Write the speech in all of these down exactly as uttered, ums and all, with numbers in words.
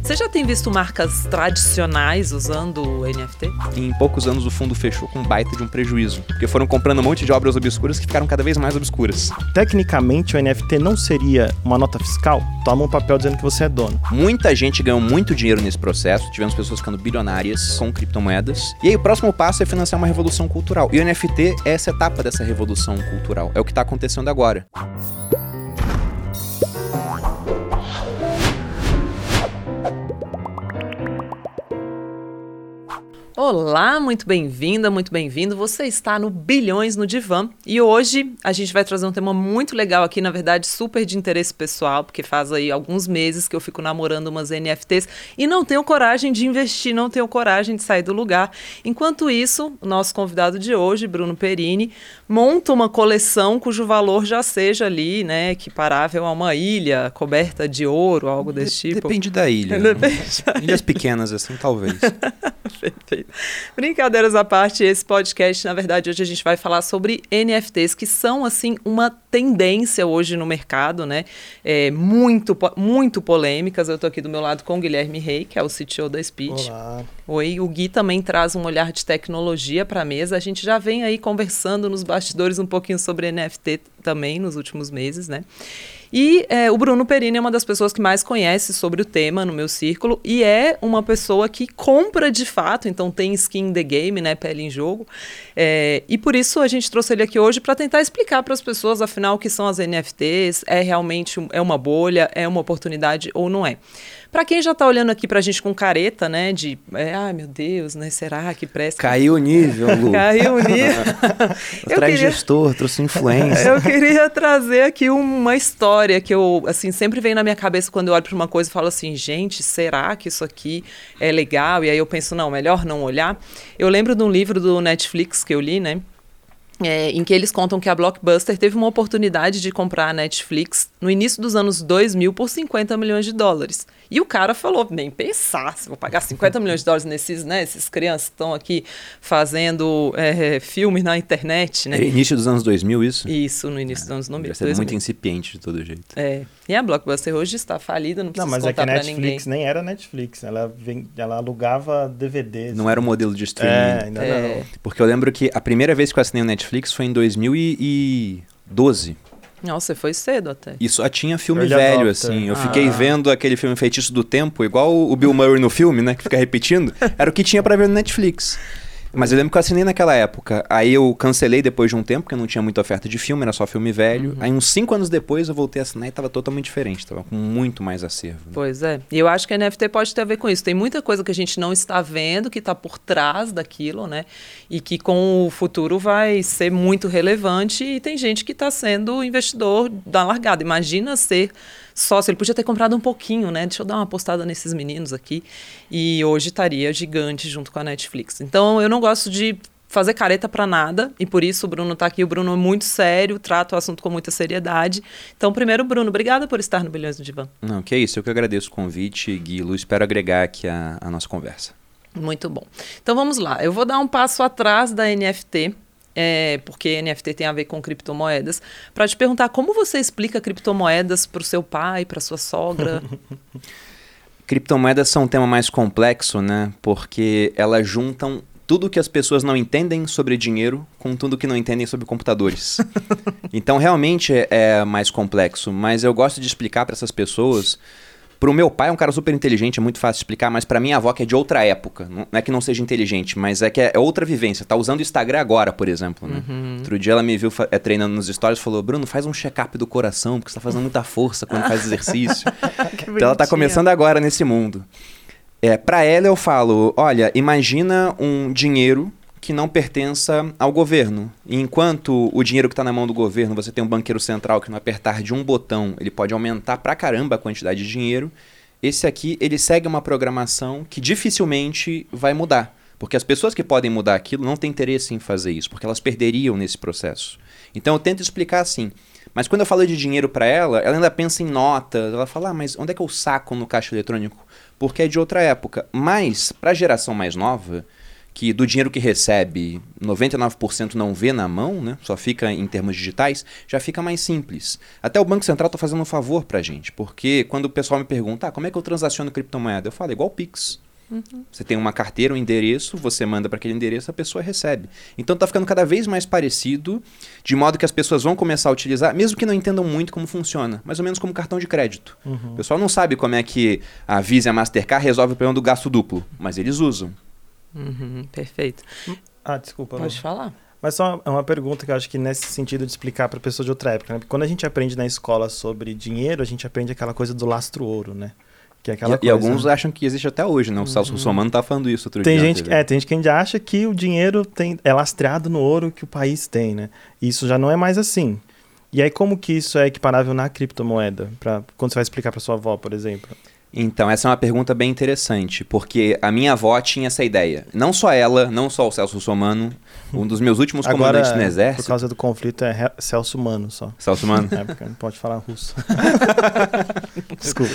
Você já tem visto marcas tradicionais usando o N F T? Em poucos anos o fundo fechou com um baita de um prejuízo, porque foram comprando um monte de obras obscuras que ficaram cada vez mais obscuras. Tecnicamente, o N F T não seria uma nota fiscal? Toma um papel dizendo que você é dono. Muita gente ganhou muito dinheiro nesse processo, tivemos pessoas ficando bilionárias com criptomoedas. E aí o próximo passo é financiar uma revolução cultural. E o N F T é essa etapa dessa revolução cultural. É o que está acontecendo agora. Olá, muito bem-vinda, muito bem-vindo. Você está no Bilhões no Divã e hoje a gente vai trazer um tema muito legal aqui, na verdade super de interesse pessoal, porque faz aí alguns meses que eu fico namorando umas N F Ts e não tenho coragem de investir, não tenho coragem de sair do lugar. Enquanto isso, o nosso convidado de hoje, Bruno Perini, monta uma coleção cujo valor já seja ali, né, equiparável a uma ilha coberta de ouro, algo desse tipo. Depende da ilha. Depende da ilha. Ilhas pequenas assim, talvez. Perfeito. Brincadeiras à parte, esse podcast, na verdade, hoje a gente vai falar sobre N F Ts, que são, assim, uma tendência hoje no mercado, né? É, muito, muito polêmicas. Eu tô aqui do meu lado com o Guilherme Rey, que é o C T O da Speed. Olá. Oi, o Gui também traz um olhar de tecnologia para a mesa. A gente já vem aí conversando nos bastidores um pouquinho sobre N F T também nos últimos meses, né? E é, o Bruno Perini é uma das pessoas que mais conhece sobre o tema no meu círculo e é uma pessoa que compra de fato, então tem skin in the game, né, pele em jogo. É, e por isso a gente trouxe ele aqui hoje para tentar explicar para as pessoas, afinal, o que são as N F Ts, é realmente é uma bolha, é uma oportunidade ou não é. Para quem já tá olhando aqui pra gente com careta, né, de, é, ai meu Deus, né, será que presta? Caiu o nível, Lu. Caiu o nível. Traz queria... gestor, trouxe influência. Eu queria trazer aqui uma história que eu, assim, sempre vem na minha cabeça quando eu olho para uma coisa e falo assim, gente, será que isso aqui é legal? E aí eu penso, não, melhor não olhar. Eu lembro de um livro do Netflix que eu li, né, É, em que eles contam que a Blockbuster teve uma oportunidade de comprar a Netflix no início dos anos dois mil por cinquenta milhões de dólares. E o cara falou, nem pensar, se vou pagar cinquenta milhões de dólares nesses, né, esses crianças que estão aqui fazendo é, filmes na internet, né? É início dos anos dois mil isso? Isso, no início é, dos anos dois mil. Deve ser muito incipiente de todo jeito. É, e a Blockbuster hoje está falida, não precisa não, mas contar é que a pra Netflix ninguém. nem era Netflix, ela, vem, ela alugava D V Ds. Não era o modelo de streaming. É, ainda é. não. Porque eu lembro que a primeira vez que eu assinei o Netflix foi em dois mil e doze. Nossa, você foi cedo até. E só tinha filme Early velho, adopter. assim. Eu Ah. fiquei vendo aquele filme Feitiço do Tempo, igual o Bill Murray no filme, né? Que fica repetindo. Era o que tinha pra ver no Netflix. Mas eu lembro que eu assinei naquela época. Aí eu cancelei depois de um tempo, porque não tinha muita oferta de filme, era só filme velho. Uhum. Aí uns cinco anos depois eu voltei a assinar e tava totalmente diferente. Tava com muito mais acervo. Né? Pois é. E eu acho que a N F T pode ter a ver com isso. Tem muita coisa que a gente não está vendo, que está por trás daquilo, né? E que com o futuro vai ser muito relevante. E tem gente que está sendo investidor da largada. Imagina ser sócio. Ele podia ter comprado um pouquinho, né? Deixa eu dar uma apostada nesses meninos aqui. E hoje estaria gigante junto com a Netflix. Então, eu não gosto de fazer careta para nada, e por isso o Bruno está aqui. O Bruno é muito sério, trata o assunto com muita seriedade. Então, primeiro, Bruno, obrigada por estar no Bilhões do Divã. Não, que é isso. Eu que agradeço o convite, Guilo. Espero agregar aqui a, a nossa conversa. Muito bom. Então, vamos lá. Eu vou dar um passo atrás da N F T, É, porque N F T tem a ver com criptomoedas, para te perguntar como você explica criptomoedas para o seu pai, para sua sogra. Criptomoedas são um tema mais complexo, né? Porque elas juntam tudo que as pessoas não entendem sobre dinheiro com tudo que não entendem sobre computadores. Então, realmente é, é mais complexo, mas eu gosto de explicar para essas pessoas. Pro meu pai é um cara super inteligente, é muito fácil de explicar, mas pra minha avó, que é de outra época, não é que não seja inteligente, mas é que é outra vivência. Tá usando o Instagram agora, por exemplo, né? Uhum. Outro dia ela me viu é, treinando nos stories e falou, Bruno, faz um check-up do coração, porque você tá fazendo muita força quando faz exercício. Então ela tá começando agora nesse mundo. É, pra ela eu falo, olha, imagina um dinheiro que não pertença ao governo. E enquanto o dinheiro que está na mão do governo, você tem um banqueiro central que no apertar de um botão, ele pode aumentar pra caramba a quantidade de dinheiro, esse aqui, ele segue uma programação que dificilmente vai mudar. Porque as pessoas que podem mudar aquilo não têm interesse em fazer isso, porque elas perderiam nesse processo. Então eu tento explicar assim. Mas quando eu falo de dinheiro para ela, ela ainda pensa em notas. Ela fala, ah, mas onde é que eu saco no caixa eletrônico? Porque é de outra época. Mas, para a geração mais nova, que do dinheiro que recebe, noventa e nove por cento não vê na mão, né? Só fica em termos digitais, já fica mais simples. Até o Banco Central está fazendo um favor para a gente, porque quando o pessoal me pergunta, ah, como é que eu transaciono criptomoeda? Eu falo, igual o Pix. Uhum. Você tem uma carteira, um endereço, você manda para aquele endereço, a pessoa recebe. Então está ficando cada vez mais parecido, de modo que as pessoas vão começar a utilizar, mesmo que não entendam muito como funciona, mais ou menos como cartão de crédito. Uhum. O pessoal não sabe como é que a Visa e a Mastercard resolvem o problema do gasto duplo, mas eles usam. Uhum, perfeito. Ah, desculpa. Pode não. falar. Mas só uma pergunta que eu acho que nesse sentido de explicar para pessoas de outra época, né? Porque quando a gente aprende na escola sobre dinheiro, a gente aprende aquela coisa do lastro-ouro, né? Que é aquela e, coisa, e alguns né? acham que existe até hoje, né? O uhum. Celso Russomano tá falando isso outro tem dia. Gente, é, tem gente que ainda acha que o dinheiro tem, é lastreado no ouro que o país tem, né? E isso já não é mais assim. E aí como que isso é equiparável na criptomoeda? Pra, quando você vai explicar para sua avó, por exemplo? Então, essa é uma pergunta bem interessante, porque a minha avó tinha essa ideia. Não só ela, não só o Celso Russomano, um dos meus últimos Agora, comandantes no exército... por causa do conflito, é Celso Mano só. Celso Mano? É, porque não pode falar russo. Desculpa.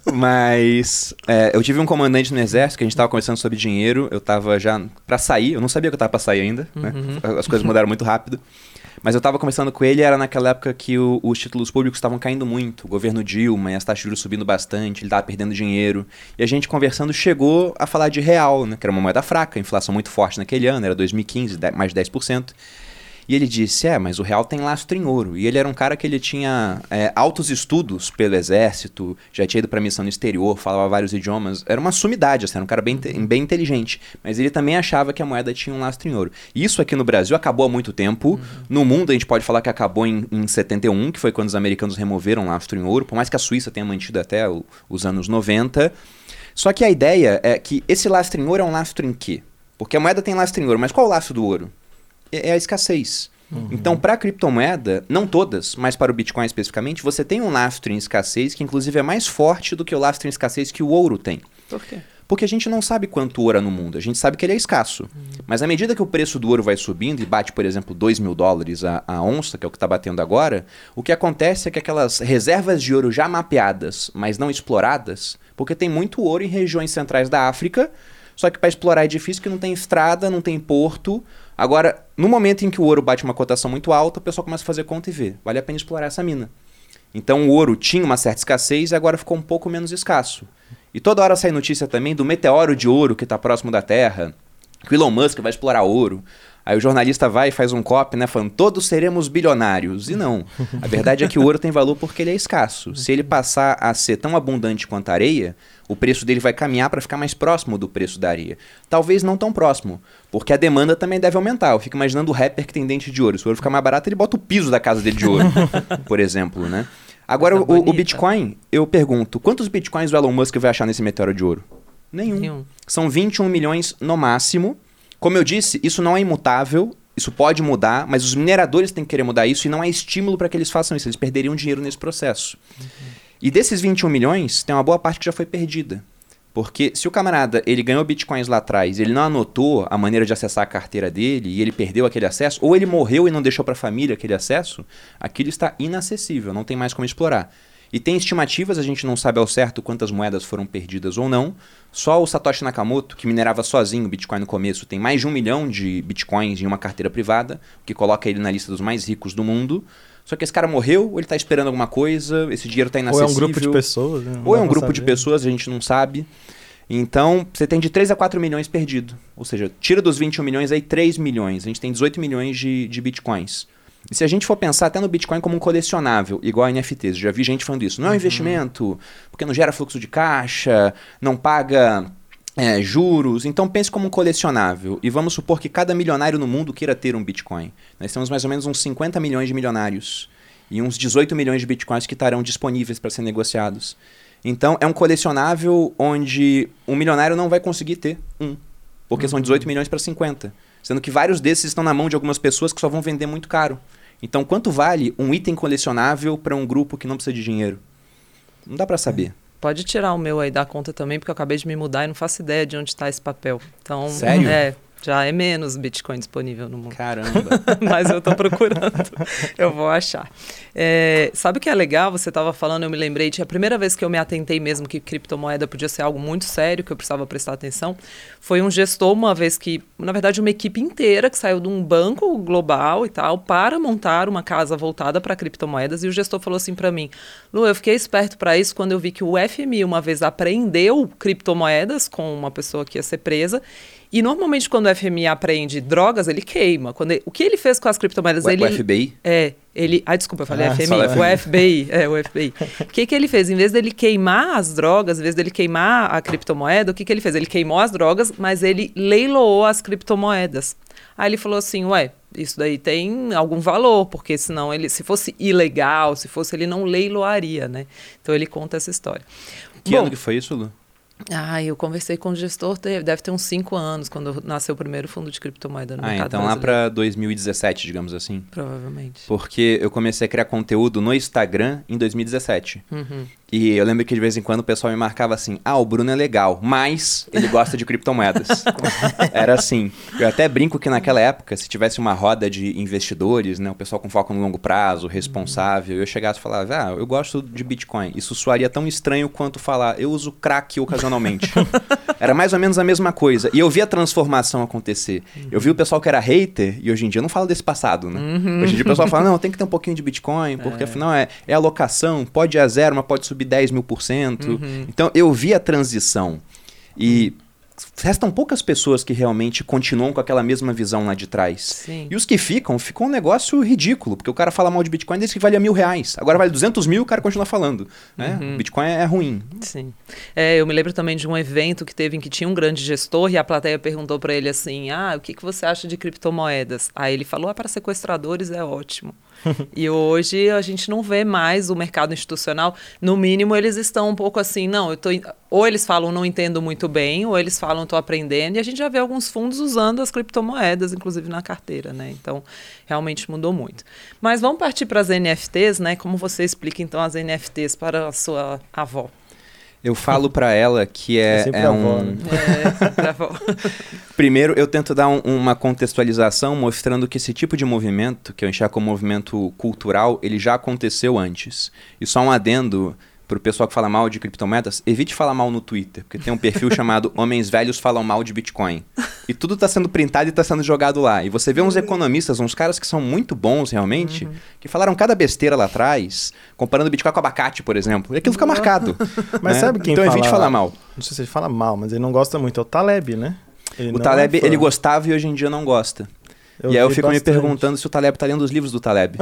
Mas é, eu tive um comandante no exército que a gente estava conversando sobre dinheiro, eu estava já para sair, eu não sabia que eu estava para sair ainda, uhum. né? As coisas mudaram muito rápido. Mas eu estava conversando com ele, era naquela época que o, os títulos públicos estavam caindo muito, o governo Dilma e as taxas de juros subindo bastante, ele estava perdendo dinheiro. E a gente conversando chegou a falar de real, né, que era uma moeda fraca, inflação muito forte naquele ano, era dois mil e quinze, mais de dez por cento. E ele disse, é, mas o real tem lastro em ouro. E ele era um cara que ele tinha é, altos estudos pelo exército, já tinha ido para missão no exterior, falava vários idiomas. Era uma sumidade, assim, era um cara bem, bem inteligente. Mas ele também achava que a moeda tinha um lastro em ouro. Isso aqui no Brasil acabou há muito tempo. Uhum. No mundo a gente pode falar que acabou em, em setenta e um, que foi quando os americanos removeram o lastro em ouro, por mais que a Suíça tenha mantido até o, os anos noventa. Só que a ideia é que esse lastro em ouro é um lastro em quê? Porque a moeda tem lastro em ouro, mas qual é o lastro do ouro? É a escassez. Uhum. Então, para a criptomoeda, não todas, mas para o Bitcoin especificamente, você tem um lastro em escassez que inclusive é mais forte do que o lastro em escassez que o ouro tem. Por quê? Porque a gente não sabe quanto ouro há no mundo, a gente sabe que ele é escasso. Uhum. Mas à medida que o preço do ouro vai subindo e bate, por exemplo, dois mil dólares a, a onça, que é o que está batendo agora, o que acontece é que aquelas reservas de ouro já mapeadas, mas não exploradas, porque tem muito ouro em regiões centrais da África, só que para explorar é difícil, porque não tem estrada, não tem porto. Agora, no momento em que o ouro bate uma cotação muito alta, o pessoal começa a fazer conta e vê, vale a pena explorar essa mina. Então o ouro tinha uma certa escassez e agora ficou um pouco menos escasso. E toda hora sai notícia também do meteoro de ouro que está próximo da Terra, que o Elon Musk vai explorar ouro. Aí o jornalista vai e faz um copy, né, falando, todos seremos bilionários. E não. A verdade é que o ouro tem valor porque ele é escasso. Se ele passar a ser tão abundante quanto a areia, o preço dele vai caminhar para ficar mais próximo do preço da areia. Talvez não tão próximo, porque a demanda também deve aumentar. Eu fico imaginando o rapper que tem dente de ouro. Se o ouro ficar mais barato, ele bota o piso da casa dele de ouro, por exemplo, né? Agora, o, o Bitcoin, eu pergunto, quantos Bitcoins o Elon Musk vai achar nesse meteoro de ouro? Nenhum. Nenhum. São vinte e um milhões no máximo. Como eu disse, isso não é imutável, isso pode mudar, mas os mineradores têm que querer mudar isso e não é estímulo para que eles façam isso, eles perderiam dinheiro nesse processo. Uhum. E desses vinte e um milhões, tem uma boa parte que já foi perdida. Porque se o camarada ele ganhou bitcoins lá atrás, ele não anotou a maneira de acessar a carteira dele e ele perdeu aquele acesso, ou ele morreu e não deixou para a família aquele acesso, aquilo está inacessível, não tem mais como explorar. E tem estimativas, a gente não sabe ao certo quantas moedas foram perdidas ou não. Só o Satoshi Nakamoto, que minerava sozinho o Bitcoin no começo, tem mais de um milhão de Bitcoins em uma carteira privada, o que coloca ele na lista dos mais ricos do mundo. Só que esse cara morreu, ou ele está esperando alguma coisa, esse dinheiro está inacessível. Ou é um grupo de pessoas. Né? Ou é um grupo saber. de pessoas, a gente não sabe. Então, você tem de três a quatro milhões perdido. Ou seja, tira dos vinte e um milhões aí três milhões. A gente tem dezoito milhões de, de Bitcoins. E se a gente for pensar até no Bitcoin como um colecionável, igual a N F Ts, já vi gente falando isso, não é um investimento, porque não gera fluxo de caixa, não paga é, juros, então pense como um colecionável. E vamos supor que cada milionário no mundo queira ter um Bitcoin. Nós temos mais ou menos uns cinquenta milhões de milionários e uns dezoito milhões de Bitcoins que estarão disponíveis para ser negociados. Então é um colecionável onde um milionário não vai conseguir ter um, porque uhum. são dezoito milhões para cinquenta. Sendo que vários desses estão na mão de algumas pessoas que só vão vender muito caro. Então, quanto vale um item colecionável para um grupo que não precisa de dinheiro? Não dá para saber. Pode tirar o meu aí da conta também, porque eu acabei de me mudar e não faço ideia de onde está esse papel. Então, sério? É, Já é menos Bitcoin disponível no mundo. Caramba. Mas eu tô procurando. Eu vou achar. É, sabe o que é legal? Você estava falando, eu me lembrei de a primeira vez que eu me atentei mesmo que criptomoeda podia ser algo muito sério, que eu precisava prestar atenção, foi um gestor, uma vez que, na verdade, uma equipe inteira que saiu de um banco global e tal, para montar uma casa voltada para criptomoedas, e o gestor falou assim para mim: Lu, eu fiquei esperto para isso quando eu vi que o F M I uma vez apreendeu criptomoedas com uma pessoa que ia ser presa. E normalmente quando o F M I apreende drogas, ele queima. Quando ele, o que ele fez com as criptomoedas? O, ele, o F B I? É, ele... Ah, desculpa, eu falei Ah, F M I. O F B I, é, o F B I. O que, que ele fez? Em vez dele queimar as drogas, em vez dele queimar a criptomoeda, o que, que ele fez? Ele queimou as drogas, mas ele leiloou as criptomoedas. Aí ele falou assim, ué, isso daí tem algum valor, porque senão ele, se fosse ilegal, se fosse, ele não leiloaria, né? Então ele conta essa história. Que Bom, ano que foi isso, Lu? Ah, eu conversei com o gestor, teve, deve ter uns cinco anos, quando nasceu o primeiro fundo de criptomoeda no Ah, mercado então lá brasileiro. para dois mil e dezessete, digamos assim. Provavelmente. Porque eu comecei a criar conteúdo no Instagram em dois mil e dezessete. Uhum. E eu lembro que de vez em quando o pessoal me marcava assim: ah, o Bruno é legal, mas ele gosta de criptomoedas. Era assim. Eu até brinco que naquela época, se tivesse uma roda de investidores, né, o pessoal com foco no longo prazo, responsável, eu chegasse e falava: ah, eu gosto de Bitcoin. Isso soaria tão estranho quanto falar: eu uso crack ocasionalmente. Era mais ou menos a mesma coisa. E eu vi a transformação acontecer. Eu vi o pessoal que era hater, e hoje em dia eu não falo desse passado, né? Uhum. Hoje em dia o pessoal fala: não, tem que ter um pouquinho de Bitcoin, porque É. afinal é, é alocação, pode ir a zero, mas pode subir dez mil por cento. Uhum. Então eu vi a transição. E restam poucas pessoas que realmente continuam com aquela mesma visão lá de trás. Sim. E os que ficam, ficam um negócio ridículo, porque o cara fala mal de Bitcoin desde que valia mil reais. Agora vale duzentos mil e o cara continua falando. Né? Uhum. Bitcoin é ruim. Sim. É, eu me lembro também de um evento que teve em que tinha um grande gestor e a plateia perguntou para ele assim, ah, o que, que você acha de criptomoedas? Aí ele falou, ah, para sequestradores é ótimo. E hoje a gente não vê mais o mercado institucional. No mínimo, eles estão um pouco assim, não, eu tô, ou eles falam não entendo muito bem, ou eles falam estou aprendendo, e a gente já vê alguns fundos usando as criptomoedas, inclusive na carteira, né? Então, realmente mudou muito. Mas vamos partir para as N F Ts, né? Como você explica, então, as N F Ts para a sua avó? Eu falo pra ela que é, É sempre é a um... avó, né? É, sempre a avó. Primeiro, eu tento dar um- uma contextualização mostrando que esse tipo de movimento, que eu enxergo como movimento cultural, ele já aconteceu antes. E só um adendo pro pessoal que fala mal de criptomoedas, evite falar mal no Twitter, porque tem um perfil chamado Homens Velhos Falam Mal de Bitcoin. E tudo tá sendo printado e tá sendo jogado lá. E você vê uns economistas, uns caras que são muito bons realmente, Uhum. que falaram cada besteira lá atrás, comparando Bitcoin com abacate, por exemplo. E aquilo fica marcado. Mas né? sabe quem Então fala... evite falar mal. Não sei se ele fala mal, mas ele não gosta muito. É o Taleb, né? Ele O não Taleb, é fã. ele gostava e hoje em dia não gosta. Eu e aí eu vi fico me bastante. perguntando se o Taleb tá lendo os livros do Taleb.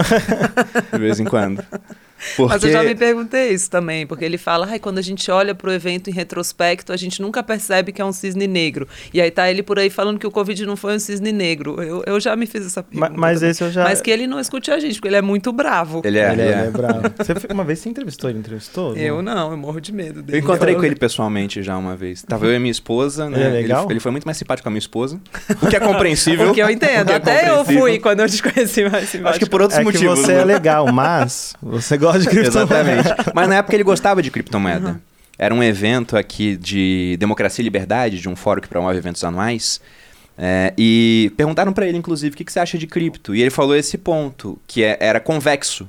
De vez em quando. Porque... Mas eu já me perguntei isso também, porque ele fala, ai, quando a gente olha pro evento em retrospecto, a gente nunca percebe que é um cisne negro. E aí tá ele por aí falando que o Covid não foi um cisne negro. Eu, eu já me fiz essa pergunta. Ma- mas também. esse eu já... Mas que ele não escute a gente, porque ele é muito bravo. Ele é, Ele, ele é, é. ele é bravo. Você, foi- uma vez você entrevistou ele? Entrevistou? Eu não, eu morro de medo dele. Eu encontrei com ele pessoalmente já uma vez. Tava eu e minha esposa, né? Ele é legal? ele foi muito mais simpático com a minha esposa. O que é compreensível. O que eu entendo. O que é Até eu compreensível. fui quando eu te conheci mais simpático. Acho que por outros É que motivos. você né? é legal, mas você gosta de criptomoeda. Exatamente. Mas na época ele gostava de criptomoeda. Uhum. Era um evento aqui de democracia e liberdade, de um fórum que promove eventos anuais. É, e perguntaram pra ele, inclusive, o que, que você acha de cripto? E ele falou esse ponto, que é, era convexo.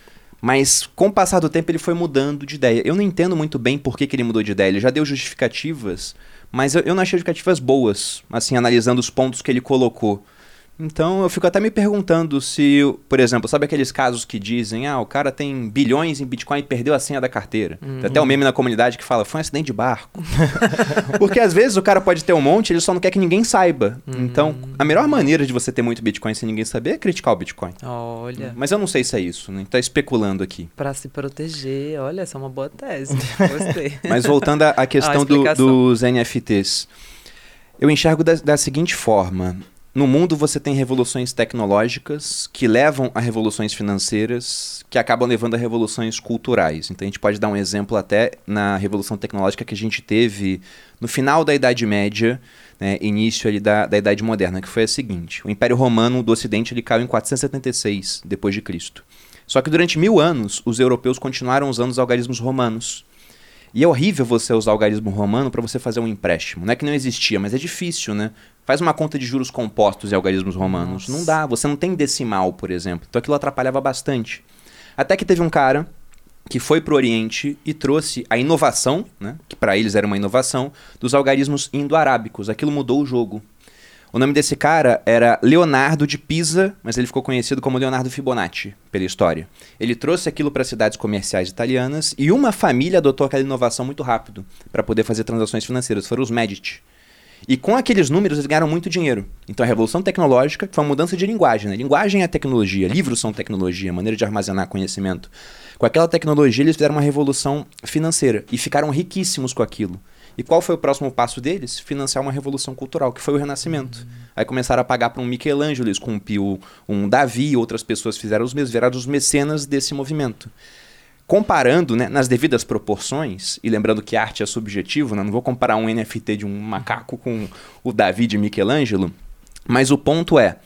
Mas com o passar do tempo ele foi mudando de ideia. Eu não entendo muito bem por que, que ele mudou de ideia. Ele já deu justificativas, mas eu, eu não achei justificativas boas, assim, analisando os pontos que ele colocou. Então eu fico até me perguntando se, por exemplo, sabe aqueles casos que dizem, ah, o cara tem bilhões em Bitcoin e perdeu a senha da carteira. Uhum. Tem até um meme na comunidade que fala, foi um acidente de barco. Porque às vezes o cara pode ter um monte, ele só não quer que ninguém saiba. Uhum. Então, a melhor maneira de você ter muito Bitcoin sem ninguém saber é criticar o Bitcoin. Olha. Mas eu não sei se é isso, né? Tá especulando aqui. Pra se proteger, olha, essa é uma boa tese. Gostei. Mas voltando à questão do, dos N F Ts, eu enxergo da, da seguinte forma. No mundo você tem revoluções tecnológicas que levam a revoluções financeiras que acabam levando a revoluções culturais. Então a gente pode dar um exemplo até na revolução tecnológica que a gente teve no final da Idade Média, né, início ali da, da Idade Moderna, que foi a seguinte. O Império Romano do Ocidente ele caiu em quatrocentos e setenta e seis depois de Cristo. Só que durante mil anos os europeus continuaram usando os algarismos romanos. E é horrível você usar o algarismo romano para você fazer um empréstimo. Não é que não existia, mas é difícil, né? Faz uma conta de juros compostos e algarismos romanos. Nossa. Não dá, você não tem decimal, por exemplo. Então aquilo atrapalhava bastante. Até que teve um cara que foi para o Oriente e trouxe a inovação, né? Que para eles era uma inovação, dos algarismos indo-arábicos. Aquilo mudou o jogo. O nome desse cara era Leonardo de Pisa, mas ele ficou conhecido como Leonardo Fibonacci, pela história. Ele trouxe aquilo para cidades comerciais italianas e uma família adotou aquela inovação muito rápido para poder fazer transações financeiras. Foram os Medici. E com aqueles números eles ganharam muito dinheiro. Então a revolução tecnológica foi uma mudança de linguagem. Né? Linguagem é tecnologia, livros são tecnologia, maneira de armazenar conhecimento. Com aquela tecnologia eles fizeram uma revolução financeira e ficaram riquíssimos com aquilo. E qual foi o próximo passo deles? Financiar uma revolução cultural, que foi o Renascimento. Uhum. Aí começaram a pagar para um Michelangelo, com um Pio, um Davi, outras pessoas fizeram os mesmos, viraram os mecenas desse movimento. Comparando, né, nas devidas proporções, e lembrando que arte é subjetivo, né, não vou comparar um N F T de um macaco com o Davi de Michelangelo, mas o ponto é,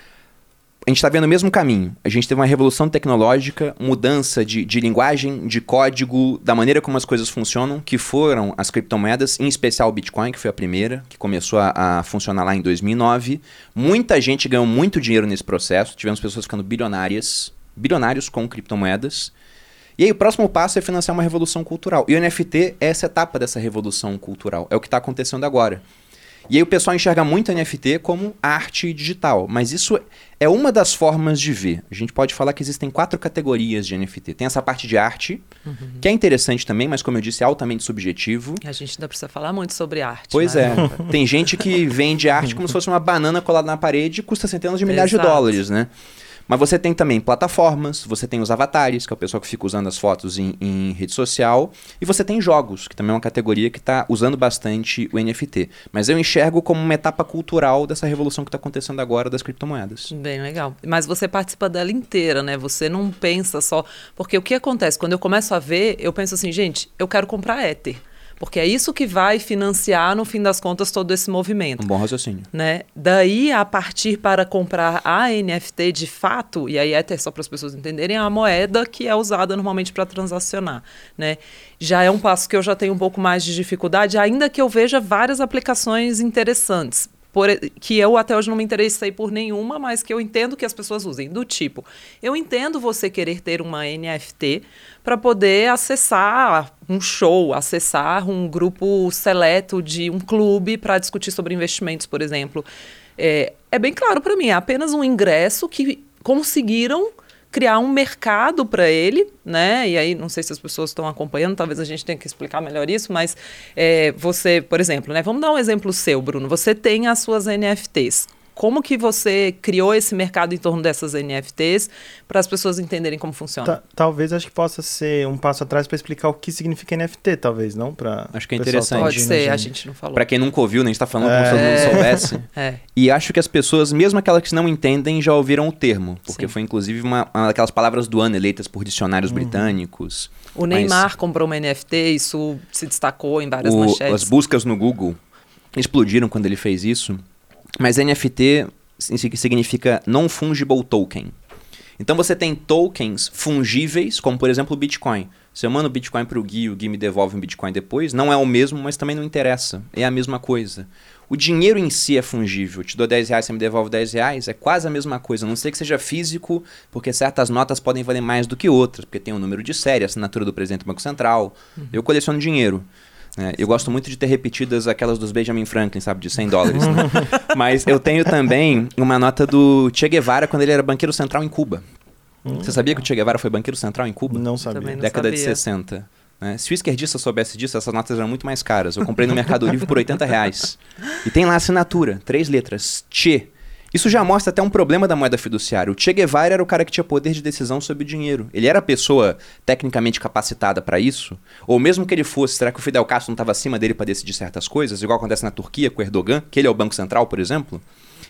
a gente está vendo o mesmo caminho. A gente teve uma revolução tecnológica, mudança de, de linguagem, de código, da maneira como as coisas funcionam, que foram as criptomoedas, em especial o Bitcoin, que foi a primeira, que começou a, a funcionar lá em dois mil e nove. Muita gente ganhou muito dinheiro nesse processo. Tivemos pessoas ficando bilionárias, bilionários com criptomoedas. E aí o próximo passo é financiar uma revolução cultural. E o N F T é essa etapa dessa revolução cultural. É o que está acontecendo agora. E aí o pessoal enxerga muito N F T como arte digital, mas isso é uma das formas de ver. A gente pode falar que existem quatro categorias de N F T. Tem essa parte de arte, uhum. que é interessante também, mas como eu disse, é altamente subjetivo. A gente ainda precisa falar muito sobre arte. Pois né? é. Tem gente que vende arte como se fosse uma banana colada na parede e custa centenas de milhares Exato. de dólares, né? Mas você tem também plataformas, você tem os avatares, que é o pessoal que fica usando as fotos em, em rede social, e você tem jogos, que também é uma categoria que está usando bastante o N F T. Mas eu enxergo como uma etapa cultural dessa revolução que está acontecendo agora das criptomoedas. Bem legal. Mas você participa dela inteira, né? Você não pensa só... Porque o que acontece? Quando eu começo a ver, eu penso assim, gente, eu quero comprar Ether. Porque é isso que vai financiar, no fim das contas, todo esse movimento. Um bom raciocínio. Né? Daí, a partir para comprar a N F T de fato, e aí Ether, só para as pessoas entenderem, é a moeda que é usada normalmente para transacionar. Né? Já é um passo que eu já tenho um pouco mais de dificuldade, ainda que eu veja várias aplicações interessantes. Por, que eu até hoje não me interessei por nenhuma, mas que eu entendo que as pessoas usem. Do tipo, eu entendo você querer ter uma N F T para poder acessar um show, acessar um grupo seleto de um clube para discutir sobre investimentos, por exemplo. É, é bem claro para mim, é apenas um ingresso que conseguiram criar um mercado para ele, né? E aí, não sei se as pessoas estão acompanhando, talvez a gente tenha que explicar melhor isso, mas é, você, por exemplo, né? Vamos dar um exemplo seu, Bruno. Você tem as suas N F Ts. Como que você criou esse mercado em torno dessas N F Ts para as pessoas entenderem como funciona? Ta- talvez acho que possa ser um passo atrás para explicar o que significa N F T, talvez, não? Pra acho que é interessante. Pode ser, a gente não falou. Para quem nunca ouviu, né? A gente está falando é. como se todo mundo soubesse. É. E acho que as pessoas, mesmo aquelas que não entendem, já ouviram o termo. Porque Sim. foi inclusive uma, uma daquelas palavras do ano eleitas por dicionários uhum. britânicos. O Neymar Mas comprou uma N F T, isso se destacou em várias o, manchetes. As buscas no Google explodiram quando ele fez isso. Mas N F T significa Non-Fungible Token. Então você tem tokens fungíveis, como por exemplo o Bitcoin. Se eu mando o Bitcoin para o Gui, o Gui me devolve um Bitcoin depois, não é o mesmo, mas também não interessa. É a mesma coisa. O dinheiro em si é fungível. Eu te dou dez reais, você me devolve dez reais, é quase a mesma coisa. A não ser que seja físico, porque certas notas podem valer mais do que outras, porque tem o número de série, a assinatura do presidente do Banco Central. Uhum. Eu coleciono dinheiro. É, eu gosto muito de ter repetidas aquelas dos Benjamin Franklin, sabe, de cem dólares. Né? Mas eu tenho também uma nota do Che Guevara quando ele era banqueiro central em Cuba. Hum. Você sabia que o Che Guevara foi banqueiro central em Cuba? Não sabia. Não década sabia. de sessenta. Né? Se o esquerdista soubesse disso, essas notas eram muito mais caras. Eu comprei no Mercado Livre por oitenta reais. E tem lá a assinatura, três letras, Che. Isso já mostra até um problema da moeda fiduciária. O Che Guevara era o cara que tinha poder de decisão sobre o dinheiro. Ele era a pessoa tecnicamente capacitada para isso? Ou mesmo que ele fosse, será que o Fidel Castro não estava acima dele para decidir certas coisas? Igual acontece na Turquia com o Erdogan, que ele é o Banco Central, por exemplo?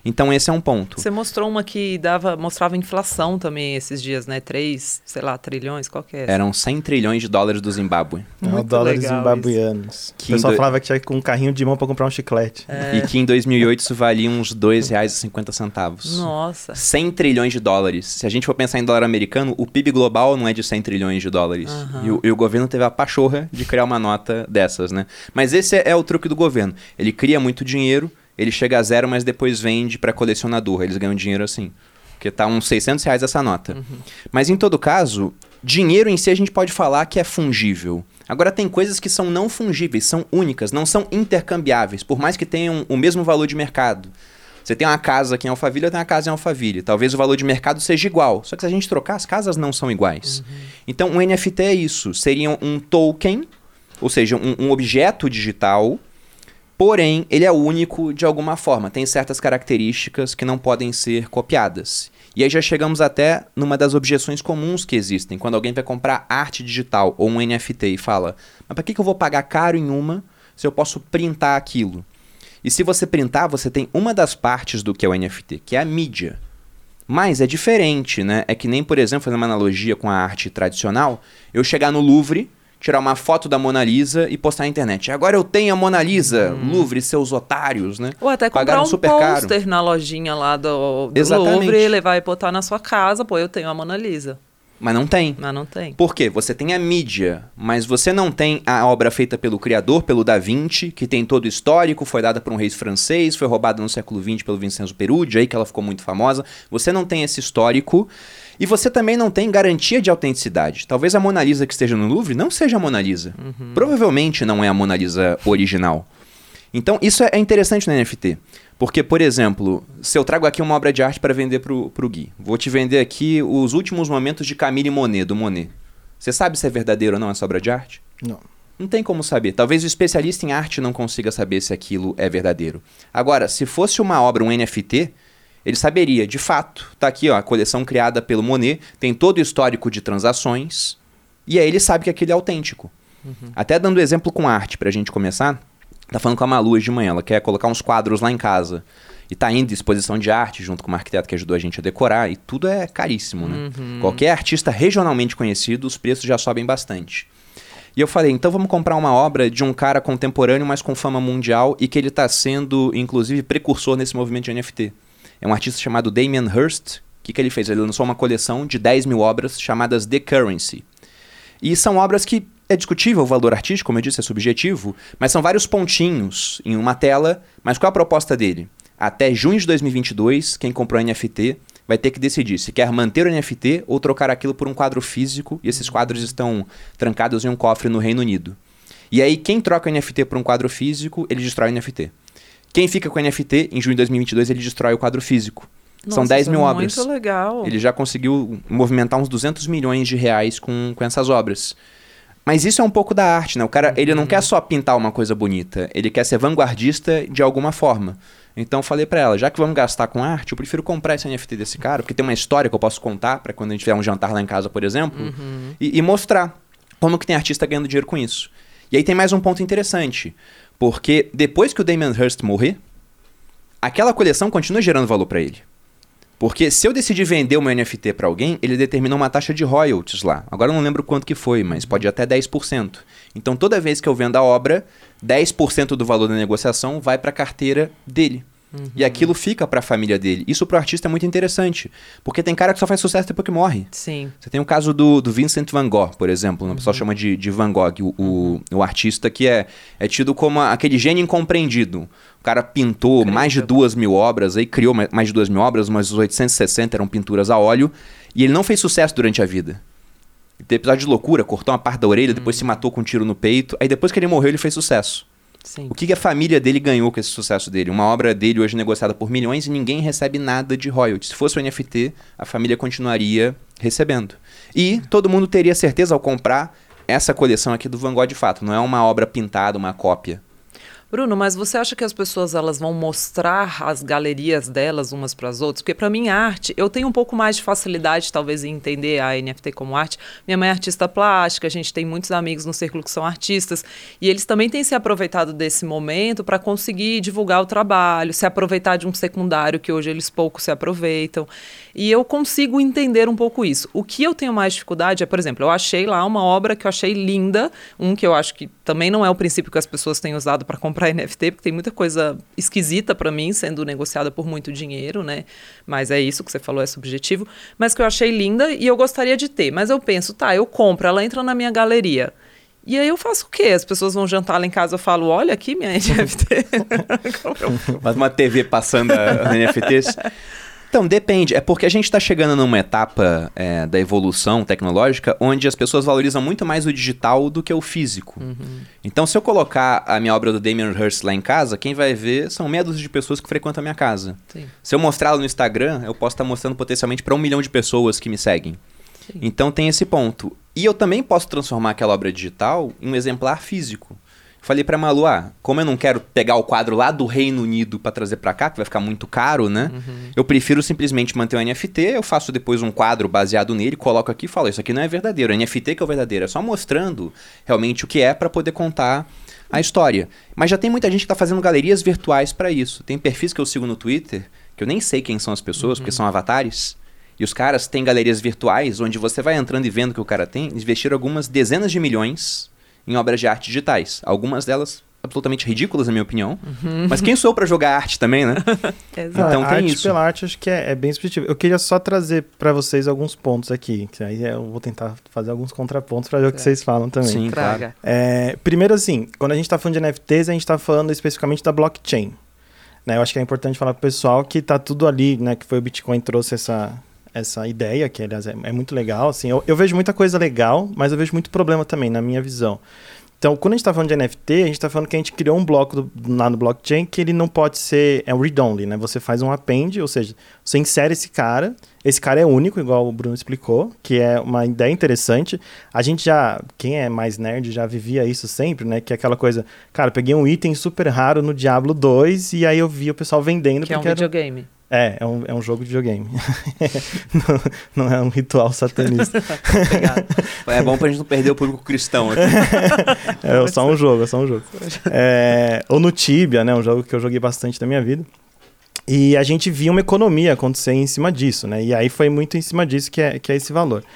Então esse é um ponto. Você mostrou uma que dava, mostrava inflação também esses dias, né? três, sei lá, trilhões, qual que é? Eram cem trilhões de dólares do Zimbábue. Não, dólares zimbabuianos. O pessoal do... falava que tinha um carrinho de mão para comprar um chiclete. É. E que em dois mil e oito isso valia uns dois reais e cinquenta centavos. Nossa. cem trilhões de dólares. Se a gente for pensar em dólar americano, o P I B global não é de cem trilhões de dólares. Uhum. E, o, e o governo teve a pachorra de criar uma nota dessas, né? Mas esse é, é o truque do governo. Ele cria muito dinheiro, ele chega a zero, mas depois vende para colecionador. Eles ganham dinheiro assim. Porque tá uns seiscentos reais essa nota. Uhum. Mas em todo caso, dinheiro em si a gente pode falar que é fungível. Agora tem coisas que são não fungíveis, são únicas, não são intercambiáveis, por mais que tenham o mesmo valor de mercado. Você tem uma casa aqui em Alphaville, eu tenho uma casa em Alphaville. Talvez o valor de mercado seja igual. Só que se a gente trocar, as casas não são iguais. Uhum. Então, um N F T é isso. Seria um token, ou seja, um, um objeto digital, porém, ele é único de alguma forma. Tem certas características que não podem ser copiadas. E aí já chegamos até numa das objeções comuns que existem. Quando alguém vai comprar arte digital ou um N F T e fala, mas para que, que eu vou pagar caro em uma se eu posso printar aquilo? E se você printar, você tem uma das partes do que é o N F T, que é a mídia. Mas é diferente, né? É que nem, por exemplo, fazendo uma analogia com a arte tradicional, eu chegar no Louvre, tirar uma foto da Mona Lisa e postar na internet. Agora eu tenho a Mona Lisa, hum. Louvre, seus otários, né? Ou até comprar um super pôster caro. Na lojinha lá do, do Louvre, levar e botar na sua casa, pô, eu tenho a Mona Lisa. Mas não tem. Mas não tem. Por quê? Você tem a mídia, mas você não tem a obra feita pelo criador, pelo Da Vinci, que tem todo o histórico, foi dada por um rei francês, foi roubada no século vinte pelo Vincenzo Perugia, aí que ela ficou muito famosa. Você não tem esse histórico e você também não tem garantia de autenticidade. Talvez a Mona Lisa que esteja no Louvre não seja a Mona Lisa. Uhum. Provavelmente não é a Mona Lisa original. Então isso é interessante no N F T. Porque, por exemplo, se eu trago aqui uma obra de arte para vender pro, pro Gui, vou te vender aqui os últimos momentos de Camille Monet, do Monet. Você sabe se é verdadeiro ou não essa obra de arte? Não. Não tem como saber. Talvez o especialista em arte não consiga saber se aquilo é verdadeiro. Agora, se fosse uma obra, um N F T, ele saberia, de fato. Tá aqui, ó, a coleção criada pelo Monet, tem todo o histórico de transações, e aí ele sabe que aquilo é autêntico. Uhum. Até dando exemplo com arte, pra gente começar... Tá falando com a Malu hoje de manhã, ela quer colocar uns quadros lá em casa. E tá indo em exposição de arte junto com uma arquiteta que ajudou a gente a decorar. E tudo é caríssimo, né? Uhum. Qualquer artista regionalmente conhecido, os preços já sobem bastante. E eu falei, então vamos comprar uma obra de um cara contemporâneo, mas com fama mundial e que ele tá sendo, inclusive, precursor nesse movimento de N F T. É um artista chamado Damien Hirst. O que, que ele fez? Ele lançou uma coleção de dez mil obras chamadas The Currency. E são obras que é discutível o valor artístico, como eu disse, é subjetivo, mas são vários pontinhos em uma tela. Mas qual é a proposta dele? Até junho de dois mil e vinte e dois, quem comprou N F T vai ter que decidir se quer manter o N F T ou trocar aquilo por um quadro físico, e esses quadros estão trancados em um cofre no Reino Unido. E aí, quem troca o N F T por um quadro físico, ele destrói o N F T. Quem fica com o N F T, em junho de dois mil e vinte e dois, ele destrói o quadro físico. Nossa, são dez mil é obras. Muito legal. Ele já conseguiu movimentar uns duzentos milhões de reais com, com essas obras. Mas isso é um pouco da arte, né? O cara, uhum. ele não quer só pintar uma coisa bonita, ele quer ser vanguardista de alguma forma. Então eu falei pra ela, já que vamos gastar com arte, eu prefiro comprar esse N F T desse cara, porque tem uma história que eu posso contar pra quando a gente tiver um jantar lá em casa, por exemplo, uhum. e, e mostrar como que tem artista ganhando dinheiro com isso. E aí tem mais um ponto interessante, porque depois que o Damien Hirst morrer, aquela coleção continua gerando valor pra ele. Porque se eu decidir vender o meu N F T para alguém, ele determina uma taxa de royalties lá. Agora eu não lembro quanto que foi, mas pode ir até dez por cento. Então toda vez que eu vendo a obra, dez por cento do valor da negociação vai para a carteira dele. Uhum. E aquilo fica para a família dele. Isso para o artista é muito interessante. Porque tem cara que só faz sucesso depois que morre. Sim. Você tem o caso do, do Vincent van Gogh, por exemplo. Uhum. O pessoal chama de, de Van Gogh, o, o, o artista que é, é tido como a, aquele gênio incompreendido. O cara pintou Incrível. mais de duas mil obras, aí criou mais de duas mil obras, umas oitocentos e sessenta eram pinturas a óleo. E ele não fez sucesso durante a vida. Ele teve episódio de loucura, cortou uma parte da orelha, uhum. depois se matou com um tiro no peito. Aí depois que ele morreu, ele fez sucesso. Sim. O que a família dele ganhou com esse sucesso dele? Uma obra dele hoje negociada por milhões e ninguém recebe nada de royalties. Se fosse o N F T, a família continuaria recebendo. E todo mundo teria certeza ao comprar essa coleção aqui do Van Gogh de fato. Não é uma obra pintada, uma cópia. Bruno, mas você acha que as pessoas elas vão mostrar as galerias delas umas para as outras? Porque para mim a arte, eu tenho um pouco mais de facilidade talvez em entender a N F T como arte. Minha mãe é artista plástica, a gente tem muitos amigos no círculo que são artistas e eles também têm se aproveitado desse momento para conseguir divulgar o trabalho, se aproveitar de um secundário que hoje eles pouco se aproveitam. E eu consigo entender um pouco isso. O que eu tenho mais dificuldade é, por exemplo, eu achei lá uma obra que eu achei linda, um que eu acho que também não é o princípio que as pessoas têm usado para comprar N F T, porque tem muita coisa esquisita para mim sendo negociada por muito dinheiro, né? Mas é isso que você falou, é subjetivo. Mas que eu achei linda e eu gostaria de ter. Mas eu penso, tá, eu compro, ela entra na minha galeria. E aí eu faço o quê? As pessoas vão jantar lá em casa, eu falo, olha aqui minha N F T. Mas uma T V passando as N F Ts... Então, depende. É porque a gente está chegando numa etapa é, da evolução tecnológica onde as pessoas valorizam muito mais o digital do que o físico. Uhum. Então, se eu colocar a minha obra do Damien Hirst lá em casa, quem vai ver são meia dúzia de pessoas que frequentam a minha casa. Sim. Se eu mostrá-la no Instagram, eu posso estar mostrando potencialmente para um milhão de pessoas que me seguem. Sim. Então, tem esse ponto. E eu também posso transformar aquela obra digital em um exemplar físico. Falei pra Malu, ah, como eu não quero pegar o quadro lá do Reino Unido pra trazer pra cá, que vai ficar muito caro, né? Uhum. Eu prefiro simplesmente manter o N F T, eu faço depois um quadro baseado nele, coloco aqui e falo, isso aqui não é verdadeiro, o N F T que é o verdadeiro, é só mostrando realmente o que é pra poder contar a história. Mas já tem muita gente que tá fazendo galerias virtuais pra isso. Tem perfis que eu sigo no Twitter, que eu nem sei quem são as pessoas, uhum. porque são avatares, e os caras têm galerias virtuais, onde você vai entrando e vendo o que o cara tem, investiram algumas dezenas de milhões em obras de arte digitais. Algumas delas absolutamente ridículas, na minha opinião. Uhum. Mas quem sou eu para jogar arte também, né? Então a tem arte isso. Pela arte acho que é, é bem subjetivo. Eu queria só trazer para vocês alguns pontos aqui. Que aí eu vou tentar fazer alguns contrapontos para ver o que vocês falam também. Sim, claro. É, primeiro assim, quando a gente está falando de N F Ts, a gente está falando especificamente da blockchain. Né? Eu acho que é importante falar para o pessoal que está tudo ali, né? Que foi o Bitcoin que trouxe essa... essa ideia, que aliás é, é muito legal, assim, eu, eu vejo muita coisa legal, mas eu vejo muito problema também, na minha visão. Então, quando a gente está falando de N F T, a gente está falando que a gente criou um bloco do, lá no blockchain que ele não pode ser, é um read-only, né? Você faz um append, ou seja, você insere esse cara, esse cara é único, igual o Bruno explicou, que é uma ideia interessante. A gente já, quem é mais nerd já vivia isso sempre, né? Que é aquela coisa, cara, eu peguei um item super raro no Diablo dois e aí eu vi o pessoal vendendo. Que é um videogame. Era... É, é um, é um jogo de videogame. não, não é um ritual satanista. É bom pra gente não perder o público cristão aqui. É só um jogo, é só um jogo. É, ou no Tibia, né? Um jogo que eu joguei bastante na minha vida. E a gente via uma economia acontecer em cima disso, né? E aí foi muito em cima disso que é, que é esse valor.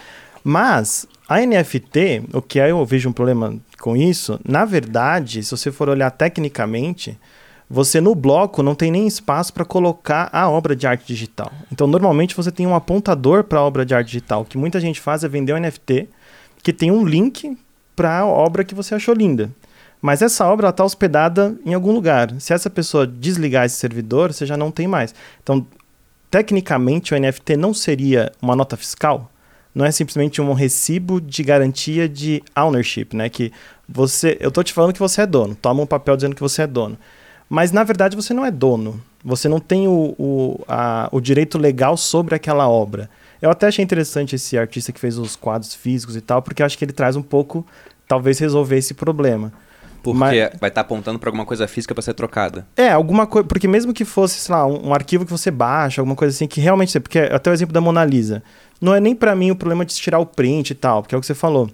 Mas a N F T, o que eu vejo um problema com isso, na verdade, se você for olhar tecnicamente... Você no bloco não tem nem espaço para colocar a obra de arte digital. Então, normalmente você tem um apontador para a obra de arte digital. O que muita gente faz é vender um N F T que tem um link para a obra que você achou linda. Mas essa obra está hospedada em algum lugar. Se essa pessoa desligar esse servidor, você já não tem mais. Então, tecnicamente, o N F T não seria uma nota fiscal. Não é simplesmente um recibo de garantia de ownership, né? Que você, eu estou te falando que você é dono. Toma um papel dizendo que você é dono. Mas, na verdade, você não é dono. Você não tem o, o, a, o direito legal sobre aquela obra. Eu até achei interessante esse artista que fez os quadros físicos e tal, porque eu acho que ele traz um pouco, talvez, resolver esse problema. Porque Mas, vai estar tá apontando para alguma coisa física para ser trocada. É, alguma coisa... Porque mesmo que fosse, sei lá, um, um arquivo que você baixa, alguma coisa assim, que realmente... Porque até o exemplo da Mona Lisa. Não é nem para mim o problema de tirar o print e tal, porque é o que você falou.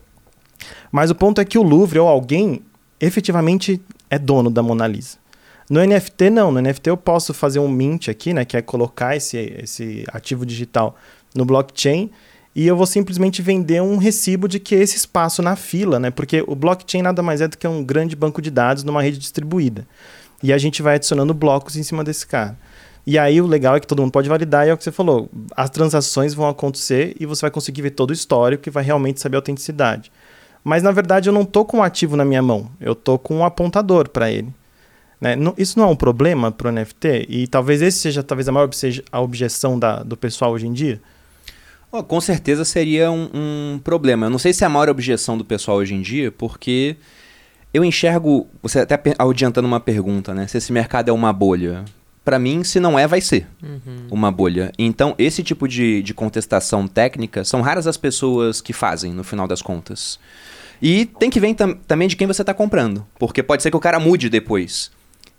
Mas o ponto é que o Louvre ou alguém efetivamente é dono da Mona Lisa. No N F T, não. No N F T eu posso fazer um mint aqui, né? Que é colocar esse, esse ativo digital no blockchain e eu vou simplesmente vender um recibo de que esse espaço na fila, né? Porque o blockchain nada mais é do que um grande banco de dados numa rede distribuída. E a gente vai adicionando blocos em cima desse cara. E aí o legal é que todo mundo pode validar e é o que você falou. As transações vão acontecer e você vai conseguir ver todo o histórico e vai realmente saber a autenticidade. Mas, na verdade, eu não estou com um ativo na minha mão. Eu estou com um apontador para ele. Né? Isso não é um problema para o N F T? E talvez esse seja talvez a maior seja a objeção da, do pessoal hoje em dia? Oh, com certeza seria um, um problema. Eu não sei se é a maior objeção do pessoal hoje em dia, porque eu enxergo... Você até adiantando uma pergunta, né? Se esse mercado é uma bolha. Para mim, se não é, vai ser uhum. uma bolha. Então, esse tipo de, de contestação técnica são raras as pessoas que fazem, no final das contas. E tem que ver tam- também de quem você está comprando. Porque pode ser que o cara mude depois.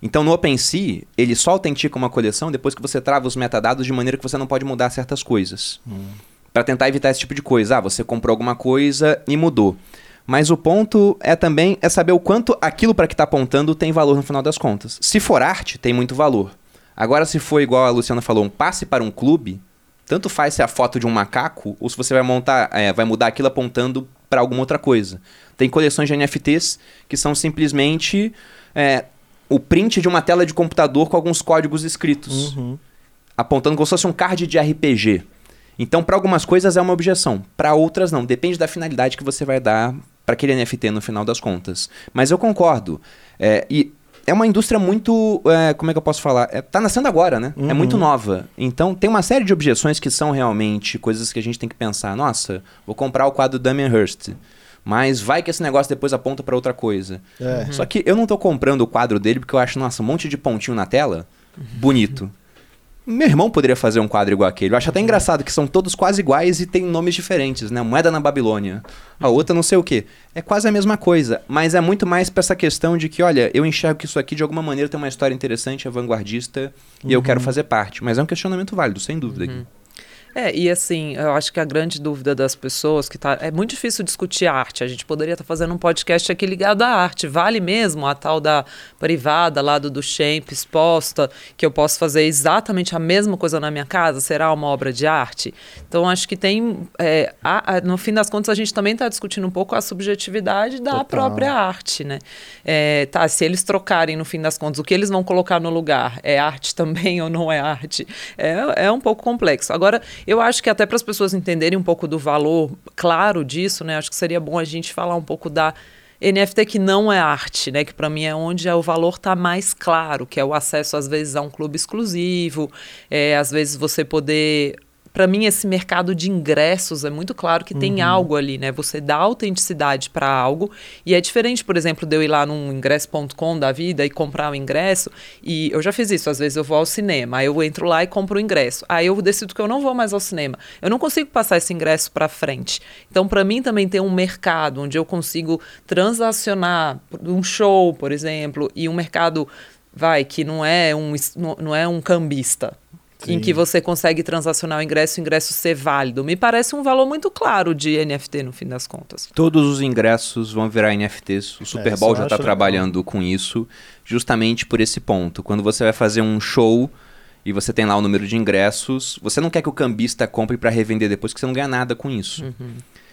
Então, no OpenSea, ele só autentica uma coleção depois que você trava os metadados de maneira que você não pode mudar certas coisas. Hum. Para tentar evitar esse tipo de coisa. Ah, você comprou alguma coisa e mudou. Mas o ponto é também é saber o quanto aquilo para que está apontando tem valor no final das contas. Se for arte, tem muito valor. Agora, se for igual a Luciana falou, um passe para um clube, tanto faz se é a foto de um macaco ou se você vai montar, é, vai mudar aquilo apontando para alguma outra coisa. Tem coleções de N F Ts que são simplesmente é, o print de uma tela de computador com alguns códigos escritos, uhum. apontando como se fosse um card de R P G. Então, para algumas coisas é uma objeção, para outras não. Depende da finalidade que você vai dar para aquele N F T no final das contas. Mas eu concordo. É, e é uma indústria muito... É, como é que eu posso falar? É, tá nascendo agora, né? Uhum. É muito nova. Então, tem uma série de objeções que são realmente coisas que a gente tem que pensar. Nossa, vou comprar o quadro do Damien Hirst. Mas vai que esse negócio depois aponta para outra coisa. É. Uhum. Só que eu não tô comprando o quadro dele porque eu acho, nossa, um monte de pontinho na tela. Bonito. Uhum. Meu irmão poderia fazer um quadro igual aquele. Eu acho até engraçado que são todos quase iguais e tem nomes diferentes, né? Moeda na Babilônia, a outra não sei o quê. É quase a mesma coisa, mas é muito mais pra essa questão de que, olha, eu enxergo que isso aqui de alguma maneira tem uma história interessante, é vanguardista, uhum. e eu quero fazer parte. Mas é um questionamento válido, sem dúvida. Uhum. É, e assim, eu acho que a grande dúvida das pessoas que tá... É muito difícil discutir arte. A gente poderia estar tá fazendo um podcast aqui ligado à arte. Vale mesmo a tal da privada lá do Duchamp exposta, que eu posso fazer exatamente a mesma coisa na minha casa? Será uma obra de arte? Então, acho que tem... É, a, a, no fim das contas, a gente também está discutindo um pouco a subjetividade da Total. própria arte, né? É, tá, se eles trocarem, no fim das contas, o que eles vão colocar no lugar é arte também ou não é arte? É, é um pouco complexo. Agora... Eu acho que até para as pessoas entenderem um pouco do valor claro disso, né? Acho que seria bom a gente falar um pouco da N F T que não é arte, né? Que para mim é onde o valor está mais claro, que é o acesso às vezes a um clube exclusivo, é, às vezes você poder... Para mim, esse mercado de ingressos é muito claro que uhum. tem algo ali, né? Você dá autenticidade para algo e é diferente, por exemplo, de eu ir lá num ingresso ponto com da vida e comprar o ingresso e eu já fiz isso, às vezes eu vou ao cinema, aí eu entro lá e compro o ingresso, aí eu decido que eu não vou mais ao cinema. Eu não consigo passar esse ingresso para frente. Então, para mim também tem um mercado onde eu consigo transacionar um show, por exemplo, e um mercado, vai, que não é um, não é um cambista. Sim. Em que você consegue transacionar o ingresso e o ingresso ser válido. Me parece um valor muito claro de N F T, no fim das contas. Todos os ingressos vão virar N F Ts. O Super Bowl é, já está trabalhando legal. com isso, justamente por esse ponto. Quando você vai fazer um show e você tem lá o número de ingressos, você não quer que o cambista compre para revender depois, que você não ganha nada com isso. Uhum.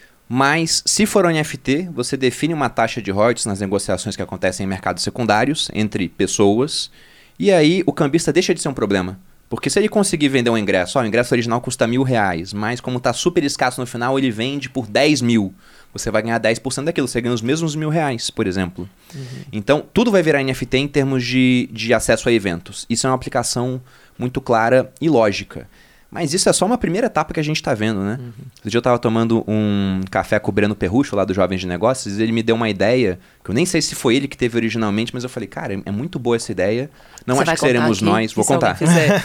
Mas, se for um N F T, você define uma taxa de royalties nas negociações que acontecem em mercados secundários, entre pessoas, e aí o cambista deixa de ser um problema. Porque se ele conseguir vender um ingresso, ó, o ingresso original custa mil reais, mas como está super escasso no final, ele vende por dez mil. Você vai ganhar dez por cento daquilo, você ganha os mesmos mil reais, por exemplo. Uhum. Então, tudo vai virar N F T em termos de, de acesso a eventos. Isso é uma aplicação muito clara e lógica. Mas isso é só uma primeira etapa que a gente está vendo, né? Uhum. Outro dia eu estava tomando um café com o Breno Perrucho, lá do Jovens de Negócios, e ele me deu uma ideia, que eu nem sei se foi ele que teve originalmente, mas eu falei, cara, é muito boa essa ideia. Não Você acho que seremos aqui, nós. Vou contar.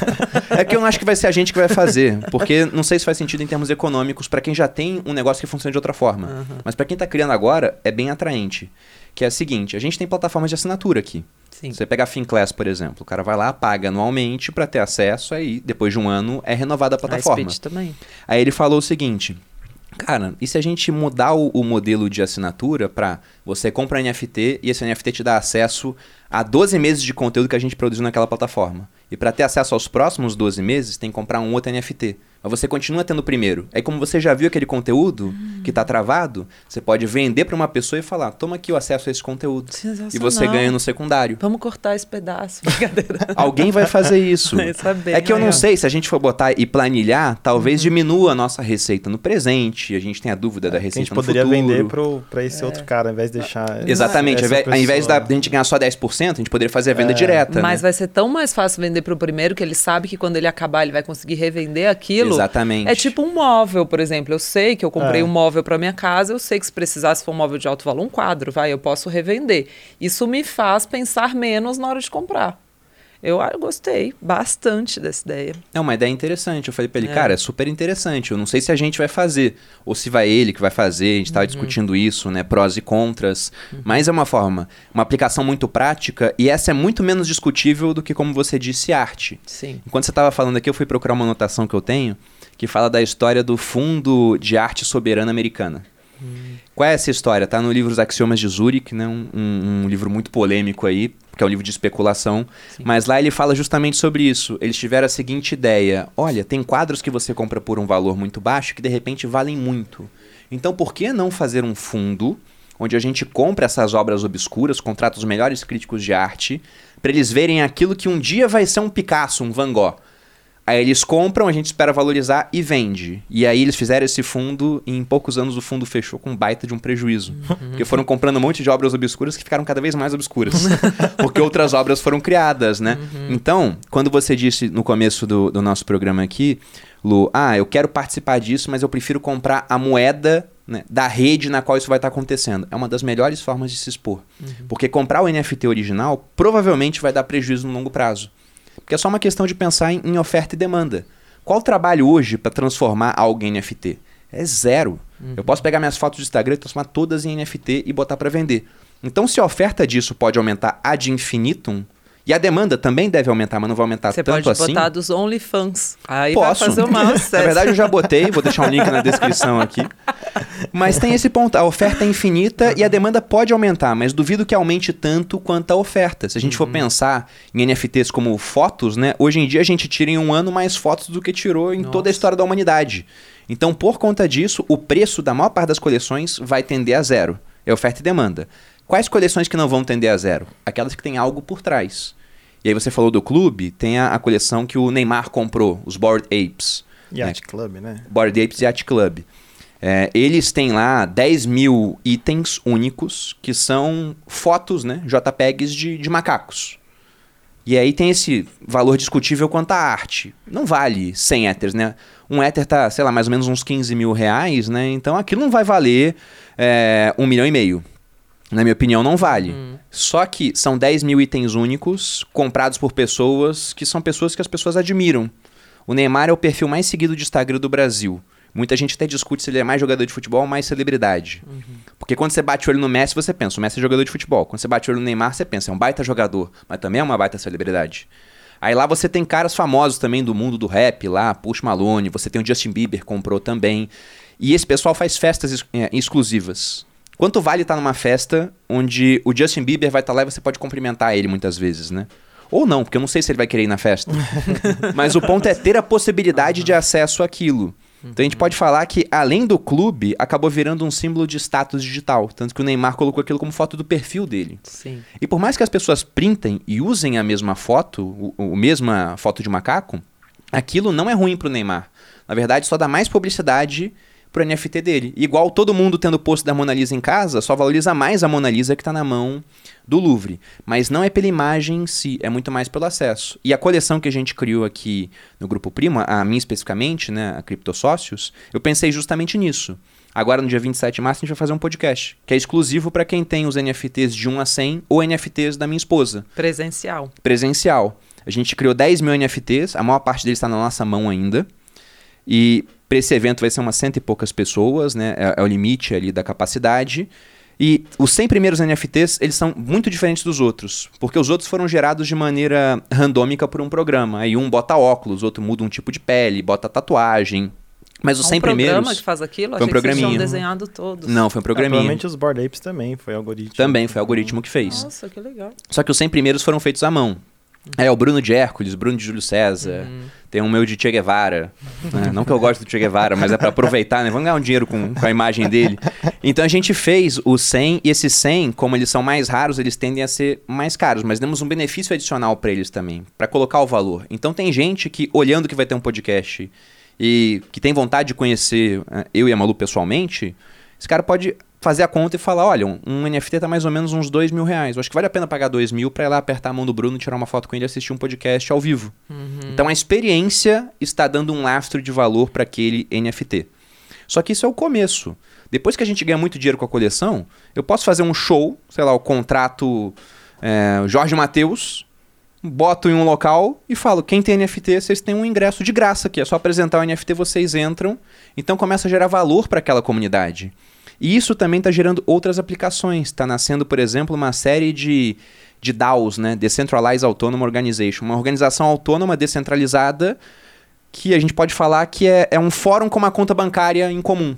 É que eu não acho que vai ser a gente que vai fazer, porque não sei se faz sentido em termos econômicos para quem já tem um negócio que funciona de outra forma. Uhum. Mas para quem está criando agora, é bem atraente. Que é o seguinte, a gente tem plataformas de assinatura aqui. Sim. Você pega a Finclass, por exemplo, o cara vai lá, paga anualmente para ter acesso, aí depois de um ano é renovada a plataforma. A Speed também. Aí ele falou o seguinte, cara, e se a gente mudar o, o modelo de assinatura para você compra N F T e esse N F T te dá acesso a doze meses de conteúdo que a gente produziu naquela plataforma. E para ter acesso aos próximos doze meses, tem que comprar um outro N F T. Mas você continua tendo o primeiro. Aí como você já viu aquele conteúdo hum. que está travado, você pode vender para uma pessoa e falar, toma aqui o acesso a esse conteúdo. E você ganha no secundário. Vamos cortar esse pedaço. Brincadeira. Alguém vai fazer isso. Isso é bem é que legal. Eu não sei, se a gente for botar e planilhar, talvez uhum. diminua a nossa receita no presente. A gente tem a dúvida é, da receita no futuro. A gente poderia vender para esse é. outro cara, ao invés de deixar... Exatamente. Ao invés da gente ganhar só dez por cento, a gente poderia fazer a venda é. direta. Mas né? vai ser tão mais fácil vender para o primeiro, que ele sabe que quando ele acabar, ele vai conseguir revender aquilo. Exatamente. É tipo um móvel, por exemplo. Eu sei que eu comprei é. um móvel para minha casa, eu sei que se precisar, se for um móvel de alto valor, um quadro, vai, eu posso revender. Isso me faz pensar menos na hora de comprar. Eu, eu gostei bastante dessa ideia. É uma ideia interessante. Eu falei pra ele, é. cara, é super interessante. Eu não sei se a gente vai fazer, ou se vai ele que vai fazer. A gente estava uhum. discutindo isso, né? Prós e contras. Uhum. Mas é uma forma, uma aplicação muito prática, e essa é muito menos discutível do que, como você disse, arte. Sim. Enquanto você estava falando aqui, eu fui procurar uma anotação que eu tenho, que fala da história do Fundo de Arte Soberana Americana. Hum. Qual é essa história? Tá no livro Os Axiomas de Zurich, né? um, um, um livro muito polêmico aí, que é um livro de especulação, Sim. mas lá ele fala justamente sobre isso. Eles tiveram a seguinte ideia: olha, tem quadros que você compra por um valor muito baixo que de repente valem muito. Então por que não fazer um fundo onde a gente compra essas obras obscuras, contrata os melhores críticos de arte, para eles verem aquilo que um dia vai ser um Picasso, um Van Gogh. Aí eles compram, a gente espera valorizar e vende. E aí eles fizeram esse fundo e em poucos anos o fundo fechou com um baita de um prejuízo. Uhum. Porque foram comprando um monte de obras obscuras que ficaram cada vez mais obscuras. Porque outras obras foram criadas, né? Uhum. Então, quando você disse no começo do, do nosso programa aqui, Lu, ah, eu quero participar disso, mas eu prefiro comprar a moeda, né, da rede na qual isso vai estar acontecendo. É uma das melhores formas de se expor. Uhum. Porque comprar o N F T original provavelmente vai dar prejuízo no longo prazo. Porque é só uma questão de pensar em, em oferta e demanda. Qual o trabalho hoje para transformar algo em N F T? É zero. Uhum. Eu posso pegar minhas fotos de Instagram e transformar todas em N F T e botar para vender. Então, se a oferta disso pode aumentar ad infinitum, e a demanda também deve aumentar, mas não vai aumentar Você tanto assim... Você pode botar dos OnlyFans. Aí Posso. vai fazer o maior sucesso. Na verdade, eu já botei, vou deixar um link na descrição aqui. Mas tem esse ponto, a oferta é infinita e a demanda pode aumentar, mas duvido que aumente tanto quanto a oferta. Se a gente uhum. for pensar em N F Ts como fotos, né? Hoje em dia a gente tira em um ano mais fotos do que tirou em Nossa. toda a história da humanidade. Então, por conta disso, o preço da maior parte das coleções vai tender a zero. É oferta e demanda. Quais coleções que não vão tender a zero? Aquelas que têm algo por trás. E aí você falou do clube, tem a, a coleção que o Neymar comprou, os Bored Apes. Yacht né? Club, né? Bored Apes Yacht Club. É, eles têm lá dez mil itens únicos, que são fotos, né, JPEGs de, de macacos. E aí tem esse valor discutível quanto à arte. Não vale cem éteres, né? Um éter tá, sei lá, mais ou menos uns quinze mil reais, né? Então aquilo não vai valer é, um milhão e meio. Na minha opinião, não vale. Hum. Só que são dez mil itens únicos, comprados por pessoas que são pessoas que as pessoas admiram. O Neymar é o perfil mais seguido de Instagram do Brasil. Muita gente até discute se ele é mais jogador de futebol ou mais celebridade. Uhum. Porque quando você bate o olho no Messi, você pensa, o Messi é jogador de futebol. Quando você bate o olho no Neymar, você pensa, é um baita jogador, mas também é uma baita celebridade. Aí lá você tem caras famosos também do mundo do rap, lá, Post Malone, você tem o Justin Bieber, comprou também. E esse pessoal faz festas ex- é, exclusivas. Quanto vale estar numa festa onde o Justin Bieber vai estar lá e você pode cumprimentar ele muitas vezes, né? Ou não, porque eu não sei se ele vai querer ir na festa. Mas o ponto é ter a possibilidade uhum. de acesso àquilo. Então a gente pode falar que, além do clube, acabou virando um símbolo de status digital. Tanto que o Neymar colocou aquilo como foto do perfil dele. Sim. E por mais que as pessoas printem e usem a mesma foto, o, o mesma foto de macaco, aquilo não é ruim pro Neymar. Na verdade, só dá mais publicidade pro N F T dele. Igual todo mundo tendo o posto da Mona Lisa em casa, só valoriza mais a Mona Lisa que está na mão do Louvre. Mas não é pela imagem em si, é muito mais pelo acesso. E a coleção que a gente criou aqui no Grupo Primo, a minha especificamente, né, a Criptosócios, eu pensei justamente nisso. Agora, no dia vinte e sete de março, a gente vai fazer um podcast, que é exclusivo para quem tem os N F Ts de um a cem ou N F Ts da minha esposa. Presencial. Presencial. A gente criou dez mil N F Ts, a maior parte deles está na nossa mão ainda. E para esse evento vai ser umas cento e poucas pessoas, né? É, é o limite ali da capacidade. E os cem primeiros N F Ts, eles são muito diferentes dos outros, porque os outros foram gerados de maneira randômica por um programa. Aí um bota óculos, outro muda um tipo de pele, bota tatuagem. Mas os cem primeiros... Um programa que faz aquilo? Foi um Achei que vocês programinha. tinham desenhado todos. Não, foi um programinha. É, provavelmente os Bored Apes também, foi algoritmo. Também, foi algoritmo que fez. Nossa, que legal. Só que os cem primeiros foram feitos à mão. É, o Bruno de Hércules, Bruno de Júlio César, uhum. tem um meu de Che Guevara, né? Não que eu gosto do Che Guevara, mas é para aproveitar, né? Vamos ganhar um dinheiro com, com a imagem dele. Então a gente fez os cem, e esses cem, como eles são mais raros, eles tendem a ser mais caros, mas demos um benefício adicional para eles também, para colocar o valor. Então tem gente que, olhando que vai ter um podcast e que tem vontade de conhecer eu e a Malu pessoalmente, esse cara pode fazer a conta e falar, olha, um, um N F T tá mais ou menos uns dois mil reais. Eu acho que vale a pena pagar dois mil pra ir lá apertar a mão do Bruno, tirar uma foto com ele e assistir um podcast ao vivo. Uhum. Então a experiência está dando um lastro de valor para aquele N F T. Só que isso é o começo. Depois que a gente ganha muito dinheiro com a coleção, eu posso fazer um show, sei lá, o contrato é, Jorge Mateus, boto em um local e falo, quem tem N F T, vocês têm um ingresso de graça aqui, é só apresentar o N F T, vocês entram. Então começa a gerar valor para aquela comunidade. E isso também está gerando outras aplicações. Está nascendo, por exemplo, uma série de, de D A Os, né? Decentralized Autonomous Organization. Uma organização autônoma descentralizada que a gente pode falar que é, é um fórum com uma conta bancária em comum.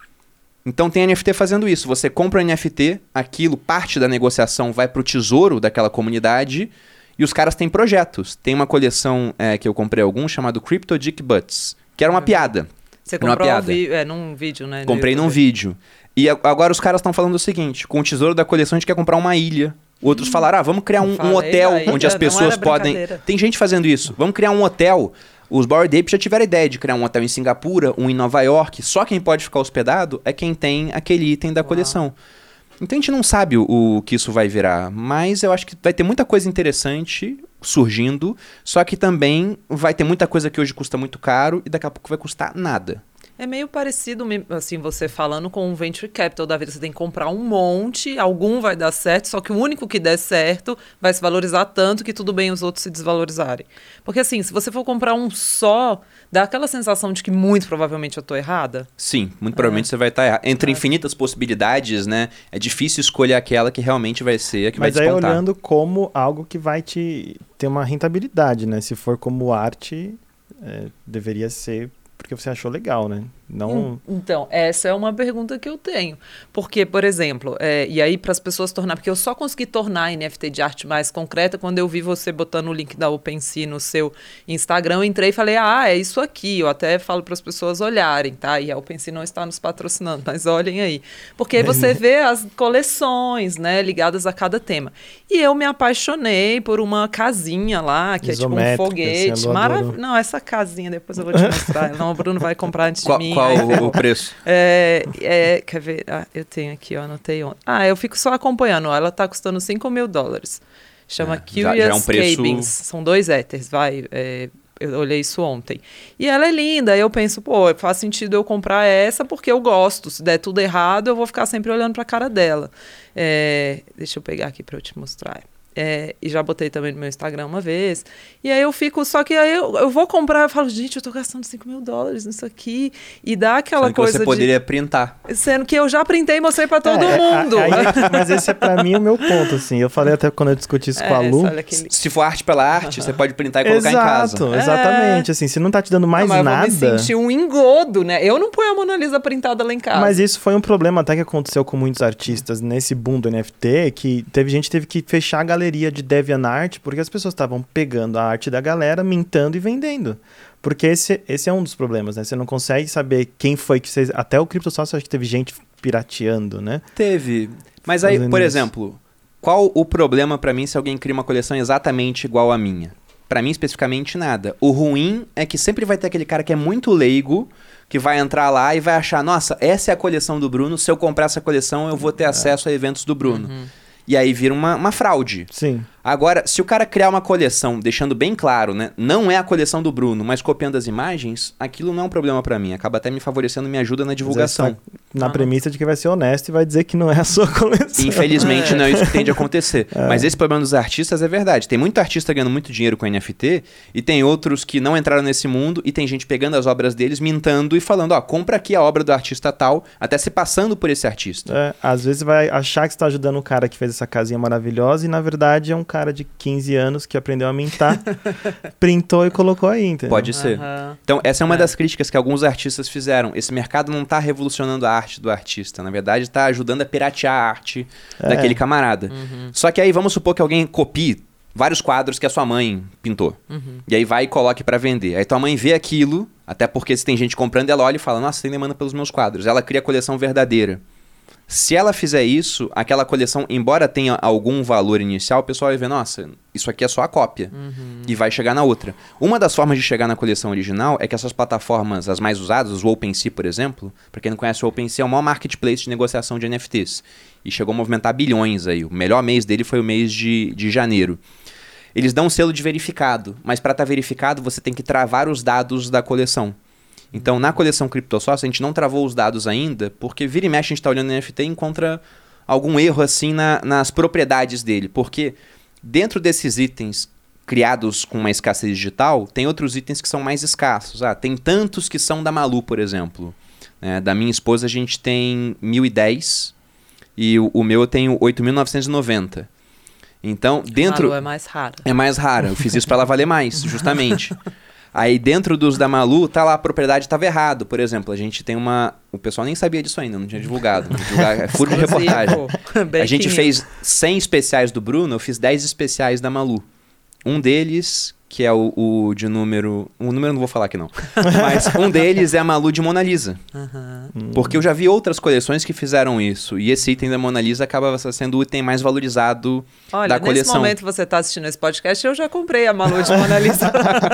Então tem N F T fazendo isso. Você compra o N F T, aquilo, parte da negociação vai para o tesouro daquela comunidade e os caras têm projetos. Tem uma coleção é, que eu comprei algum chamado Crypto Dick Butts, que era uma uhum. piada. Você comprou uma piada. Um vi- é, num vídeo, né? Comprei num vídeo. E agora os caras estão falando o seguinte, com o tesouro da coleção a gente quer comprar uma ilha. Outros hum. falaram, ah, vamos criar um, um hotel onde as pessoas podem... Tem gente fazendo isso. Vamos criar um hotel. Os Bored Apes já tiveram a ideia de criar um hotel em Singapura, um em Nova York. Só quem pode ficar hospedado é quem tem aquele item da Uau. coleção. Então a gente não sabe o, o que isso vai virar. Mas eu acho que vai ter muita coisa interessante surgindo. Só que também vai ter muita coisa que hoje custa muito caro e daqui a pouco vai custar nada. É meio parecido, assim, você falando com um venture capital da vida. Você tem que comprar um monte, algum vai dar certo, só que o único que der certo vai se valorizar tanto que tudo bem os outros se desvalorizarem. Porque, assim, se você for comprar um só, dá aquela sensação de que muito provavelmente eu tô errada. Sim, muito provavelmente é. você vai estar errado. Entre é. infinitas possibilidades, né, é difícil escolher aquela que realmente vai ser a que Mas vai despontar. Mas aí olhando como algo que vai te ter uma rentabilidade, né? Se for como arte, é, deveria ser... porque você achou legal, né? Não... Então, essa é uma pergunta que eu tenho. Porque, por exemplo, é, e aí para as pessoas tornar... Porque eu só consegui tornar a N F T de arte mais concreta quando eu vi você botando o link da OpenSea no seu Instagram. Eu entrei e falei, ah, é isso aqui. Eu até falo para as pessoas olharem, tá? E a OpenSea não está nos patrocinando, mas olhem aí. Porque aí você vê as coleções, né? Ligadas a cada tema. E eu me apaixonei por uma casinha lá, que é tipo um foguete. Maravilhoso. Não, essa casinha, depois eu vou te mostrar. Não, o Bruno vai comprar antes qual, de mim. Qual o, o preço? É, é, quer ver? Ah, eu tenho aqui, ó, anotei ontem. Ah, eu fico só acompanhando. Ela tá custando cinco mil dólares. Chama é, Curious já, já é um preço... Cabins. São dois éteres, vai. É, eu olhei isso ontem. E ela é linda. Eu penso, pô, faz sentido eu comprar essa porque eu gosto. Se der tudo errado, eu vou ficar sempre olhando pra cara dela. É, deixa eu pegar aqui pra eu te mostrar. É, e já botei também no meu Instagram uma vez. E aí eu fico, só que aí eu, eu vou comprar, eu falo, gente, eu tô gastando cinco mil dólares nisso aqui. E dá aquela sendo coisa que você de... poderia printar. Sendo que eu já printei e mostrei pra todo é, mundo. Aí, mas esse é pra mim o meu ponto, assim. Eu falei até quando eu discuti isso é, com a Lu. Aquele... Se for arte pela arte, você pode printar e colocar Exato, em casa. Exatamente. É. Assim, se não tá te dando mais não, mas nada... eu vou me sentir um engodo, né? Eu não ponho a Mona Lisa printada lá em casa. Mas isso foi um problema até que aconteceu com muitos artistas nesse boom do N F T, que teve gente que teve que fechar a galeria de DeviantArt arte, porque as pessoas estavam pegando a arte da galera, mintando e vendendo. Porque esse, esse é um dos problemas, né? Você não consegue saber quem foi que vocês... Até o CryptoSource, acho que teve gente pirateando, né? Teve. Mas aí, por exemplo, qual o problema pra mim se alguém cria uma coleção exatamente igual à minha? Pra mim, especificamente, nada. O ruim é que sempre vai ter aquele cara que é muito leigo, que vai entrar lá e vai achar, nossa, essa é a coleção do Bruno, se eu comprar essa coleção, eu vou ter acesso é. a eventos do Bruno. Uhum. E aí vira uma, uma fraude. Sim. Agora, se o cara criar uma coleção, deixando bem claro, né? Não é a coleção do Bruno, mas copiando as imagens, aquilo não é um problema pra mim. Acaba até me favorecendo, me ajuda na divulgação. Na ah. premissa de que vai ser honesto e vai dizer que não é a sua coleção. Infelizmente, é. não é isso que tende a acontecer. É. Mas esse problema dos artistas é verdade. Tem muito artista ganhando muito dinheiro com N F T e tem outros que não entraram nesse mundo e tem gente pegando as obras deles, mintando e falando, ó, compra aqui a obra do artista tal, até se passando por esse artista. É, às vezes vai achar que você tá ajudando o cara que fez essa casinha maravilhosa e na verdade é um cara de quinze anos que aprendeu a mintar, printou e colocou aí, entendeu? Pode ser. Uhum. Então, essa é uma é. das críticas que alguns artistas fizeram. Esse mercado não tá revolucionando a arte do artista. Na verdade, tá ajudando a piratear a arte é. daquele camarada. Uhum. Só que aí, vamos supor que alguém copie vários quadros que a sua mãe pintou. Uhum. E aí vai e coloque pra vender. Aí tua mãe vê aquilo, até porque se tem gente comprando, ela olha e fala, nossa, tem demanda pelos meus quadros. Ela cria a coleção verdadeira. Se ela fizer isso, aquela coleção, embora tenha algum valor inicial, o pessoal vai ver, nossa, isso aqui é só a cópia. Uhum. E vai chegar na outra. Uma das formas de chegar na coleção original é que essas plataformas, as mais usadas, o OpenSea, por exemplo, para quem não conhece o OpenSea, é o maior marketplace de negociação de N F Ts. E chegou a movimentar bilhões aí. O melhor mês dele foi o mês de, de janeiro. Eles dão um selo de verificado, mas para estar verificado você tem que travar os dados da coleção. Então, na coleção CryptoSource, a gente não travou os dados ainda, porque vira e mexe a gente está olhando no N F T e encontra algum erro assim na, nas propriedades dele. Porque dentro desses itens criados com uma escassez digital, tem outros itens que são mais escassos. Ah, tem tantos que são da Malu, por exemplo. É, da minha esposa a gente tem mil e dez e o, o meu eu tenho oito mil novecentos e noventa. Então, dentro... Malu é mais rara. É mais rara. Eu fiz isso para ela valer mais, justamente. Aí, dentro dos da Malu, tá lá, a propriedade estava errado. Por exemplo, a gente tem uma... O pessoal nem sabia disso ainda, não tinha divulgado. Divulgar, é furo de reportagem. A gente fez cem especiais do Bruno, eu fiz dez especiais da Malu. Um deles, que é o, o de número... O número eu não vou falar aqui, não. Mas um deles é a Malu de Mona Lisa. Uhum. Porque eu já vi outras coleções que fizeram isso. E esse item da Mona Lisa acaba sendo o item mais valorizado Olha, da coleção. Olha, nesse momento que você está assistindo esse podcast, eu já comprei a Malu de Mona Lisa.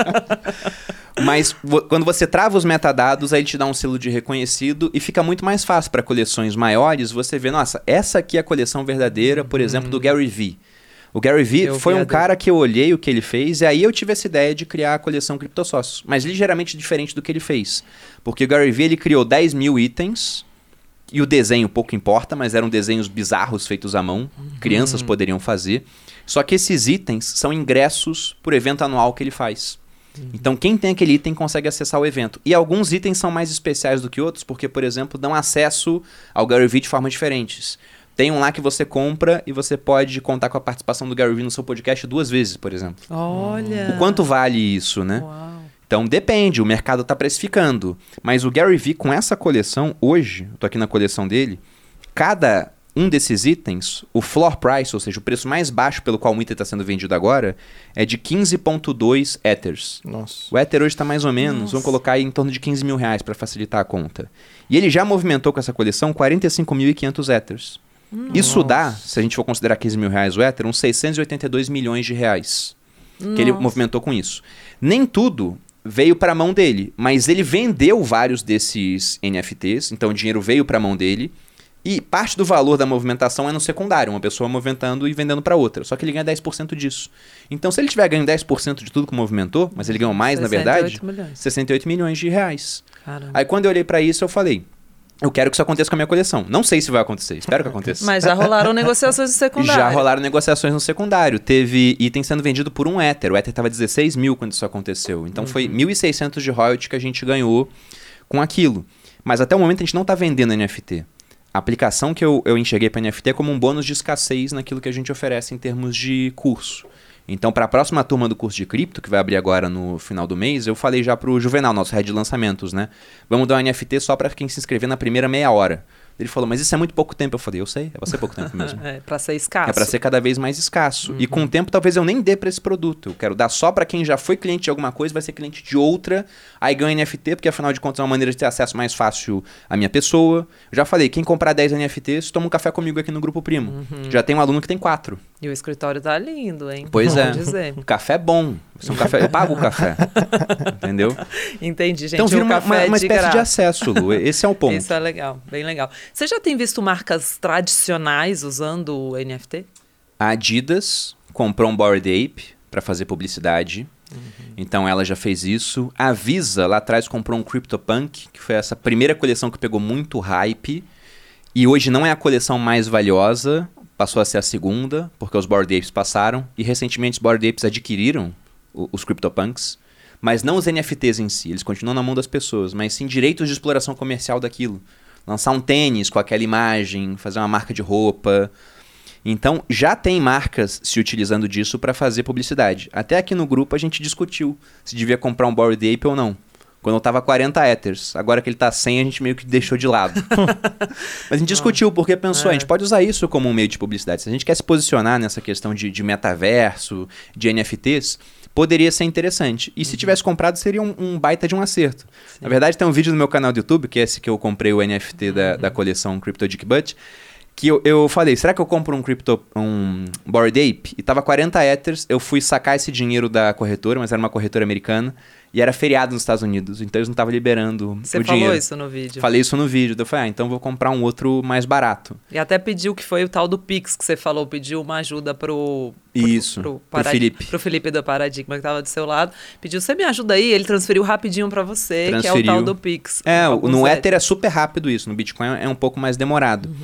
Mas quando você trava os metadados, aí ele te dá um selo de reconhecido e fica muito mais fácil para coleções maiores você ver, nossa, essa aqui é a coleção verdadeira, por exemplo, do Gary Vee. O Gary Vee eu foi um cara que eu olhei o que ele fez e aí eu tive essa ideia de criar a coleção Criptosócios, mas ligeiramente diferente do que ele fez. Porque o Gary Vee ele criou dez mil itens e o desenho pouco importa, mas eram desenhos bizarros feitos à mão, uhum. crianças poderiam fazer. Só que esses itens são ingressos por evento anual que ele faz. Uhum. Então quem tem aquele item consegue acessar o evento. E alguns itens são mais especiais do que outros porque, por exemplo, dão acesso ao Gary Vee de formas diferentes. Tem um lá que você compra e você pode contar com a participação do Gary Vee no seu podcast duas vezes, por exemplo. Olha! O quanto vale isso, né? Uau. Então depende, o mercado está precificando. Mas o Gary Vee com essa coleção, hoje, eu tô aqui na coleção dele, cada um desses itens, o floor price, ou seja, o preço mais baixo pelo qual um item está sendo vendido agora, é de quinze vírgula dois Ethers. Nossa. O Ether hoje está mais ou menos, Nossa. vamos colocar aí em torno de quinze mil reais para facilitar a conta. E ele já movimentou com essa coleção quarenta e cinco mil e quinhentos Ethers. Nossa. Isso dá, se a gente for considerar quinze mil reais o Ether, uns seiscentos e oitenta e dois milhões de reais. Nossa. Que ele movimentou com isso. Nem tudo veio para a mão dele, mas ele vendeu vários desses N F Ts, então o dinheiro veio para a mão dele, e parte do valor da movimentação é no secundário, uma pessoa movimentando e vendendo para outra, só que ele ganha dez por cento disso. Então se ele tiver ganhando dez por cento de tudo que movimentou, mas ele ganhou mais na verdade, milhões. sessenta e oito milhões de reais. Caramba. Aí quando eu olhei para isso eu falei, eu quero que isso aconteça com a minha coleção. Não sei se vai acontecer, espero que aconteça. Mas já rolaram negociações no secundário. Já rolaram negociações no secundário. Teve item sendo vendido por um Ether. O Ether estava dezesseis mil quando isso aconteceu. Então uhum. foi mil e seiscentos de royalty que a gente ganhou com aquilo. Mas até o momento a gente não está vendendo N F T. A aplicação que eu, eu enxerguei para N F T é como um bônus de escassez naquilo que a gente oferece em termos de curso. Então, para a próxima turma do curso de cripto, que vai abrir agora no final do mês, eu falei já para o Juvenal, nosso head de lançamentos, né? Vamos dar um N F T só para quem se inscrever na primeira meia hora. Ele falou, mas isso é muito pouco tempo. Eu falei, eu sei, é pra ser pouco tempo mesmo. É para ser escasso. É para ser cada vez mais escasso. Uhum. E com o tempo, talvez eu nem dê para esse produto. Eu quero dar só para quem já foi cliente de alguma coisa, vai ser cliente de outra, aí ganha N F T, porque afinal de contas é uma maneira de ter acesso mais fácil à minha pessoa. Eu já falei, quem comprar dez N F Ts, toma um café comigo aqui no Grupo Primo. Uhum. Já tem um aluno que tem quatro. E o escritório tá lindo, hein? Pois é. Dizer. O café é bom. Um café, eu pago o café. Entendeu? Entendi, gente. Então vira uma, café uma, uma de espécie graça. de acesso, Lu. Esse é o ponto. Isso é legal, bem legal. Você já tem visto marcas tradicionais usando o N F T? A Adidas comprou um Bored Ape para fazer publicidade. Uhum. Então ela já fez isso. A Visa lá atrás comprou um CryptoPunk, que foi essa primeira coleção que pegou muito hype. E hoje não é a coleção mais valiosa, passou a ser a segunda, porque os Bored Apes passaram. E recentemente os Bored Apes adquiriram os CryptoPunks, mas não os N F Ts em si, eles continuam na mão das pessoas, mas sim direitos de exploração comercial daquilo. Lançar um tênis com aquela imagem, fazer uma marca de roupa. Então, já tem marcas se utilizando disso para fazer publicidade. Até aqui no grupo a gente discutiu se devia comprar um Bored Ape ou não. Quando eu tava quarenta Ethers, agora que ele tá cem, a gente meio que deixou de lado. Mas a gente discutiu, porque pensou, é. a gente pode usar isso como um meio de publicidade. Se a gente quer se posicionar nessa questão de, de metaverso, de N F Ts, poderia ser interessante. E uhum. se tivesse comprado, seria um, um baita de um acerto. Sim. Na verdade, tem um vídeo no meu canal do YouTube, que é esse que eu comprei o N F T da, uhum. da coleção Crypto Dick Butt, que eu, eu falei, será que eu compro um Crypto, um Bored Ape? E tava quarenta Ethers, eu fui sacar esse dinheiro da corretora, mas era uma corretora americana, e era feriado nos Estados Unidos, então eles não estavam liberando Você o dinheiro. Você falou isso no vídeo? Falei isso no vídeo, então eu falei, ah, então vou comprar um outro mais barato. E até pediu que foi o tal do Pix que você falou, pediu uma ajuda pro... pro isso, pro, pro Felipe. Pro Felipe do Paradigma, que tava do seu lado. Pediu, você me ajuda aí? Ele transferiu rapidinho pra você, transferiu. que é o tal do Pix. É, no Ether é super rápido isso, no Bitcoin é um pouco mais demorado. Uhum.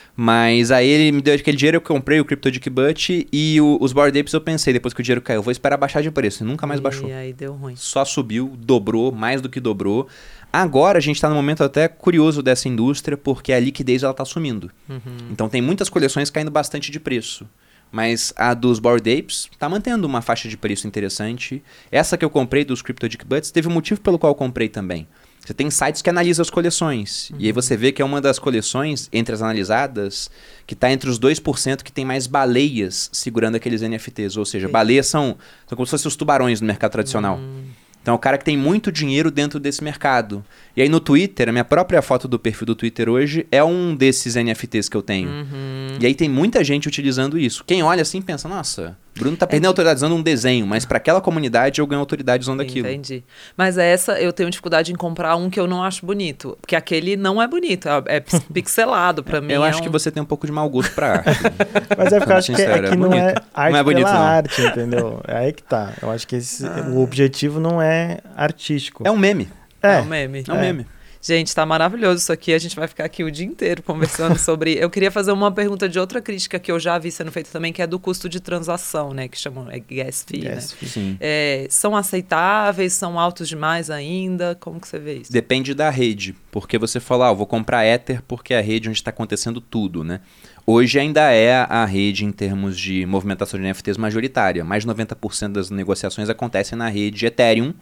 Mas aí ele me deu aquele dinheiro, eu comprei o CryptoDickButt e o, os Bored Apes eu pensei, depois que o dinheiro caiu, eu vou esperar baixar de preço. E nunca mais e baixou. E aí deu ruim. Só subiu, dobrou, mais do que dobrou. Agora a gente está num momento até curioso dessa indústria, porque a liquidez ela está sumindo. Uhum. Então tem muitas coleções caindo bastante de preço. Mas a dos Bored Apes está mantendo uma faixa de preço interessante. Essa que eu comprei dos CryptoDickButts teve um motivo pelo qual eu comprei também. Você tem sites que analisam as coleções. Uhum. E aí você vê que é uma das coleções, entre as analisadas, que está entre os dois por cento que tem mais baleias segurando aqueles N F Ts. Ou seja, Sim. baleias são, são como se fossem os tubarões no mercado tradicional. Uhum. Então é o cara que tem muito dinheiro dentro desse mercado. E aí no Twitter, a minha própria foto do perfil do Twitter hoje é um desses N F Ts que eu tenho. Uhum. E aí tem muita gente utilizando isso. Quem olha assim pensa, nossa, Bruno tá perdendo é. autoridade usando um desenho, mas para aquela comunidade eu ganho autoridade usando aquilo. Entendi. Mas essa eu tenho dificuldade em comprar um que eu não acho bonito. Porque aquele não é bonito, é pixelado para mim. Eu é acho um... que você tem um pouco de mau gosto pra arte. Mas é porque eu acho que, é que não é arte não é bonito, pela não. arte, entendeu? É aí que tá. Eu acho que esse, ah. o objetivo não é artístico. É um meme. É, é um meme. É um é. meme. Gente, tá maravilhoso isso aqui. A gente vai ficar aqui o dia inteiro conversando sobre... Eu queria fazer uma pergunta de outra crítica que eu já vi sendo feita também, que é do custo de transação, né? Que chamam é gas fee, gas né? Fee. Sim. É, são aceitáveis? São altos demais ainda? Como que você vê isso? Depende da rede. Porque você fala, ah, eu vou comprar Ether porque é a rede onde está acontecendo tudo, né? Hoje ainda é a rede em termos de movimentação de N F Ts majoritária. Mais de noventa por cento das negociações acontecem na rede Ethereum.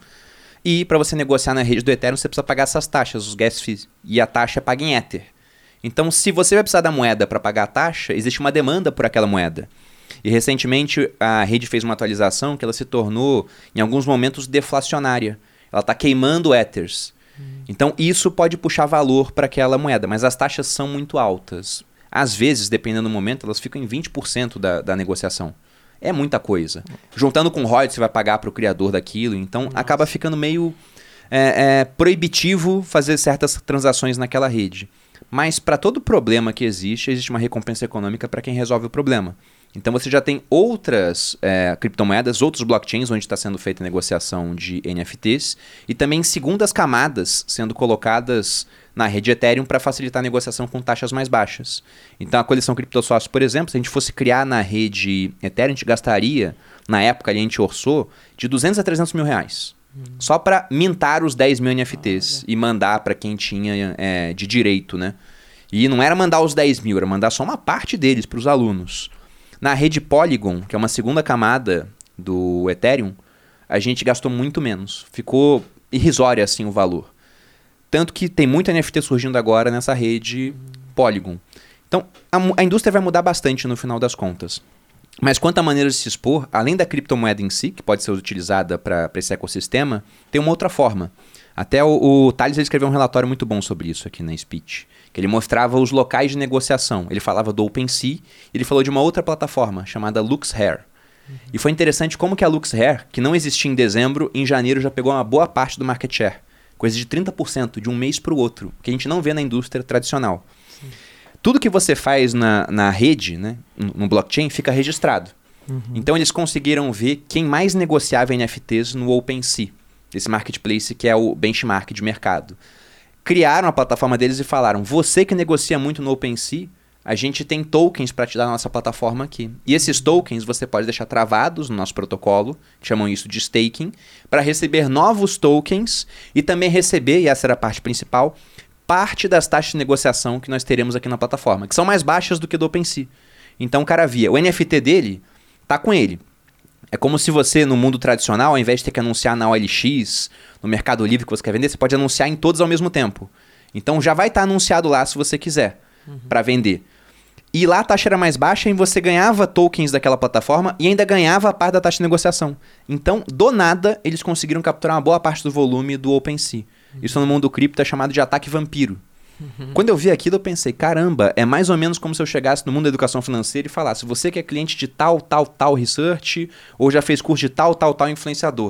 E para você negociar na rede do Ethereum, você precisa pagar essas taxas, os gas fees. E a taxa é paga em Ether. Então, se você vai precisar da moeda para pagar a taxa, existe uma demanda por aquela moeda. E recentemente a rede fez uma atualização que ela se tornou, em alguns momentos, deflacionária. Ela está queimando Ethers. Hum. Então, isso pode puxar valor para aquela moeda, mas as taxas são muito altas. Às vezes, dependendo do momento, elas ficam em vinte por cento da, da negociação. É muita coisa. Juntando com o royalties, você vai pagar para o criador daquilo. Então, Nossa. acaba ficando meio é, é, proibitivo fazer certas transações naquela rede. Mas, para todo problema que existe, existe uma recompensa econômica para quem resolve o problema. Então, você já tem outras é, criptomoedas, outros blockchains onde está sendo feita a negociação de N F Ts. E também segundas camadas sendo colocadas na rede Ethereum para facilitar a negociação com taxas mais baixas. Então, a coleção CryptoSource, por exemplo, se a gente fosse criar na rede Ethereum, a gente gastaria, na época ali a gente orçou, de duzentos a trezentos mil reais. Hum. Só para mintar os dez mil N F Ts Olha. e mandar para quem tinha é, de direito, né? E não era mandar os dez mil, era mandar só uma parte deles para os alunos. Na rede Polygon, que é uma segunda camada do Ethereum, a gente gastou muito menos. Ficou irrisório assim o valor. Tanto que tem muito N F T surgindo agora nessa rede Polygon. Então, a, a indústria vai mudar bastante no final das contas. Mas quanto à maneira de se expor, além da criptomoeda em si, que pode ser utilizada para esse ecossistema, tem uma outra forma. Até o, o Thales ele escreveu um relatório muito bom sobre isso aqui na Speech, que ele mostrava os locais de negociação. Ele falava do OpenSea e ele falou de uma outra plataforma chamada LuxHare. Uhum. E foi interessante como que a LuxHare, que não existia em dezembro, em janeiro já pegou uma boa parte do market share. Coisa de trinta por cento de um mês para o outro, que a gente não vê na indústria tradicional. Sim. Tudo que você faz na, na rede, né, no blockchain, fica registrado. Uhum. Então eles conseguiram ver quem mais negociava N F Ts no OpenSea, esse marketplace que é o benchmark de mercado. Criaram a plataforma deles e falaram, você que negocia muito no OpenSea, a gente tem tokens para te dar na nossa plataforma aqui. E esses tokens você pode deixar travados no nosso protocolo, chamam isso de staking, para receber novos tokens e também receber, e essa era a parte principal, parte das taxas de negociação que nós teremos aqui na plataforma, que são mais baixas do que do OpenSea. Então o cara via, o N F T dele tá com ele. É como se você, no mundo tradicional, ao invés de ter que anunciar na O L X, no Mercado Livre que você quer vender, você pode anunciar em todos ao mesmo tempo. Então já vai estar anunciado lá se você quiser, uhum. para vender. E lá a taxa era mais baixa e você ganhava tokens daquela plataforma e ainda ganhava a parte da taxa de negociação. Então, do nada, eles conseguiram capturar uma boa parte do volume do OpenSea. Uhum. Isso no mundo cripto é chamado de ataque vampiro. Uhum. Quando eu vi aquilo, eu pensei, caramba, é mais ou menos como se eu chegasse no mundo da educação financeira e falasse, você que é cliente de tal, tal, tal research, ou já fez curso de tal, tal, tal influenciador.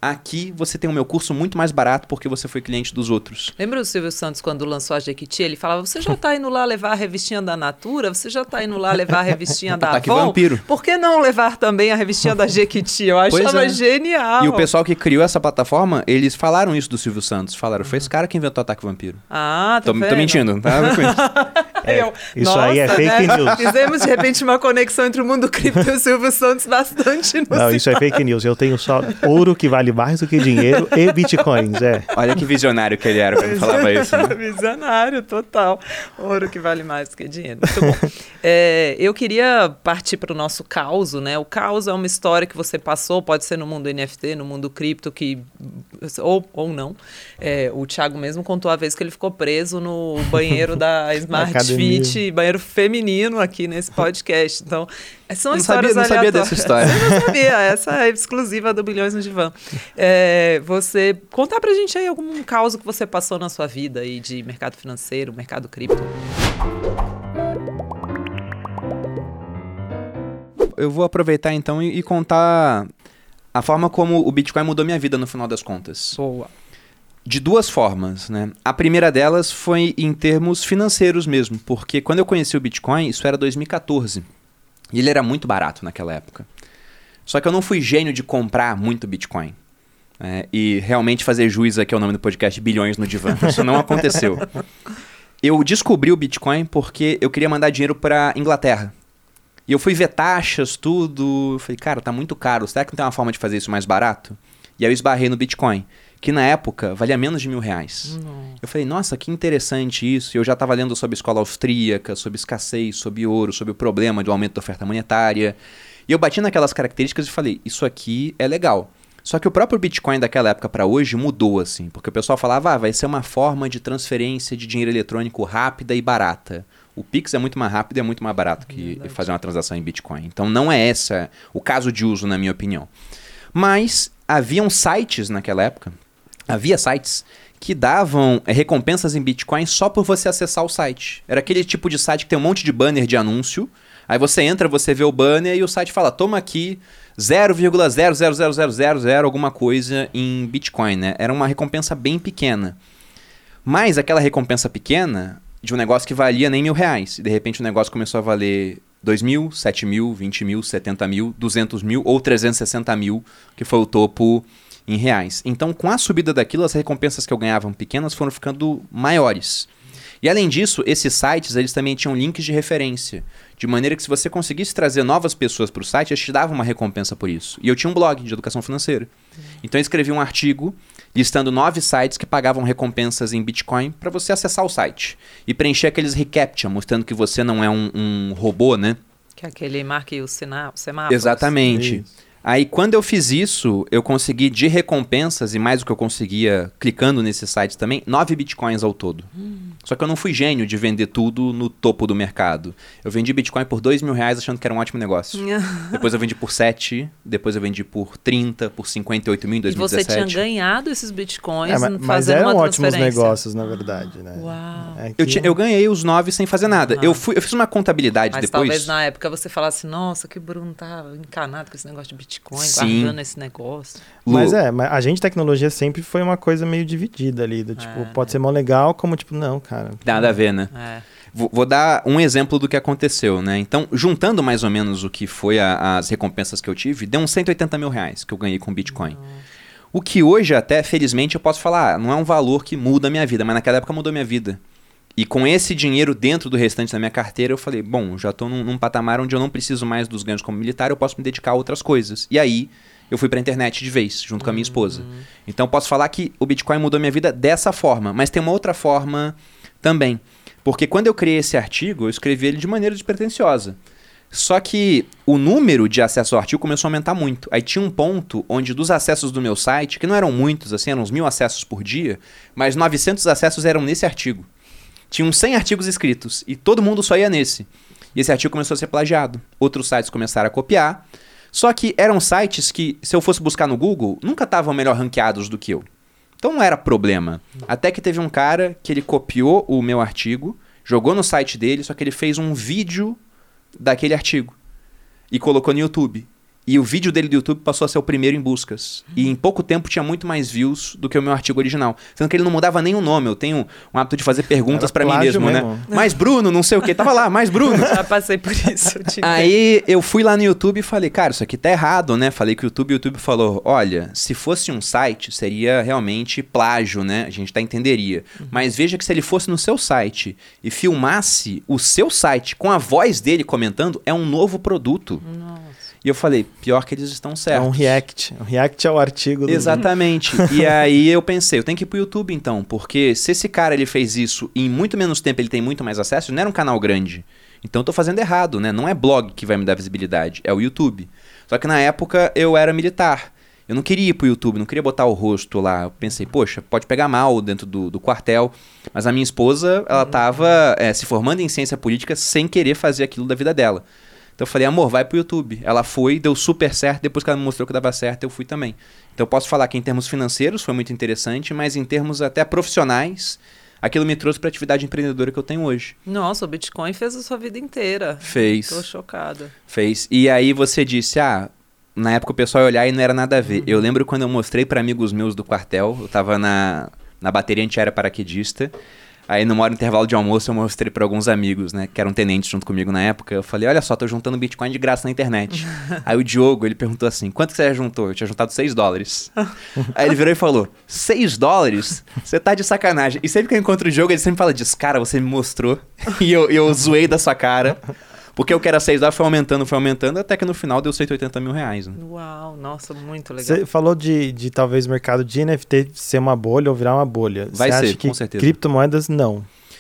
aqui você tem o meu curso muito mais barato porque você foi cliente dos outros. Lembra o Silvio Santos quando lançou a Jequiti? Ele falava, você já tá indo lá levar a revistinha da Natura? Você já tá indo lá levar a revistinha da Ataque Avon? Vampiro. Por que não levar também a revistinha da Jequiti? Eu achava é. genial. E o pessoal que criou essa plataforma, eles falaram isso do Silvio Santos. Falaram, foi esse cara que inventou o Ataque Vampiro. Ah, tá tô, vendo? tô mentindo, tá? É, Eu, isso nossa, aí é fake né? news. Fizemos, de repente, uma conexão entre o mundo cripto e o Silvio Santos bastante inusitado. Não, isso é fake news. Eu tenho só ouro que vale mais do que dinheiro e bitcoins, é. Olha que visionário que ele era quando falava isso. Né? Visionário, total. Ouro que vale mais do que dinheiro. Muito bom. É, eu queria partir para o nosso caos, né? O caos é uma história que você passou, pode ser no mundo N F T, no mundo cripto, que, ou, ou não. É, o Thiago mesmo contou a vez que ele ficou preso no banheiro da Smart Fit, banheiro feminino aqui nesse podcast. Então, são não histórias sabia, não sabia dessa história. Eu não sabia, essa é exclusiva do Bilhões no Divã. É, você, contar pra gente aí algum caos que você passou na sua vida aí de mercado financeiro, mercado cripto. Eu vou aproveitar então e, e contar a forma como o Bitcoin mudou minha vida no final das contas. Boa. De duas formas, né? A primeira delas foi em termos financeiros mesmo, porque quando eu conheci o Bitcoin, isso era dois mil e catorze, e ele era muito barato naquela época. Só que eu não fui gênio de comprar muito Bitcoin. É, e realmente fazer juiz aqui é o nome do podcast, Bilhões no Divã. Isso não aconteceu. Eu descobri o Bitcoin porque eu queria mandar dinheiro para Inglaterra. E eu fui ver taxas, tudo. Falei, cara, tá muito caro. Será que não tem uma forma de fazer isso mais barato? E aí eu esbarrei no Bitcoin, que na época valia menos de mil reais. Uhum. Eu falei, nossa, que interessante isso. E eu já estava lendo sobre escola austríaca, sobre escassez, sobre ouro, sobre o problema do aumento da oferta monetária. E eu bati naquelas características e falei, isso aqui é legal. Só que o próprio Bitcoin daquela época para hoje mudou, assim. Porque o pessoal falava, ah, vai ser uma forma de transferência de dinheiro eletrônico rápida e barata. O Pix é muito mais rápido e é muito mais barato que Verdade. fazer uma transação em Bitcoin. Então não é esse o caso de uso, na minha opinião. Mas haviam sites naquela época, havia sites que davam é, recompensas em Bitcoin só por você acessar o site. Era aquele tipo de site que tem um monte de banner de anúncio. Aí você entra, você vê o banner e o site fala, toma aqui zero vírgula zero zero zero zero zero zero alguma coisa em Bitcoin, né? Era uma recompensa bem pequena. Mas aquela recompensa pequena de um negócio que valia nem mil reais. E de repente o negócio começou a valer dois mil, sete mil, vinte mil, setenta mil, duzentos mil ou trezentos e sessenta mil, que foi o topo em reais. Então, com a subida daquilo, as recompensas que eu ganhava pequenas foram ficando maiores. E além disso, esses sites eles também tinham links de referência, de maneira que se você conseguisse trazer novas pessoas para o site, eles te davam uma recompensa por isso. E eu tinha um blog de educação financeira. Então eu escrevi um artigo listando nove sites que pagavam recompensas em Bitcoin para você acessar o site. E preencher aqueles reCAPTCHA, mostrando que você não é um, um robô, né? Que é aquele marque o semáforo. Exatamente. Isso. Aí, quando eu fiz isso, eu consegui de recompensas, e mais do que eu conseguia clicando nesses sites também, nove bitcoins ao todo. Hum. Só que eu não fui gênio de vender tudo no topo do mercado. Eu vendi Bitcoin por dois mil reais achando que era um ótimo negócio. Depois eu vendi por sete, depois eu vendi por trinta, por cinquenta e oito mil em dois mil e dezessete. E você tinha ganhado esses Bitcoins é, mas, fazendo mas eram uma ótimos negócios, na verdade, né? Uau. É que... eu, tinha, eu ganhei os nove sem fazer nada. Ah. Eu, fui, eu fiz uma contabilidade mas depois. Mas talvez na época você falasse, nossa, que Bruno tá encanado com esse negócio de Bitcoin, Sim. guardando esse negócio. Lu. Mas é, mas a gente tecnologia sempre foi uma coisa meio dividida ali, do tipo, é. pode ser mó legal, como tipo, não, cara. Nada a ver, né? É. Vou, vou dar um exemplo do que aconteceu, né? Então, juntando mais ou menos o que foi a, as recompensas que eu tive, deu uns cento e oitenta mil reais que eu ganhei com Bitcoin. Uhum. O que hoje até, felizmente, eu posso falar, ah, não é um valor que muda a minha vida, mas naquela época mudou a minha vida. E com esse dinheiro dentro do restante da minha carteira, eu falei, bom, já estou num, num patamar onde eu não preciso mais dos ganhos como militar, eu posso me dedicar a outras coisas. E aí, eu fui para a internet de vez, junto com a minha esposa. Uhum. Então, eu posso falar que o Bitcoin mudou a minha vida dessa forma, mas tem uma outra forma também. Porque quando eu criei esse artigo, eu escrevi ele de maneira despretensiosa. Só que o número de acessos ao artigo começou a aumentar muito. Aí tinha um ponto onde dos acessos do meu site, que não eram muitos, assim, eram uns mil acessos por dia, mas novecentos acessos eram nesse artigo. Tinham cem artigos escritos e todo mundo só ia nesse. E esse artigo começou a ser plagiado. Outros sites começaram a copiar. Só que eram sites que, se eu fosse buscar no Google, nunca estavam melhor ranqueados do que eu. Então não era problema. Até que teve um cara que ele copiou o meu artigo, jogou no site dele, só que ele fez um vídeo daquele artigo e colocou no YouTube. E o vídeo dele do YouTube passou a ser o primeiro em buscas. E em pouco tempo tinha muito mais views do que o meu artigo original. Sendo que ele não mudava nem o nome. Eu tenho um hábito de fazer perguntas pra mim mesmo, mesmo, né? Mais Bruno, não sei o quê. Tava lá, mais Bruno. Já passei por isso. Aí eu fui lá no YouTube e falei, cara, isso aqui tá errado, né? Falei que o YouTube, o YouTube falou, olha, se fosse um site, seria realmente plágio, né? A gente tá entenderia. Uhum. Mas veja que se ele fosse no seu site e filmasse o seu site com a voz dele comentando, é um novo produto. Nossa. E eu falei, pior que eles estão certos. É um react. Um react ao artigo. Do... Exatamente. E aí eu pensei, eu tenho que ir pro YouTube então, porque se esse cara ele fez isso e em muito menos tempo ele tem muito mais acesso, não era um canal grande. Então eu tô fazendo errado, né? Não é blog que vai me dar visibilidade, é o YouTube. Só que na época eu era militar. Eu não queria ir pro YouTube, não queria botar o rosto lá. Eu pensei, poxa, pode pegar mal dentro do, do quartel. Mas a minha esposa, ela tava é, se formando em ciência política sem querer fazer aquilo da vida dela. Então eu falei, amor, vai pro YouTube. Ela foi, deu super certo. Depois que ela me mostrou que dava certo, eu fui também. Então eu posso falar que em termos financeiros foi muito interessante, mas em termos até profissionais, aquilo me trouxe para a atividade empreendedora que eu tenho hoje. Nossa, o Bitcoin fez a sua vida inteira. Fez. Tô chocada. Fez. E aí você disse, ah, na época o pessoal ia olhar e não era nada a ver. Uhum. Eu lembro quando eu mostrei para amigos meus do quartel, eu tava na, na bateria antiaérea paraquedista. Aí no maior intervalo de almoço eu mostrei para alguns amigos, né, que eram tenentes junto comigo na época. Eu falei, olha só, tô juntando Bitcoin de graça na internet. Aí o Diogo, ele perguntou assim, quanto que você já juntou? Eu tinha juntado seis dólares. Aí ele virou e falou, seis dólares? Você tá de sacanagem. E sempre que eu encontro o Diogo, ele sempre fala disso, cara, você me mostrou. E eu, eu zoei da sua cara. Porque eu que era seis dólares, foi aumentando, foi aumentando, até que no final deu cento e oitenta mil reais. Né? Uau, nossa, muito legal. Você falou de, de talvez o mercado de N F T ser uma bolha ou virar uma bolha. Vai Você ser, acha que com certeza. Criptomoedas, não?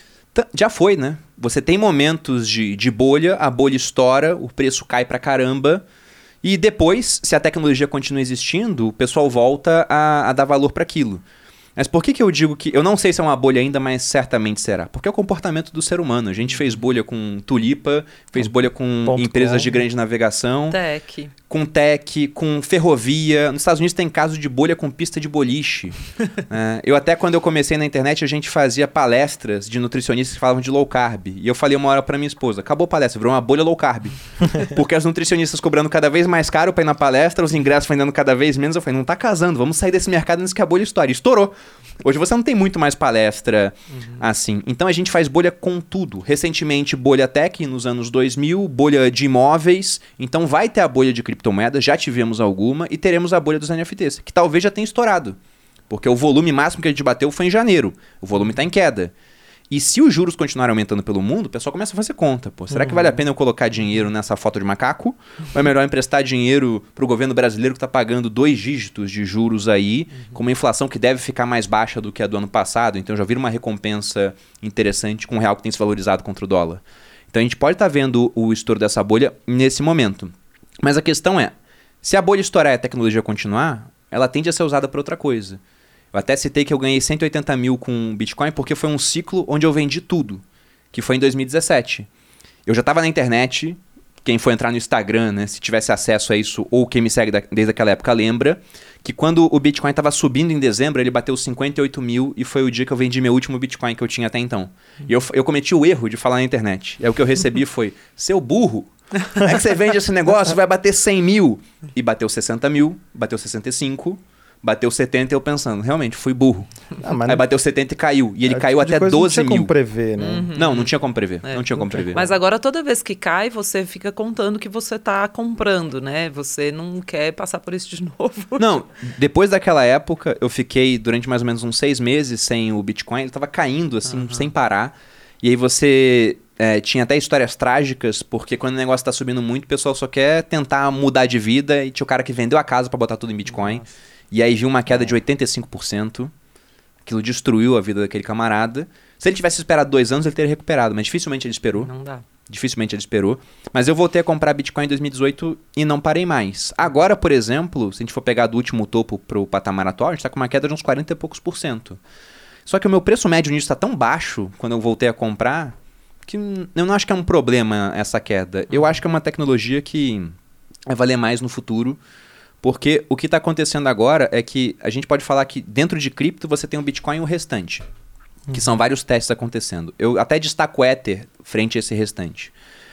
Já foi, né? Você tem momentos de, de bolha, a bolha estoura, o preço cai pra caramba. E depois, se a tecnologia continua existindo, o pessoal volta a, a dar valor para aquilo. Mas por que, que eu digo que... Eu não sei se é uma bolha ainda, mas certamente será. Porque é o comportamento do ser humano. A gente fez bolha com Tulipa, fez bolha com Ponto empresas com. de grande navegação. Tech. Com tech, com ferrovia. Nos Estados Unidos tem caso de bolha com pista de boliche. é, eu até, quando eu comecei na internet, a gente fazia palestras de nutricionistas que falavam de low carb. E eu falei uma hora pra minha esposa, acabou a palestra, virou uma bolha low carb. Porque as nutricionistas cobrando cada vez mais caro pra ir na palestra, os ingressos vendendo cada vez menos. Eu falei, não tá casando, vamos sair desse mercado antes que a bolha estoure. Estourou. Hoje você não tem muito mais palestra uhum. assim. Então a gente faz bolha com tudo. Recentemente, bolha tech nos anos dois mil, bolha de imóveis. Então vai ter a bolha de criptomoedas, já tivemos alguma, e teremos a bolha dos N F Ts, que talvez já tenha estourado. Porque o volume máximo que a gente bateu foi em janeiro. O volume está em queda. E se os juros continuarem aumentando pelo mundo, o pessoal começa a fazer conta. Pô, será uhum. que vale a pena eu colocar dinheiro nessa foto de macaco? Ou é melhor emprestar dinheiro para o governo brasileiro que está pagando dois dígitos de juros aí, uhum. com uma inflação que deve ficar mais baixa do que a do ano passado? Então já vira uma recompensa interessante com o real que tem se valorizado contra o dólar. Então a gente pode estar tá vendo o estouro dessa bolha nesse momento. Mas a questão é, se a bolha estourar e a tecnologia continuar, ela tende a ser usada para outra coisa. Eu até citei que eu ganhei cento e oitenta mil com Bitcoin porque foi um ciclo onde eu vendi tudo, que foi em dois mil e dezessete. Eu já estava na internet, quem for entrar no Instagram, né, se tivesse acesso a isso, ou quem me segue da, desde aquela época lembra, que quando o Bitcoin estava subindo em dezembro, ele bateu cinquenta e oito mil e foi o dia que eu vendi meu último Bitcoin que eu tinha até então. E eu, eu cometi o erro de falar na internet. E aí o que eu recebi foi, seu burro, é que você vende esse negócio, vai bater cem mil. E bateu sessenta mil, bateu sessenta e cinco, bateu setenta e eu pensando, realmente, fui burro. Ah, mas aí bateu setenta e caiu. E ele é, caiu até doze mil. Não tinha como prever, né? Uhum. Não, não tinha como prever. É, não tinha como prever. Mas agora, toda vez que cai, você fica contando que você está comprando, né? Você não quer passar por isso de novo. Não, depois daquela época, eu fiquei durante mais ou menos uns seis meses sem o Bitcoin. Ele estava caindo, assim, uhum. sem parar. E aí você... É, tinha até histórias trágicas, porque quando o negócio tá subindo muito, o pessoal só quer tentar mudar de vida, e tinha o cara que vendeu a casa para botar tudo em Bitcoin, Nossa. E aí viu uma queda de oitenta e cinco por cento, aquilo destruiu a vida daquele camarada. Se ele tivesse esperado dois anos, ele teria recuperado, mas dificilmente ele esperou. Não dá. Dificilmente ele esperou. Mas eu voltei a comprar Bitcoin em dois mil e dezoito e não parei mais. Agora, por exemplo, se a gente for pegar do último topo pro patamar atual, a gente tá com uma queda de uns quarenta e poucos por cento. Só que o meu preço médio nisso está tão baixo, quando eu voltei a comprar, que eu não acho que é um problema essa queda. Eu acho que é uma tecnologia que vai valer mais no futuro, porque o que está acontecendo agora é que a gente pode falar que dentro de cripto você tem o Bitcoin e o restante, que são vários testes acontecendo. Eu até destaco o Ether frente a esse restante.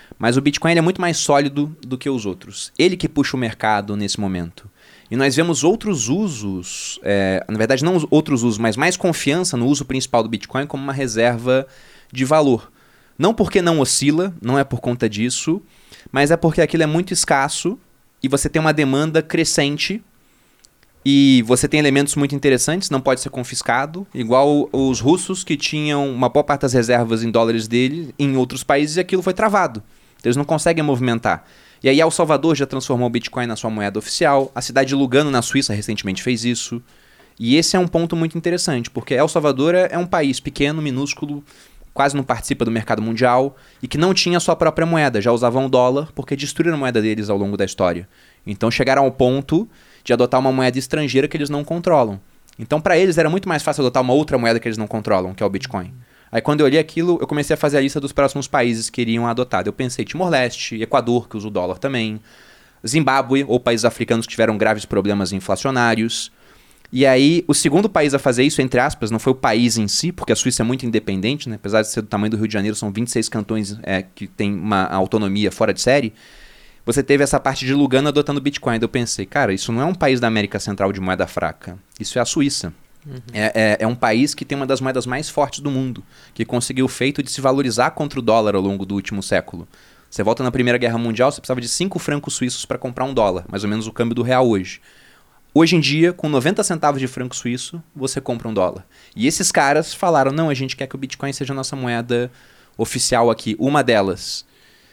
Mas o Bitcoin ele é muito mais sólido do que os outros. Ele que puxa o mercado nesse momento. E nós vemos outros usos, é, na verdade não outros usos, mas mais confiança no uso principal do Bitcoin como uma reserva de valor. Não porque não oscila, não é por conta disso, mas é porque aquilo é muito escasso e você tem uma demanda crescente e você tem elementos muito interessantes, não pode ser confiscado, igual os russos que tinham uma boa parte das reservas em dólares dele em outros países e aquilo foi travado. Eles não conseguem movimentar. E aí El Salvador já transformou o Bitcoin na sua moeda oficial, a cidade de Lugano, na Suíça, recentemente fez isso. E esse é um ponto muito interessante, porque El Salvador é um país pequeno, minúsculo, quase não participa do mercado mundial, e que não tinha sua própria moeda, já usavam o dólar, porque destruíram a moeda deles ao longo da história. Então chegaram ao ponto de adotar uma moeda estrangeira que eles não controlam. Então para eles era muito mais fácil adotar uma outra moeda que eles não controlam, que é o Bitcoin. Aí quando eu olhei aquilo, eu comecei a fazer a lista dos próximos países que iriam adotar. Eu pensei Timor-Leste, Equador, que usa o dólar também, Zimbábue, ou países africanos que tiveram graves problemas inflacionários. E aí, o segundo país a fazer isso, entre aspas, não foi o país em si, porque a Suíça é muito independente, né? Apesar de ser do tamanho do Rio de Janeiro, são vinte e seis cantões é, que tem uma autonomia fora de série. Você teve essa parte de Lugano adotando o Bitcoin. Eu pensei, cara, isso não é um país da América Central de moeda fraca. Isso é a Suíça. Uhum. É, é, é um país que tem uma das moedas mais fortes do mundo, que conseguiu o feito de se valorizar contra o dólar ao longo do último século. Você volta na Primeira Guerra Mundial, você precisava de cinco francos suíços para comprar um dólar, mais ou menos o câmbio do real hoje. Hoje em dia, com noventa centavos de franco suíço, você compra um dólar. E esses caras falaram, não, a gente quer que o Bitcoin seja a nossa moeda oficial aqui, uma delas.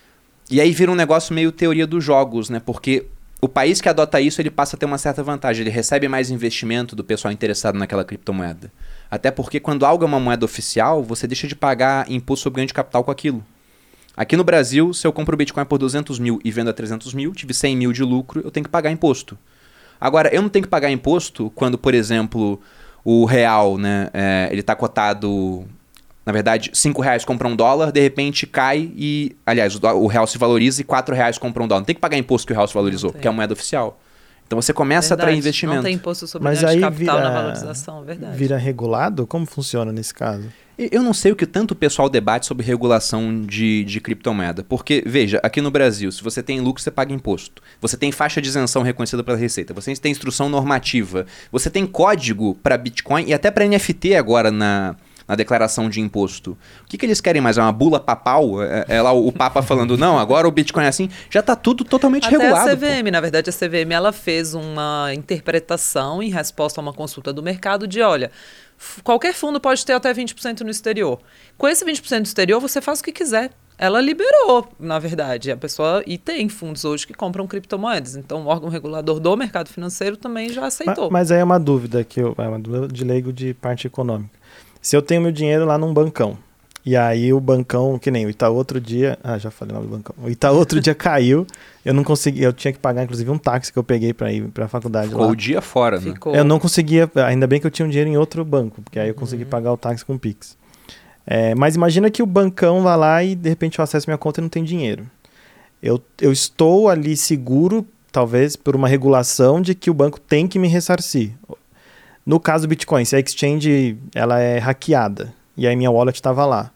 E aí vira um negócio meio teoria dos jogos, né? Porque o país que adota isso, ele passa a ter uma certa vantagem. Ele recebe mais investimento do pessoal interessado naquela criptomoeda. Até porque quando algo é uma moeda oficial, você deixa de pagar imposto sobre ganho de capital com aquilo. Aqui no Brasil, se eu compro o Bitcoin por duzentos mil e vendo a trezentos mil, tive cem mil de lucro, eu tenho que pagar imposto. Agora, eu não tenho que pagar imposto quando, por exemplo, o real, né, é, ele está cotado, na verdade, cinco reais compra um dólar, de repente cai e, aliás, o, o real se valoriza e quatro reais compra um dólar. Não tem que pagar imposto que o real se valorizou, que é a moeda oficial. Então você começa verdade, a atrair investimento. Não tem imposto sobre Mas ganho aí de capital vira, na valorização, verdade. Vira regulado? Como funciona nesse caso? Eu não sei o que tanto o pessoal debate sobre regulação de, de criptomoeda. Porque, veja, aqui no Brasil, se você tem lucro, você paga imposto. Você tem faixa de isenção reconhecida pela Receita. Você tem instrução normativa. Você tem código para Bitcoin e até para N F T agora na, na declaração de imposto. O que, que eles querem mais? É uma bula papal? É, é lá o Papa falando, não, agora o Bitcoin é assim? Já está tudo totalmente até regulado. A C V M, pô. Na verdade, a C V M ela fez uma interpretação em resposta a uma consulta do mercado de, olha... Qualquer fundo pode ter até vinte por cento no exterior. Com esse vinte por cento no exterior, você faz o que quiser. Ela liberou, na verdade. A pessoa... E tem fundos hoje que compram criptomoedas. Então, o órgão regulador do mercado financeiro também já aceitou. Mas, mas aí é uma dúvida, que eu, é uma dúvida de leigo de parte econômica. Se eu tenho meu dinheiro lá num bancão, e aí o bancão, que nem o Itaú outro dia... Ah, já falei o nome do bancão. O Itaú outro dia caiu, eu não consegui... Eu tinha que pagar, inclusive, um táxi que eu peguei para ir para a faculdade. Ficou lá. o dia fora, né? Ficou. Eu não conseguia... Ainda bem que eu tinha um dinheiro em outro banco, porque aí eu consegui uhum. pagar o táxi com o Pix. É, mas imagina que o bancão vai lá e, de repente, eu acesso minha conta e não tem dinheiro. Eu, eu estou ali seguro, talvez, por uma regulação de que o banco tem que me ressarcir. No caso do Bitcoin, se a exchange ela é hackeada, e aí minha wallet estava lá.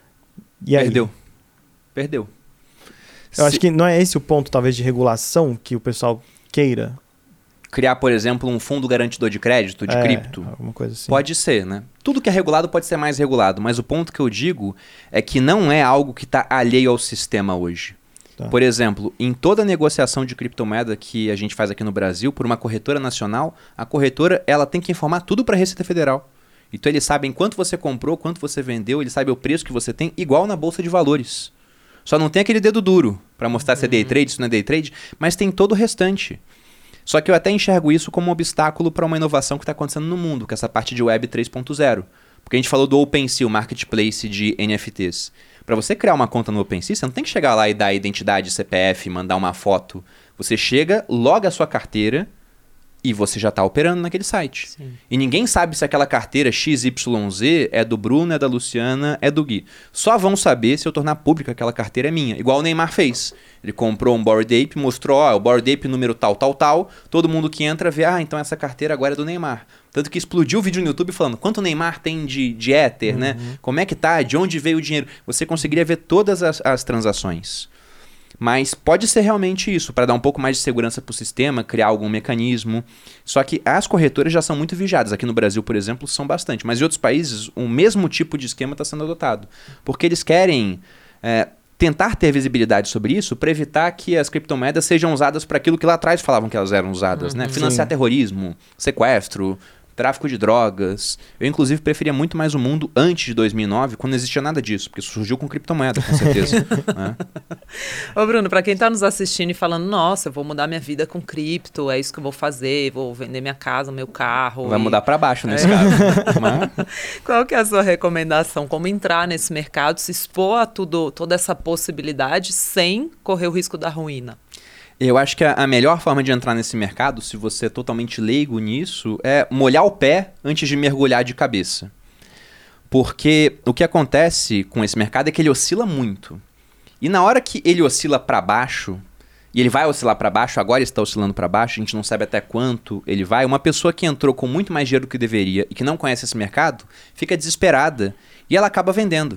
E aí? Perdeu. Perdeu. Eu Se... acho que não é esse o ponto, talvez, de regulação que o pessoal queira? Criar, por exemplo, um fundo garantidor de crédito, de é, cripto. Alguma coisa assim. Pode ser, né? Tudo que é regulado pode ser mais regulado, mas o ponto que eu digo é que não é algo que está alheio ao sistema hoje. Tá. Por exemplo, em toda negociação de criptomoeda que a gente faz aqui no Brasil, por uma corretora nacional, a corretora ela tem que informar tudo para a Receita Federal. Então eles sabem quanto você comprou, quanto você vendeu, eles sabem o preço que você tem, igual na Bolsa de Valores. Só não tem aquele dedo duro para mostrar uhum. se é day trade, se não é day trade, mas tem todo o restante. Só que eu até enxergo isso como um obstáculo para uma inovação que está acontecendo no mundo, que é essa parte de Web três ponto zero. Porque a gente falou do OpenSea, o marketplace de N F Ts. Para você criar uma conta no OpenSea, você não tem que chegar lá e dar a identidade, C P F, mandar uma foto. Você chega, loga a sua carteira e você já está operando naquele site. Sim. E ninguém sabe se aquela carteira X Y Z é do Bruno, é da Luciana, é do Gui. Só vão saber se eu tornar pública aquela carteira é minha. Igual o Neymar fez. Ele comprou um Bored Ape, mostrou, ó, o Bored Ape número tal, tal, tal. Todo mundo que entra vê, ah, então essa carteira agora é do Neymar. Tanto que explodiu o vídeo no YouTube falando quanto o Neymar tem de, de Ether, uhum. né? Como é que tá? De onde veio o dinheiro? Você conseguiria ver todas as, as transações. Mas pode ser realmente isso, para dar um pouco mais de segurança para o sistema, criar algum mecanismo. Só que as corretoras já são muito vigiadas. Aqui no Brasil, por exemplo, são bastante. Mas em outros países, o mesmo tipo de esquema está sendo adotado. Porque eles querem é, tentar ter visibilidade sobre isso para evitar que as criptomoedas sejam usadas para aquilo que lá atrás falavam que elas eram usadas. Uhum. Né? Financiar Sim. terrorismo, sequestro, tráfico de drogas. Eu, inclusive, preferia muito mais o mundo antes de dois mil e nove, quando não existia nada disso, porque surgiu com criptomoeda, com certeza. né? Ô, Bruno, para quem está nos assistindo e falando, nossa, eu vou mudar minha vida com cripto, é isso que eu vou fazer, vou vender minha casa, meu carro. Vai e... mudar para baixo nesse é. caso. Mas... Qual que é a sua recomendação? Como entrar nesse mercado, se expor a tudo, toda essa possibilidade sem correr o risco da ruína? Eu acho que a, a melhor forma de entrar nesse mercado, se você é totalmente leigo nisso, é molhar o pé antes de mergulhar de cabeça. Porque o que acontece com esse mercado é que ele oscila muito. E na hora que ele oscila para baixo, e ele vai oscilar para baixo, agora está oscilando para baixo, a gente não sabe até quanto ele vai, uma pessoa que entrou com muito mais dinheiro do que deveria e que não conhece esse mercado, fica desesperada e ela acaba vendendo.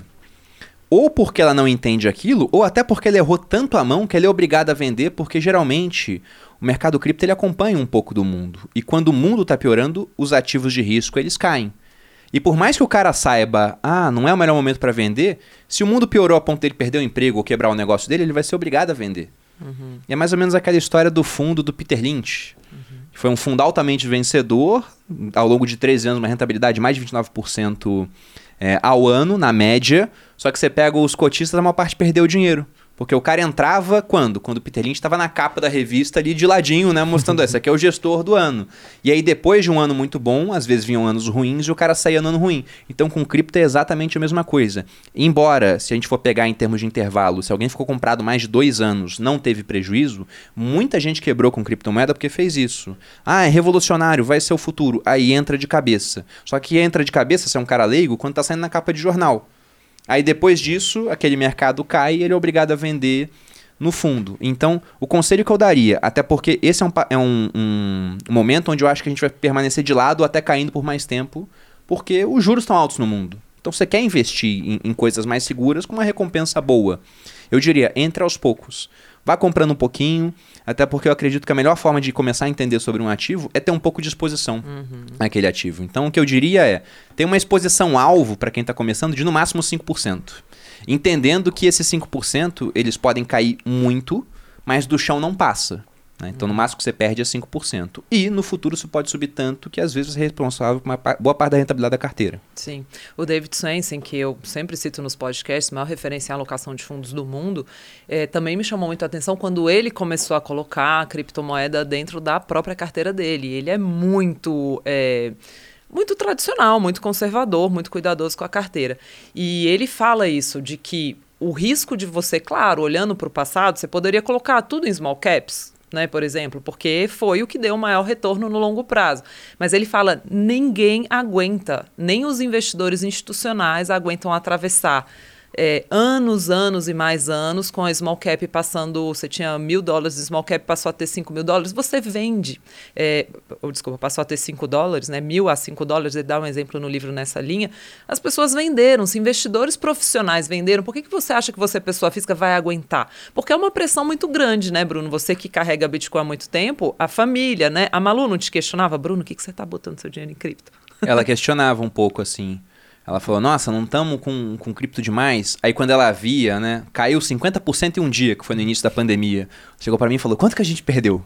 Ou porque ela não entende aquilo, ou até porque ela errou tanto a mão que ela é obrigada a vender, porque geralmente o mercado cripto ele acompanha um pouco do mundo. E quando o mundo está piorando, os ativos de risco eles caem. E por mais que o cara saiba, ah, não é o melhor momento para vender, se o mundo piorou a ponto de ele perder o emprego ou quebrar o negócio dele, ele vai ser obrigado a vender. Uhum. E é mais ou menos aquela história do fundo do Peter Lynch. Uhum. Que foi um fundo altamente vencedor, ao longo de treze anos, uma rentabilidade de mais de vinte e nove por cento é, ao ano, na média. Só que você pega os cotistas, a maior parte perdeu o dinheiro. Porque o cara entrava quando? Quando o Peter Lynch estava na capa da revista ali de ladinho, né? Mostrando, esse aqui é o gestor do ano. E aí depois de um ano muito bom, às vezes vinham anos ruins e o cara saía no ano ruim. Então com cripto é exatamente a mesma coisa. Embora, se a gente for pegar em termos de intervalo, se alguém ficou comprado mais de dois anos, não teve prejuízo, muita gente quebrou com criptomoeda porque fez isso. Ah, é revolucionário, vai ser o futuro. Aí entra de cabeça. Só que entra de cabeça, se é um cara leigo, quando tá saindo na capa de jornal. Aí depois disso, aquele mercado cai e ele é obrigado a vender no fundo. Então, o conselho que eu daria, até porque esse é, um, é um, um momento onde eu acho que a gente vai permanecer de lado até caindo por mais tempo, porque os juros estão altos no mundo. Então, você quer investir em, em coisas mais seguras com uma recompensa boa. Eu diria, entre aos poucos. Vá comprando um pouquinho, até porque eu acredito que a melhor forma de começar a entender sobre um ativo é ter um pouco de exposição uhum. àquele ativo. Então, o que eu diria é, ter uma exposição-alvo para quem está começando de no máximo cinco por cento. Entendendo que esses cinco por cento eles podem cair muito, mas do chão não passa. Né? Então, no máximo que você perde é cinco por cento. E no futuro isso pode subir tanto que às vezes você é responsável por uma boa parte da rentabilidade da carteira. Sim. O David Swensen, que eu sempre cito nos podcasts, maior referência em alocação de fundos do mundo, é, também me chamou muito a atenção quando ele começou a colocar a criptomoeda dentro da própria carteira dele. Ele é muito... É, muito tradicional, muito conservador, muito cuidadoso com a carteira. E ele fala isso, de que o risco de você, claro, olhando para o passado, você poderia colocar tudo em small caps, né, por exemplo, porque foi o que deu o maior retorno no longo prazo. Mas ele fala, ninguém aguenta, nem os investidores institucionais aguentam atravessar é, anos, anos e mais anos, com a small cap passando, você tinha mil dólares de small cap, passou a ter cinco mil dólares, você vende, é, ou, desculpa, passou a ter cinco dólares, né, mil a cinco dólares, ele dá um exemplo no livro nessa linha, as pessoas venderam, se investidores profissionais venderam, por que, que você acha que você, pessoa física, vai aguentar? Porque é uma pressão muito grande, né, Bruno? Você que carrega Bitcoin há muito tempo, a família, né? A Malu não te questionava, Bruno, o que, que você está botando seu dinheiro em cripto? Ela questionava um pouco, assim. Ela falou, nossa, não estamos com, com cripto demais? Aí quando ela via, né, caiu cinquenta por cento em um dia, que foi no início da pandemia. Chegou pra mim e falou, quanto que a gente perdeu?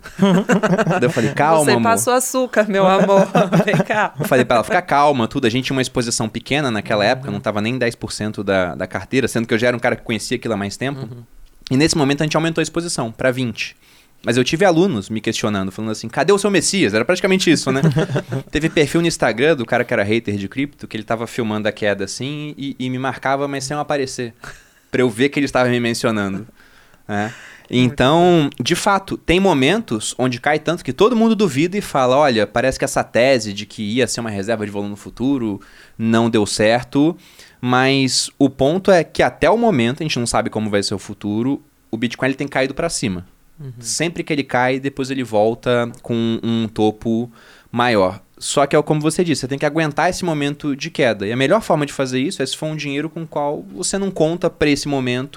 Daí eu falei, calma, Você amor. passou açúcar, meu amor. Vem cá. Eu falei pra ela, fica calma, tudo. A gente tinha uma exposição pequena naquela uhum. época, não tava nem dez por cento da, da carteira, sendo que eu já era um cara que conhecia aquilo há mais tempo. Uhum. E nesse momento a gente aumentou a exposição pra vinte por cento. Mas eu tive alunos me questionando, falando assim, cadê o seu Messias? Era praticamente isso, né? Teve perfil no Instagram do cara que era hater de cripto, que ele tava filmando a queda assim e, e me marcava, mas sem eu aparecer. Pra eu ver que ele estava me mencionando. Né? Então, de fato, tem momentos onde cai tanto que todo mundo duvida e fala, olha, parece que essa tese de que ia ser uma reserva de volume no futuro não deu certo. Mas o ponto é que até o momento, a gente não sabe como vai ser o futuro, o Bitcoin ele tem caído para cima. Uhum. Sempre que ele cai, depois ele volta com um topo maior. Só que é como você disse, você tem que aguentar esse momento de queda. E a melhor forma de fazer isso é se for um dinheiro com o qual você não conta para esse momento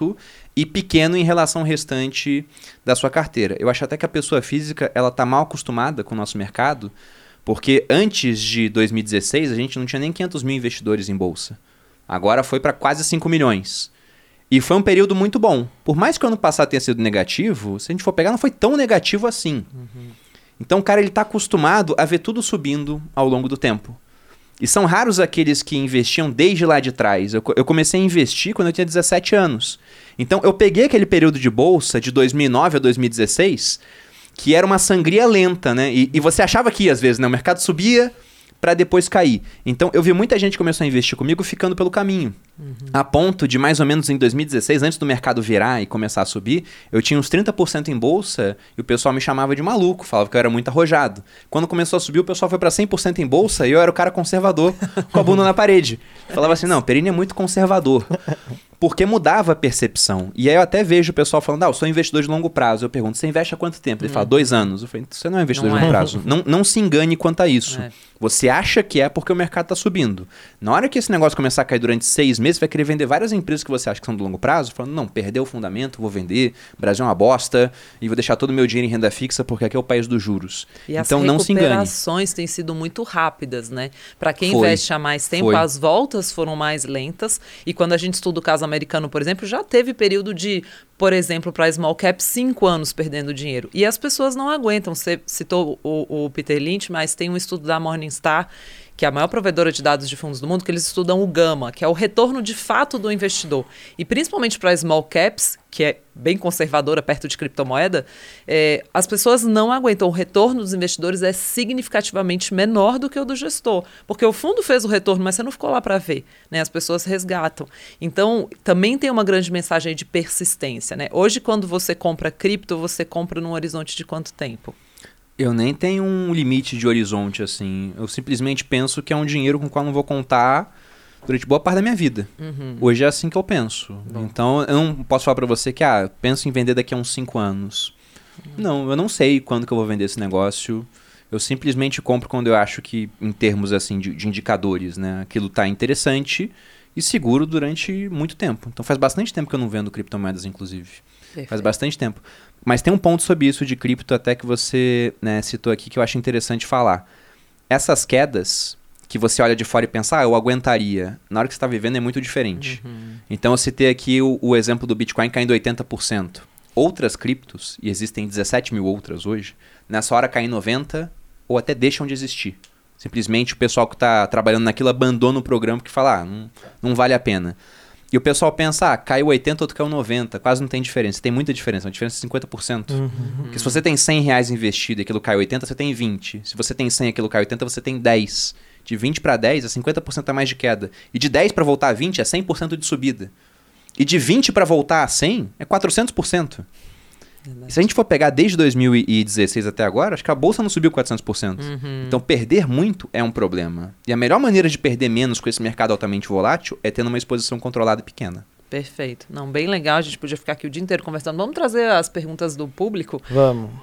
e pequeno em relação ao restante da sua carteira. Eu acho até que a pessoa física ela está mal acostumada com o nosso mercado, porque antes de dois mil e dezesseis a gente não tinha nem quinhentos mil investidores em bolsa. Agora foi para quase cinco milhões. E foi um período muito bom. Por mais que o ano passado tenha sido negativo, se a gente for pegar, não foi tão negativo assim. Uhum. Então o cara está acostumado a ver tudo subindo ao longo do tempo. E são raros aqueles que investiam desde lá de trás. Eu, eu comecei a investir quando eu tinha dezessete anos. Então eu peguei aquele período de bolsa de dois mil e nove a dois mil e dezesseis, que era uma sangria lenta, né? E, e você achava que ia, às vezes, né? O mercado subia para depois cair. Então eu vi muita gente que começou a investir comigo ficando pelo caminho. Uhum. A ponto de mais ou menos em dois mil e dezesseis, antes do mercado virar e começar a subir, eu tinha uns trinta por cento em bolsa e o pessoal me chamava de maluco, falava que eu era muito arrojado. Quando começou a subir, o pessoal foi para cem por cento em bolsa e eu era o cara conservador com a bunda na parede. Falava assim, não, Perini é muito conservador. Porque mudava a percepção. E aí eu até vejo o pessoal falando, ah, eu sou investidor de longo prazo. Eu pergunto, você investe há quanto tempo? Ele hum. fala, dois anos. Eu falei, você não é investidor não de longo é. prazo. Não, não se engane quanto a isso. É. Você acha que é porque o mercado está subindo. Na hora que esse negócio começar a cair durante seis meses, você vai querer vender várias empresas que você acha que são de longo prazo, falando, não, perdeu o fundamento, vou vender, o Brasil é uma bosta, e vou deixar todo o meu dinheiro em renda fixa porque aqui é o país dos juros. E então as não se engane. As recuperações têm sido muito rápidas, né? Para quem Foi. investe há mais tempo, Foi. as voltas foram mais lentas. E quando a gente estuda o caso americano, por exemplo, já teve período de, por exemplo, para small cap, cinco anos perdendo dinheiro. E as pessoas não aguentam. Você citou o, o Peter Lynch, mas tem um estudo da Morningstar, que é a maior provedora de dados de fundos do mundo, que eles estudam o gama, que é o retorno de fato do investidor. E principalmente para small caps, que é bem conservadora perto de criptomoeda, é, as pessoas não aguentam. O retorno dos investidores é significativamente menor do que o do gestor. Porque o fundo fez o retorno, mas você não ficou lá para ver. Né? As pessoas resgatam. Então, também tem uma grande mensagem de persistência. Né? Hoje, quando você compra cripto, você compra num horizonte de quanto tempo? Eu nem tenho um limite de horizonte, assim. Eu simplesmente penso que é um dinheiro com o qual eu não vou contar durante boa parte da minha vida. Uhum. Hoje é assim que eu penso. Bom. Então, eu não posso falar pra você que, ah, penso em vender daqui a uns cinco anos. Uhum. Não, eu não sei quando que eu vou vender esse negócio. Eu simplesmente compro quando eu acho que, em termos, assim, de, de indicadores, né? Aquilo tá interessante e seguro durante muito tempo. Então, faz bastante tempo que eu não vendo criptomoedas, inclusive. Perfeito. Faz bastante tempo. Mas tem um ponto sobre isso de cripto até que você, né, citou aqui que eu acho interessante falar. Essas quedas que você olha de fora e pensa, ah, eu aguentaria. Na hora que você está vivendo é muito diferente. Uhum. Então eu citei aqui o, o exemplo do Bitcoin caindo oitenta por cento. Outras criptos, e existem dezessete mil outras hoje, nessa hora caem noventa por cento ou até deixam de existir. Simplesmente o pessoal que está trabalhando naquilo abandona o programa porque fala, ah, não, não vale a pena. E o pessoal pensa, ah, caiu oitenta, outro caiu noventa, quase não tem diferença. Tem muita diferença, uma diferença de cinquenta por cento. Uhum. Porque se você tem cem reais investido e aquilo cai oitenta, você tem vinte. Se você tem cem e aquilo cai oitenta, você tem dez. De vinte para dez é cinquenta por cento a mais de queda. E de dez para voltar a vinte é cem por cento de subida. E de vinte para voltar a cem é quatrocentos por cento. E se a gente for pegar desde dois mil e dezesseis até agora, acho que a bolsa não subiu quatrocentos por cento. Uhum. Então, perder muito é um problema. E a melhor maneira de perder menos com esse mercado altamente volátil é tendo uma exposição controlada e pequena. Perfeito. Não, bem legal. A gente podia ficar aqui o dia inteiro conversando. Vamos trazer as perguntas do público? Vamos.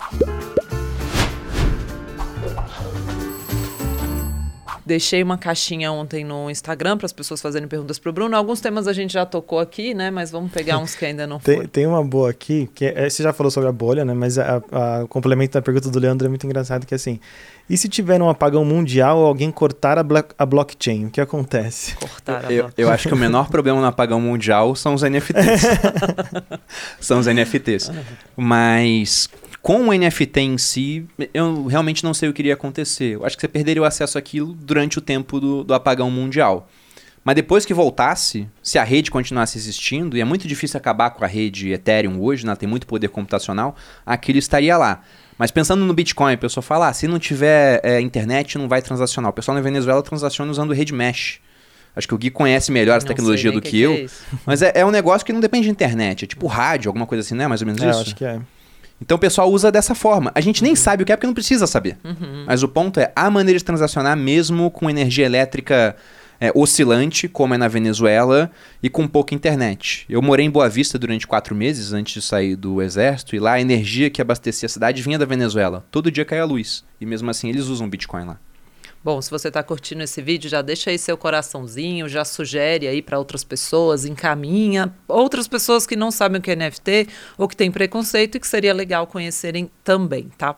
Deixei uma caixinha ontem no Instagram para as pessoas fazerem perguntas para o Bruno. Alguns temas a gente já tocou aqui, né? Mas vamos pegar uns que ainda não tem, foram. Tem uma boa aqui, que é, você já falou sobre a bolha, né? Mas a, a, o complemento da pergunta do Leandro é muito engraçado, que é assim, e se tiver um apagão mundial ou alguém cortar a, blo- a blockchain, o que acontece? Cortar a eu, blockchain. Eu acho que o menor problema no apagão mundial são os N F Ts. São os N F Ts. Mas com o N F T em si, eu realmente não sei o que iria acontecer. Eu acho que você perderia o acesso àquilo durante o tempo do, do apagão mundial. Mas depois que voltasse, se a rede continuasse existindo, e é muito difícil acabar com a rede Ethereum hoje, né, tem muito poder computacional, aquilo estaria lá. Mas pensando no Bitcoin, a pessoa fala, ah, se não tiver é, internet, não vai transacionar. O pessoal na Venezuela transaciona usando rede mesh. Acho que o Gui conhece melhor essa tecnologia do que, que eu. Que é mas é, é um negócio que não depende de internet. É tipo rádio, alguma coisa assim, né? Mais ou menos é, isso? Eu acho que é. Então o pessoal usa dessa forma. A gente nem uhum. sabe o que é porque não precisa saber. Uhum. Mas o ponto é a maneira de transacionar mesmo com energia elétrica é, oscilante, como é na Venezuela, e com pouca internet. Eu morei em Boa Vista durante quatro meses antes de sair do exército, e lá a energia que abastecia a cidade vinha da Venezuela. Todo dia caía a luz. E mesmo assim eles usam Bitcoin lá. Bom, se você está curtindo esse vídeo, já deixa aí seu coraçãozinho, já sugere aí para outras pessoas, encaminha outras pessoas que não sabem o que é N F T ou que têm preconceito e que seria legal conhecerem também, tá?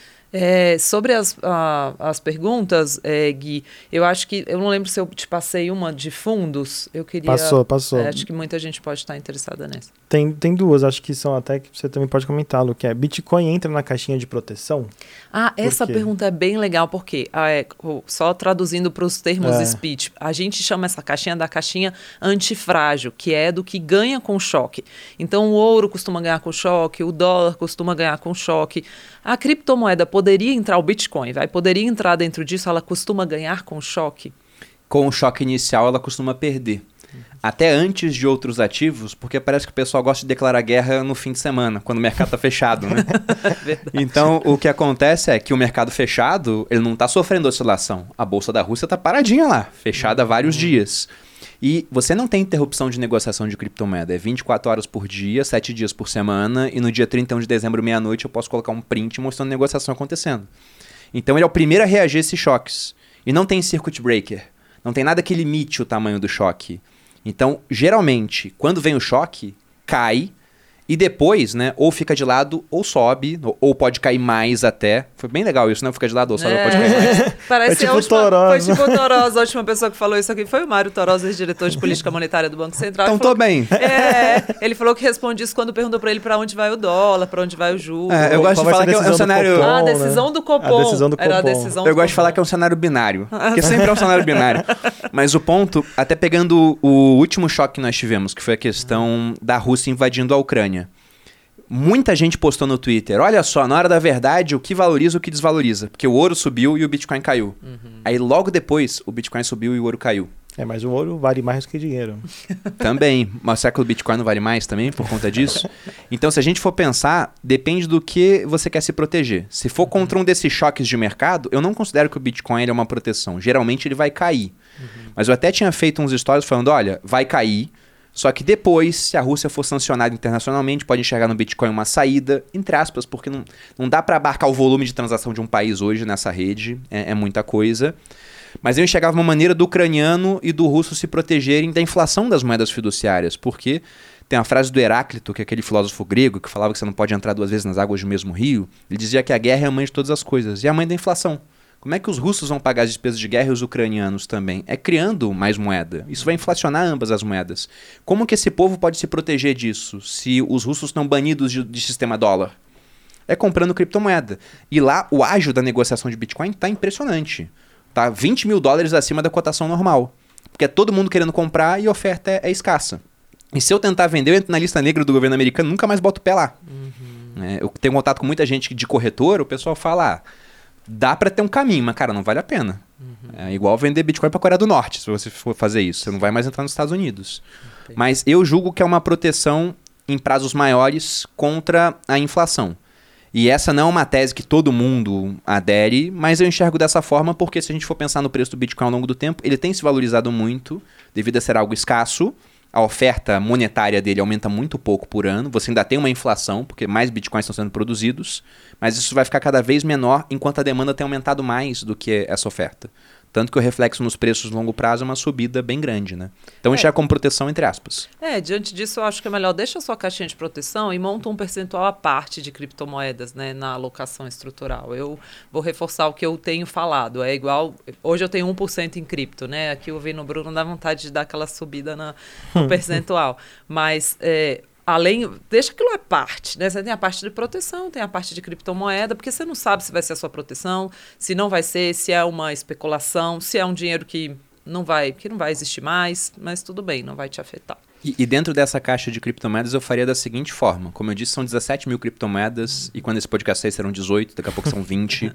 É, sobre as, a, as perguntas, é, Gui, eu acho que, eu não lembro se eu te passei uma de fundos, eu queria... Passou, passou. É, acho que muita gente pode estar interessada nessa. Tem, tem duas, acho que são até que você também pode comentá-lo, que é Bitcoin entra na caixinha de proteção? Ah, essa pergunta é bem legal, porque ah, é, só traduzindo para os termos É. speech, a gente chama essa caixinha da caixinha antifrágil, que é do que ganha com choque. Então, o ouro costuma ganhar com choque, o dólar costuma ganhar com choque. A criptomoeda poderia entrar, o Bitcoin, vai, poderia entrar dentro disso, ela costuma ganhar com choque? Com o choque inicial, ela costuma perder. Até antes de outros ativos, porque parece que o pessoal gosta de declarar guerra no fim de semana, quando o mercado está fechado, né? Então, o que acontece é que o mercado fechado, ele não está sofrendo oscilação. A Bolsa da Rússia está paradinha lá, fechada há vários dias. E você não tem interrupção de negociação de criptomoeda. É vinte e quatro horas por dia, sete dias por semana, e no dia trinta e um de dezembro, meia-noite, eu posso colocar um print mostrando a negociação acontecendo. Então, ele é o primeiro a reagir a esses choques. E não tem circuit breaker. Não tem nada que limite o tamanho do choque. Então, geralmente, quando vem o choque, cai e depois, né, ou fica de lado ou sobe, ou pode cair mais até. Foi bem legal isso, né? Fica de lado ou sobe, É. ou pode cair mais. Parece É tipo a última, Torosa. Foi tipo o Torosa, a última pessoa que falou isso aqui foi o Mário Torosa, ex-diretor de política monetária do Banco Central. Então, Ele falou tô bem. que- É, ele falou que responde isso quando perguntou pra ele pra onde vai o dólar, pra onde vai o juro. É, eu gosto de Qual vai falar ser que a é um decisão do cenário... Copom? Ah, a né? decisão do Copom. A decisão do Era a Copom. decisão Eu do gosto de falar Copom. que é um cenário binário, porque sempre é um cenário binário. Mas o ponto, até pegando o último choque que nós tivemos, que foi a questão da Rússia invadindo a Ucrânia. Muita gente postou no Twitter, olha só, na hora da verdade, o que valoriza e o que desvaloriza. Porque o ouro subiu e o Bitcoin caiu. Uhum. Aí logo depois, o Bitcoin subiu e o ouro caiu. É, mas o ouro vale mais que dinheiro. Também. Mas será que o Bitcoin não vale mais também por conta disso? Então, se a gente for pensar, depende do que você quer se proteger. Se for contra um desses choques de mercado, eu não considero que o Bitcoin ele é uma proteção. Geralmente ele vai cair. Uhum. Mas eu até tinha feito uns stories falando, olha, vai cair, só que depois, se a Rússia for sancionada internacionalmente, pode enxergar no Bitcoin uma saída, entre aspas, porque não, não dá para abarcar o volume de transação de um país hoje nessa rede, é, é muita coisa. Mas eu enxergava uma maneira do ucraniano e do russo se protegerem da inflação das moedas fiduciárias, porque tem uma frase do Heráclito, que é aquele filósofo grego, que falava que você não pode entrar duas vezes nas águas do mesmo rio. Ele dizia que a guerra é a mãe de todas as coisas, e a mãe da inflação. Como é que os russos vão pagar as despesas de guerra e os ucranianos também? É criando mais moeda. Isso vai inflacionar ambas as moedas. Como que esse povo pode se proteger disso, se os russos estão banidos de, de sistema dólar? É comprando criptomoeda. E lá, o ágio da negociação de Bitcoin está impressionante. Tá vinte mil dólares acima da cotação normal. Porque é todo mundo querendo comprar e a oferta é, é escassa. E se eu tentar vender, eu entro na lista negra do governo americano, nunca mais boto o pé lá. Uhum. É, eu tenho contato com muita gente de corretora, o pessoal fala, ah, dá para ter um caminho, mas cara, não vale a pena. Uhum. É igual vender Bitcoin para a Coreia do Norte, se você for fazer isso. Você não vai mais entrar nos Estados Unidos. Entendi. Mas eu julgo que é uma proteção em prazos maiores contra a inflação. E essa não é uma tese que todo mundo adere, mas eu enxergo dessa forma porque se a gente for pensar no preço do Bitcoin ao longo do tempo, ele tem se valorizado muito devido a ser algo escasso. A oferta monetária dele aumenta muito pouco por ano. Você ainda tem uma inflação, porque mais bitcoins estão sendo produzidos, mas isso vai ficar cada vez menor enquanto a demanda tem aumentado mais do que essa oferta. Tanto que o reflexo nos preços no longo prazo é uma subida bem grande, né? Então, enxerga como proteção entre aspas. É, diante disso eu acho que é melhor deixa a sua caixinha de proteção e monta um percentual à parte de criptomoedas, né, na alocação estrutural. Eu vou reforçar o que eu tenho falado. É igual, hoje eu tenho um por cento em cripto, né? Aqui eu vi no Bruno, dá vontade de dar aquela subida na, no percentual. Mas... É, além, deixa aquilo à parte, né? Você tem a parte de proteção, tem a parte de criptomoeda, porque você não sabe se vai ser a sua proteção, se não vai ser, se é uma especulação, se é um dinheiro que não vai, que não vai existir mais, mas tudo bem, não vai te afetar. E, e dentro dessa caixa de criptomoedas eu faria da seguinte forma, como eu disse, são dezessete mil criptomoedas, e quando esse podcast sair serão dezoito, daqui a pouco são vinte.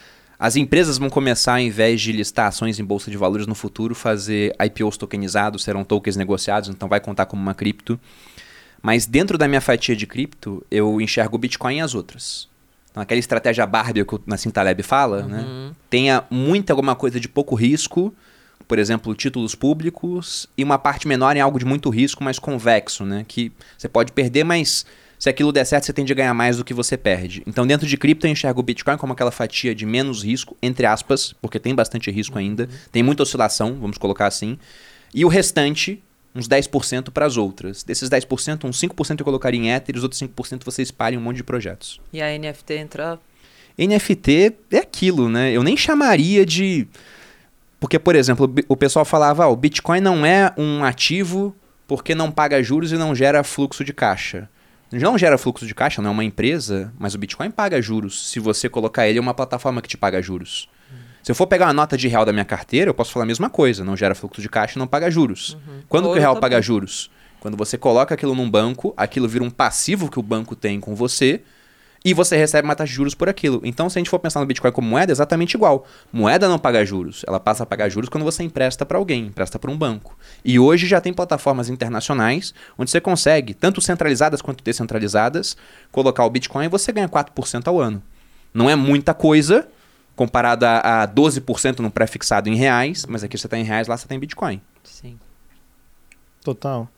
As empresas vão começar, ao invés de listar ações em bolsa de valores no futuro, fazer I P Os tokenizados, serão tokens negociados, então vai contar como uma cripto. Mas dentro da minha fatia de cripto, eu enxergo o Bitcoin e as outras. Então, aquela estratégia Barbie que o Nassim Taleb fala, uhum. né? Tenha muita alguma coisa de pouco risco, por exemplo, títulos públicos, e uma parte menor em algo de muito risco, mas convexo, né? Que você pode perder, mas Se aquilo der certo, você tende a ganhar mais do que você perde. Então, dentro de cripto, eu enxergo o Bitcoin como aquela fatia de menos risco, entre aspas, porque tem bastante risco ainda. Uhum. Tem muita oscilação, vamos colocar assim. E o restante, uns dez por cento para as outras. Desses dez por cento, uns cinco por cento eu colocaria em Ether, os outros cinco por cento você espalha em um monte de projetos. E a N F T entra... N F T é aquilo, né? Eu nem chamaria de... Porque, por exemplo, o pessoal falava, ah, o Bitcoin não é um ativo porque não paga juros e não gera fluxo de caixa. Não gera fluxo de caixa, não é uma empresa, mas o Bitcoin paga juros se você colocar ele em uma plataforma que te paga juros. Uhum. Se eu for pegar uma nota de real da minha carteira, eu posso falar a mesma coisa, não gera fluxo de caixa e não paga juros. Uhum. Quando que o real também paga juros? Quando você coloca aquilo num banco, aquilo vira um passivo que o banco tem com você, e você recebe uma taxa de juros por aquilo. Então, se a gente for pensar no Bitcoin como moeda, é exatamente igual. Moeda não paga juros. Ela passa a pagar juros quando você empresta para alguém, empresta para um banco. E hoje já tem plataformas internacionais onde você consegue, tanto centralizadas quanto descentralizadas, colocar o Bitcoin e você ganha quatro por cento ao ano. Não é muita coisa, comparado a, a doze por cento no pré-fixado em reais, mas aqui você está em reais, lá você está em Bitcoin. Sim. Total.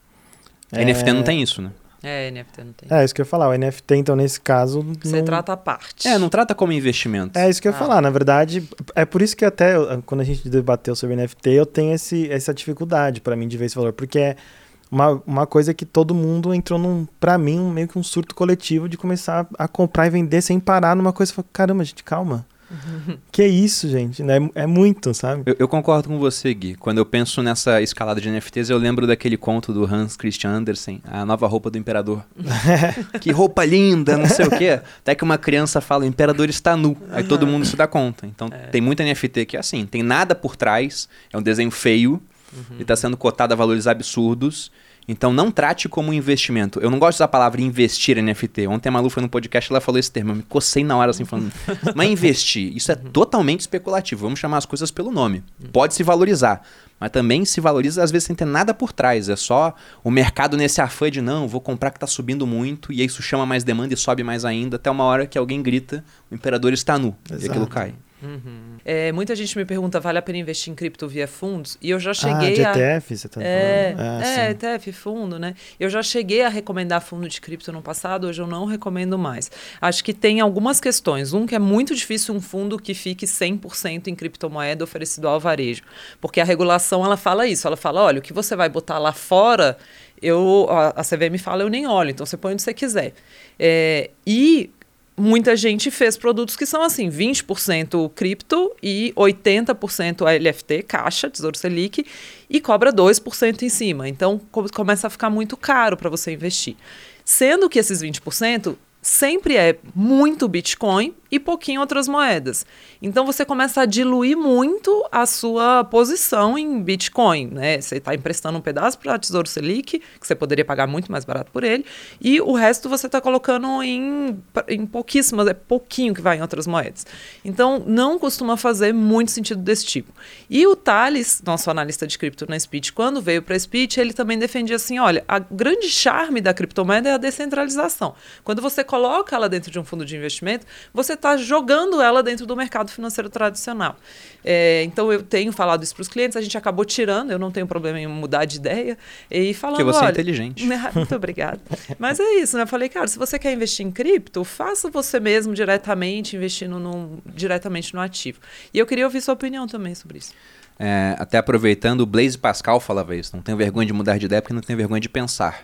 A N F T é... não tem isso, né? É, N F T não tem. É, isso que eu ia falar. O N F T, então, nesse caso... Você não... trata a parte. É, não trata como investimento. É isso que eu ia ah. falar. Na verdade, é por isso que até quando a gente debateu sobre N F T, eu tenho esse, essa dificuldade para mim de ver esse valor. Porque é uma, uma coisa que todo mundo entrou num, pra mim, um, meio que um surto coletivo de começar a comprar e vender sem parar numa coisa. Caramba, gente, calma. Que isso, gente, né? É muito, sabe? Eu, eu concordo com você, Gui. Quando eu penso nessa escalada de N F Ts, eu lembro daquele conto do Hans Christian Andersen, a nova roupa do imperador. Que roupa linda, não sei o quê. Até que uma criança fala, o imperador está nu. Aí todo mundo se dá conta. Então é. Tem muito N F T que é assim, tem nada por trás, é um desenho feio, uhum. E está sendo cotado a valores absurdos. Então não trate como um investimento. Eu não gosto de usar a palavra investir em N F T. Ontem a Malu foi no podcast e ela falou esse termo. Eu me cocei na hora assim falando, não é investir. Isso é totalmente especulativo. Vamos chamar as coisas pelo nome. Pode se valorizar. Mas também se valoriza às vezes sem ter nada por trás. É só o mercado nesse afã de não, vou comprar que está subindo muito. E isso chama mais demanda e sobe mais ainda. Até uma hora que alguém grita, o imperador está nu. Exato. E aquilo cai. Uhum. É, muita gente me pergunta, vale a pena investir em cripto via fundos? E eu já cheguei ah, de a... E T F, você tá é, falando? Ah, é, E T F, fundo, né? Eu já cheguei a recomendar fundo de cripto no passado, hoje eu não recomendo mais. Acho que tem algumas questões. Um, que é muito difícil um fundo que fique cem por cento em criptomoeda oferecido ao varejo. Porque a regulação, ela fala isso. Ela fala, olha, o que você vai botar lá fora, eu, a, a C V M fala, eu nem olho. Então, você põe onde você quiser. É, e... Muita gente fez produtos que são assim, vinte por cento cripto e oitenta por cento a L F T, caixa, Tesouro Selic, e cobra dois por cento em cima. Então, começa a ficar muito caro para você investir. Sendo que esses vinte por cento sempre é muito Bitcoin e pouquinho outras moedas. Então, você começa a diluir muito a sua posição em Bitcoin, né? Você está emprestando um pedaço para Tesouro Selic, que você poderia pagar muito mais barato por ele, e o resto você está colocando em, em pouquíssimas, é pouquinho que vai em outras moedas. Então, não costuma fazer muito sentido desse tipo. E o Thales, nosso analista de cripto na Speech, quando veio para a Speech, ele também defendia assim, olha, a grande charme da criptomoeda é a descentralização. Quando você coloca ela dentro de um fundo de investimento, você está jogando ela dentro do mercado financeiro tradicional. É, então, eu tenho falado isso para os clientes, a gente acabou tirando, eu não tenho problema em mudar de ideia, e falando, porque você olha, é inteligente. Muito obrigada. Mas é isso, né? Eu falei, cara, se você quer investir em cripto, faça você mesmo diretamente, investindo no, diretamente no ativo. E eu queria ouvir sua opinião também sobre isso. É, até aproveitando, o Blaise Pascal falava isso, não tenho vergonha de mudar de ideia porque não tenho vergonha de pensar.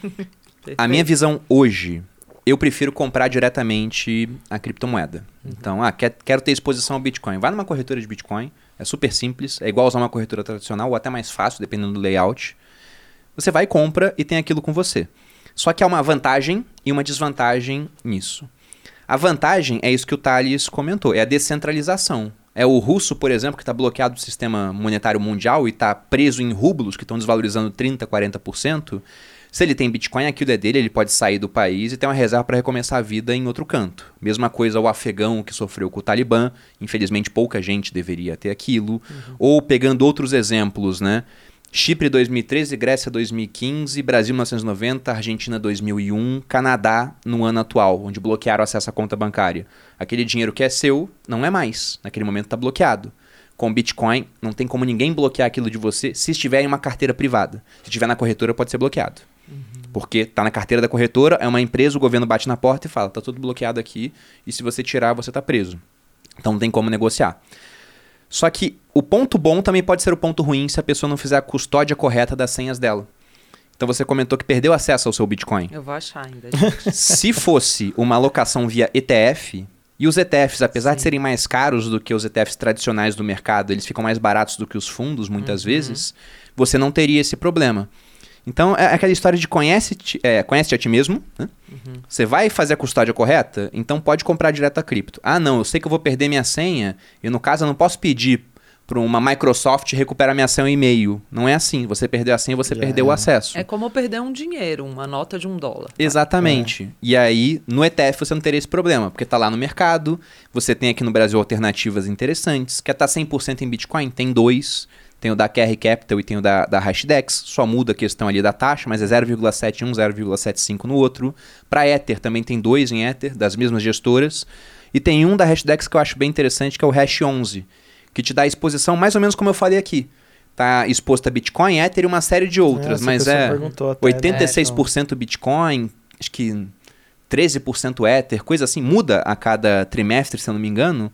A minha visão hoje... Eu prefiro comprar diretamente a criptomoeda. Uhum. Então, ah, quer, quero ter exposição ao Bitcoin. Vai numa corretora de Bitcoin, é super simples, é igual usar uma corretora tradicional, ou até mais fácil, dependendo do layout. Você vai e compra e tem aquilo com você. Só que há uma vantagem e uma desvantagem nisso. A vantagem é isso que o Thales comentou, é a descentralização. É o russo, por exemplo, que está bloqueado do sistema monetário mundial e está preso em rublos, que estão desvalorizando trinta por cento, quarenta por cento. Se ele tem Bitcoin, aquilo é dele, ele pode sair do país e ter uma reserva para recomeçar a vida em outro canto. Mesma coisa o afegão que sofreu com o Talibã, infelizmente pouca gente deveria ter aquilo. Uhum. Ou pegando outros exemplos, né? Chipre dois mil e treze, Grécia dois mil e quinze, Brasil mil novecentos e noventa, Argentina dois mil e um, Canadá no ano atual, onde bloquearam o acesso à conta bancária. Aquele dinheiro que é seu não é mais, naquele momento está bloqueado. Com Bitcoin, não tem como ninguém bloquear aquilo de você se estiver em uma carteira privada. Se estiver na corretora, pode ser bloqueado. Uhum. Porque tá na carteira da corretora, é uma empresa, o governo bate na porta e fala, tá tudo bloqueado aqui, e se você tirar, você tá preso. Então não tem como negociar. Só que o ponto bom também pode ser o ponto ruim se a pessoa não fizer a custódia correta das senhas dela. Então você comentou que perdeu acesso ao seu Bitcoin. Eu vou achar ainda, gente. Se fosse uma alocação via E T F, e os E T Fs, apesar Sim. de serem mais caros do que os E T Fs tradicionais do mercado, eles ficam mais baratos do que os fundos, muitas uhum. vezes, você não teria esse problema. Então, é aquela história de conhece-te é, conhece a ti mesmo, né? Uhum. Você vai fazer a custódia correta, então pode comprar direto a cripto. Ah, não, eu sei que eu vou perder minha senha, e no caso eu não posso pedir para uma Microsoft recuperar minha senha e e-mail. Não é assim, você perdeu a senha, você yeah. perdeu o acesso. É como perder um dinheiro, uma nota de um dólar. Exatamente. É. E aí, no E T F você não teria esse problema, porque tá lá no mercado, você tem aqui no Brasil alternativas interessantes, quer estar cem por cento em Bitcoin? Tem dois. Tem o da Q R Capital e tem o da, da Hashdex, só muda a questão ali da taxa, mas é zero vírgula setenta e um, zero vírgula setenta e cinco no outro. Para Ether também tem dois em Ether, das mesmas gestoras. E tem um da Hashdex que eu acho bem interessante, que é o Hash onze, que te dá a exposição mais ou menos como eu falei aqui. Tá exposto a Bitcoin, Ether e uma série de outras, é, mas é oitenta e seis por cento Bitcoin, acho que treze por cento Ether, coisa assim, muda a cada trimestre, se eu não me engano,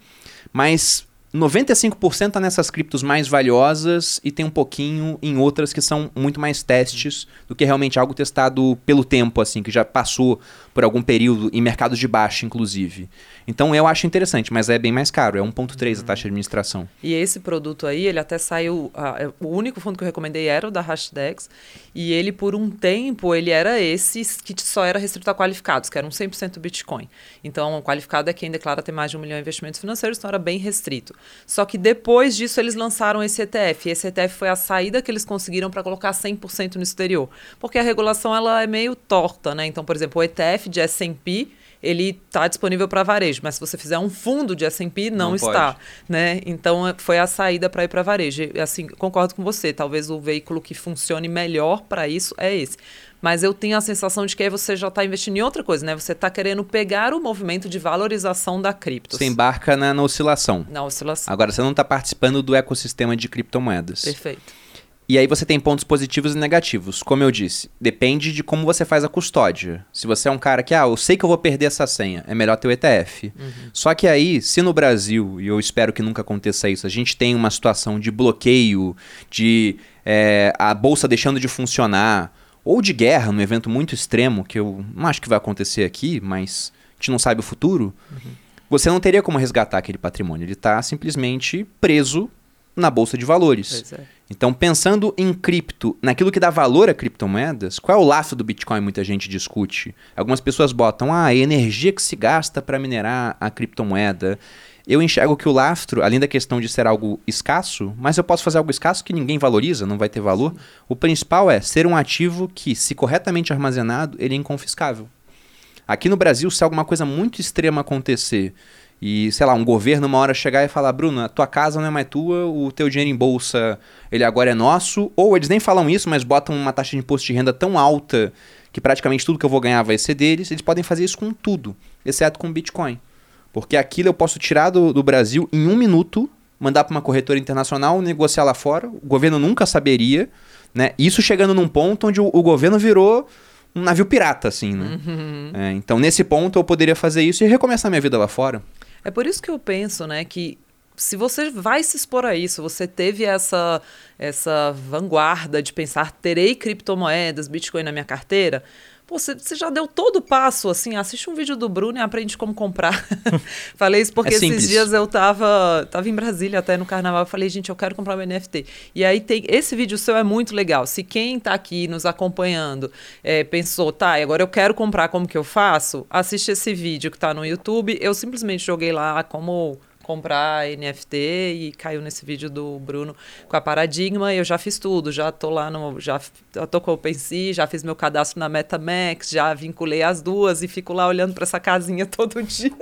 mas noventa e cinco por cento tá nessas criptos mais valiosas e tem um pouquinho em outras que são muito mais testes do que realmente algo testado pelo tempo, assim, que já passou por algum período em mercados de baixa, inclusive. Então eu acho interessante, mas é bem mais caro, é um vírgula três uhum. a taxa de administração. E esse produto aí, ele até saiu, uh, o único fundo que eu recomendei era o da Hashdex, e ele por um tempo, ele era esse que só era restrito a qualificados, que eram cem por cento Bitcoin. Então, o qualificado é quem declara ter mais de um milhão em investimentos financeiros, então era bem restrito. Só que depois disso eles lançaram esse E T F. E esse E T F foi a saída que eles conseguiram para colocar cem por cento no exterior. Porque a regulação ela é meio torta, né? Então, por exemplo, o E T F de S and P, ele está disponível para varejo, mas se você fizer um fundo de S and P, não, não está. Né? Então, foi a saída para ir para varejo. E, assim, concordo com você, talvez o veículo que funcione melhor para isso é esse. Mas eu tenho a sensação de que aí você já está investindo em outra coisa, né? Você está querendo pegar o movimento de valorização da cripto. Você embarca na, na oscilação. Na oscilação. Agora, você não está participando do ecossistema de criptomoedas. Perfeito. E aí você tem pontos positivos e negativos. Como eu disse, depende de como você faz a custódia. Se você é um cara que, ah, eu sei que eu vou perder essa senha, é melhor ter o E T F. Uhum. Só que aí, se no Brasil, e eu espero que nunca aconteça isso, a gente tem uma situação de bloqueio, de é, a bolsa deixando de funcionar, ou de guerra, num evento muito extremo, que eu não acho que vai acontecer aqui, mas a gente não sabe o futuro, uhum. você não teria como resgatar aquele patrimônio. Ele está simplesmente preso na bolsa de valores. É. Então, pensando em cripto, naquilo que dá valor a criptomoedas, qual é o lastro do Bitcoin? Muita gente discute. Algumas pessoas botam, ah, a energia que se gasta para minerar a criptomoeda. Eu enxergo que o lastro, além da questão de ser algo escasso, mas eu posso fazer algo escasso que ninguém valoriza, não vai ter valor. O principal é ser um ativo que, se corretamente armazenado, ele é inconfiscável. Aqui no Brasil, se alguma coisa muito extrema acontecer e, sei lá, um governo uma hora chegar e falar, Bruno, a tua casa não é mais tua, o teu dinheiro em bolsa, ele agora é nosso, ou eles nem falam isso, mas botam uma taxa de imposto de renda tão alta que praticamente tudo que eu vou ganhar vai ser deles, eles podem fazer isso com tudo, exceto com Bitcoin. Porque aquilo eu posso tirar do, do Brasil em um minuto, mandar para uma corretora internacional, negociar lá fora, o governo nunca saberia, né? Isso chegando num ponto onde o, o governo virou um navio pirata, assim, né? Uhum. É, então, nesse ponto, eu poderia fazer isso e recomeçar minha vida lá fora. É por isso que eu penso, né, que se você vai se expor a isso, você teve essa, essa vanguarda de pensar, terei criptomoedas, Bitcoin na minha carteira, pô, você, você já deu todo o passo, assim, assiste um vídeo do Bruno e aprende como comprar. Falei isso porque é esses dias eu tava, tava em Brasília até no carnaval, eu falei, gente, eu quero comprar um N F T. E aí tem, esse vídeo seu é muito legal. Se quem tá aqui nos acompanhando é, pensou, tá, agora eu quero comprar, como que eu faço? Assiste esse vídeo que tá no YouTube. Eu simplesmente joguei lá como comprar N F T e caiu nesse vídeo do Bruno com a Paradigma. Eu já fiz tudo, já tô lá no, já tô com o OpenSea, já fiz meu cadastro na MetaMask, já vinculei as duas e fico lá olhando para essa casinha todo dia.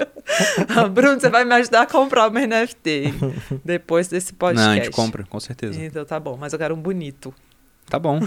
Bruno, você vai me ajudar a comprar o N F T depois desse podcast. Não, a gente compra, com certeza. Então tá bom, mas eu quero um bonito. Tá bom.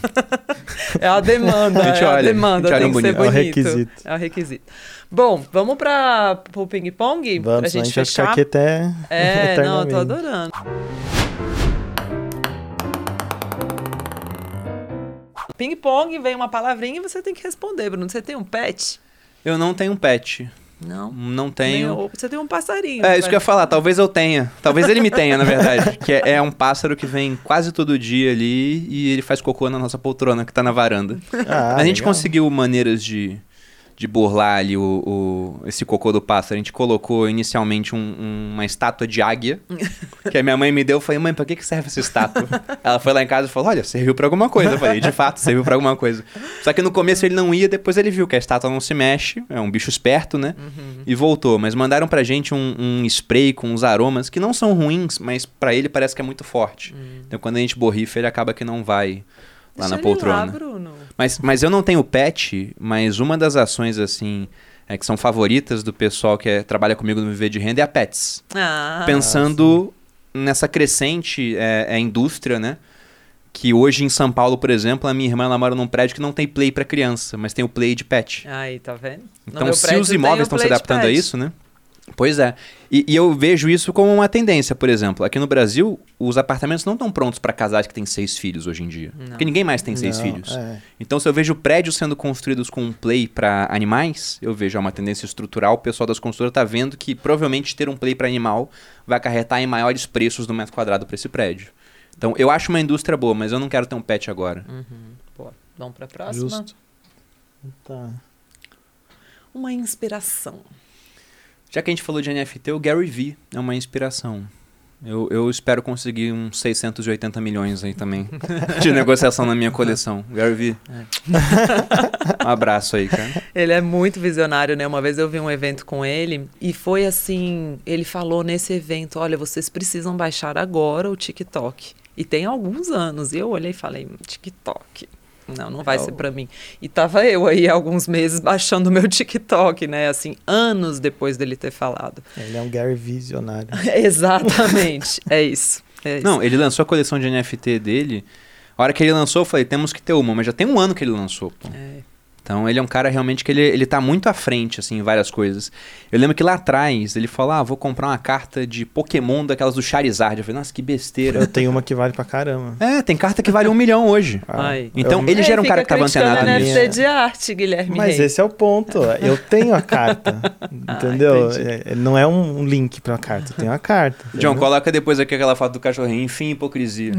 É a demanda, a é a olha, demanda, a tem que bonito. ser bonito. É o requisito. É o requisito. Bom, vamos para o ping-pong? Vamos, pra gente, a gente fechar? vai ficar aqui até É, não, eu tô adorando. ping-pong, vem uma palavrinha e você tem que responder, Bruno. Você tem um pet? Eu não tenho um pet. Não? Não tenho. Nem, você tem um passarinho. É, isso que eu ia falar. Talvez eu tenha. Talvez ele me tenha, na verdade. Que é, é um pássaro que vem quase todo dia ali e ele faz cocô na nossa poltrona que tá na varanda. Ah, a gente legal. conseguiu maneiras de, de burlar ali o, o, esse cocô do pássaro. A gente colocou inicialmente um, um, uma estátua de águia, que a minha mãe me deu. Eu falei, mãe, pra que que serve essa estátua? Ela foi lá em casa e falou, olha, serviu pra alguma coisa. Eu falei, de fato, serviu pra alguma coisa. Só que no começo ele não ia, depois ele viu que a estátua não se mexe, é um bicho esperto, né? Uhum. E voltou. Mas mandaram pra gente um, um spray com uns aromas que não são ruins, mas pra ele parece que é muito forte. Uhum. Então quando a gente borrifa, ele acaba que não vai lá Deixa na poltrona. Lá, Bruno. Mas, mas eu não tenho pet, mas uma das ações, assim, é, que são favoritas do pessoal que é, trabalha comigo no Viver de Renda é a Pets. Ah, Pensando nessa crescente é, é, indústria, né? Que hoje em São Paulo, por exemplo, a minha irmã ela mora num prédio que não tem play para criança, mas tem o play de pet. Aí, tá vendo? Então, se os imóveis estão se adaptando a isso, né? Pois é. E, e eu vejo isso como uma tendência, por exemplo. Aqui no Brasil, os apartamentos não estão prontos para casais que têm seis filhos hoje em dia. Não. Porque ninguém mais tem seis Não, filhos. É. Então, se eu vejo prédios sendo construídos com um play para animais, eu vejo uma tendência estrutural. O pessoal das construtoras está vendo que provavelmente ter um play para animal vai acarretar em maiores preços do metro quadrado para esse prédio. Então, eu acho uma indústria boa, mas eu não quero ter um pet agora. Uhum. Pô, vamos para a próxima? Justo. Tá. Uma inspiração. Já que a gente falou de N F T, o Gary Vee é uma inspiração. Eu, eu espero conseguir uns seiscentos e oitenta milhões aí também de negociação na minha coleção. Gary Vee. É. Um abraço aí, cara. Ele é muito visionário, né? Uma vez eu vi um evento com ele e foi assim, ele falou nesse evento, olha, vocês precisam baixar agora o TikTok. E tem alguns anos. E eu olhei e falei, TikTok... Não, não vai oh. ser pra mim. E tava eu aí há alguns meses baixando o meu TikTok, né? Assim, anos depois dele ter falado. Ele é um Gary visionário. Exatamente, é isso, é isso. Não, ele lançou a coleção de N F T dele. A hora que ele lançou, eu falei, temos que ter uma. Mas já tem um ano que ele lançou, pô. É. Então, ele é um cara realmente que ele, ele tá muito à frente, assim, em várias coisas. Eu lembro que lá atrás, ele falou, ah, vou comprar uma carta de Pokémon daquelas do Charizard. Eu falei, nossa, que besteira. Eu tenho uma que vale pra caramba. É, tem carta que vale um milhão hoje. Ai. Então, eu... ele já era um é, cara que tava antenado nisso. nisso. N F T de arte, Guilherme Mas Rey. esse é o ponto. Eu tenho a carta, entendeu? Ah, é, não é um link pra carta, eu tenho a carta. John, entendeu? Coloca depois aqui aquela foto do cachorrinho. Enfim, hipocrisia.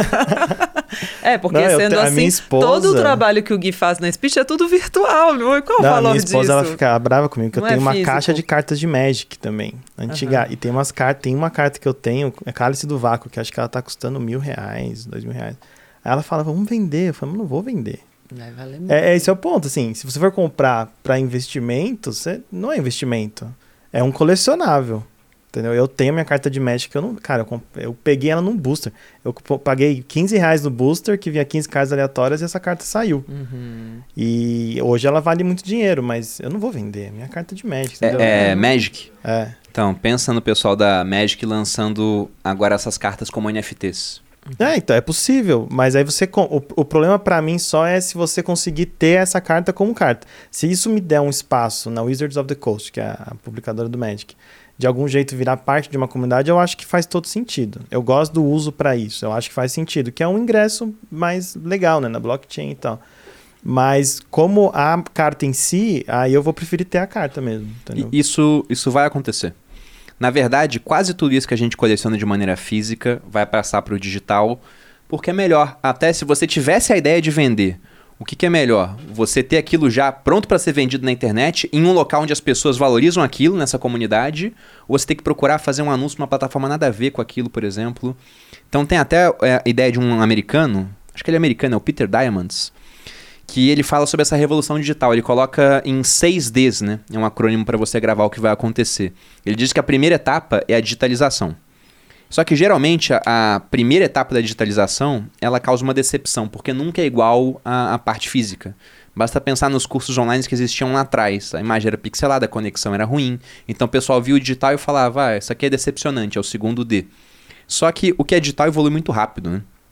É, porque não, sendo te... assim, esposa... todo o trabalho que o Gui faz na speech é tudo virtual, não é? Qual o não, valor minha esposa, disso? ela fica brava comigo, porque não eu tenho é uma físico. caixa de cartas de Magic também, antiga. Uhum. E tem umas cartas, tem uma carta que eu tenho, é Cálice do Vácuo, que acho que ela tá custando mil reais, dois mil reais. Aí ela fala, vamos vender. Eu falo, não vou vender. Vai valer muito. É, esse é o ponto, assim, se você for comprar para investimento, você, não é investimento, é um colecionável. Entendeu? Eu tenho minha carta de Magic, eu não. Cara, eu, comp... eu peguei ela num booster. Eu paguei quinze reais no booster, que vinha quinze cartas aleatórias e essa carta saiu. Uhum. E hoje ela vale muito dinheiro, mas eu não vou vender. Minha carta de Magic. Entendeu? É, é Magic? É. Então, pensa no pessoal da Magic lançando agora essas cartas como N F Ts. É, então é possível, mas aí você. O, o problema pra mim só é se você conseguir ter essa carta como carta. Se isso me der um espaço na Wizards of the Coast, que é a publicadora do Magic, de algum jeito virar parte de uma comunidade, eu acho que faz todo sentido. Eu gosto do uso para isso, eu acho que faz sentido, que é um ingresso mais legal, né, na blockchain e tal. Mas como a carta em si, aí eu vou preferir ter a carta mesmo, entendeu? E isso, isso vai acontecer. Na verdade, quase tudo isso que a gente coleciona de maneira física vai passar para o digital, porque é melhor. Até se você tivesse a ideia de vender, o que, que é melhor? Você ter aquilo já pronto para ser vendido na internet, em um local onde as pessoas valorizam aquilo, nessa comunidade, ou você tem que procurar fazer um anúncio numa plataforma nada a ver com aquilo, por exemplo. Então tem até é, a ideia de um americano, acho que ele é americano, é o Peter Diamandis, que ele fala sobre essa revolução digital. Ele coloca em seis Ds, né? É um acrônimo para você gravar o que vai acontecer. Ele diz que a primeira etapa é a digitalização. Só que, geralmente, a, a primeira etapa da digitalização, ela causa uma decepção, porque nunca é igual à, à parte física. Basta pensar nos cursos online que existiam lá atrás. A imagem era pixelada, a conexão era ruim. Então, o pessoal viu o digital e falava, ah, isso aqui é decepcionante, é o segundo D. Só que o que é digital evolui muito rápido, né?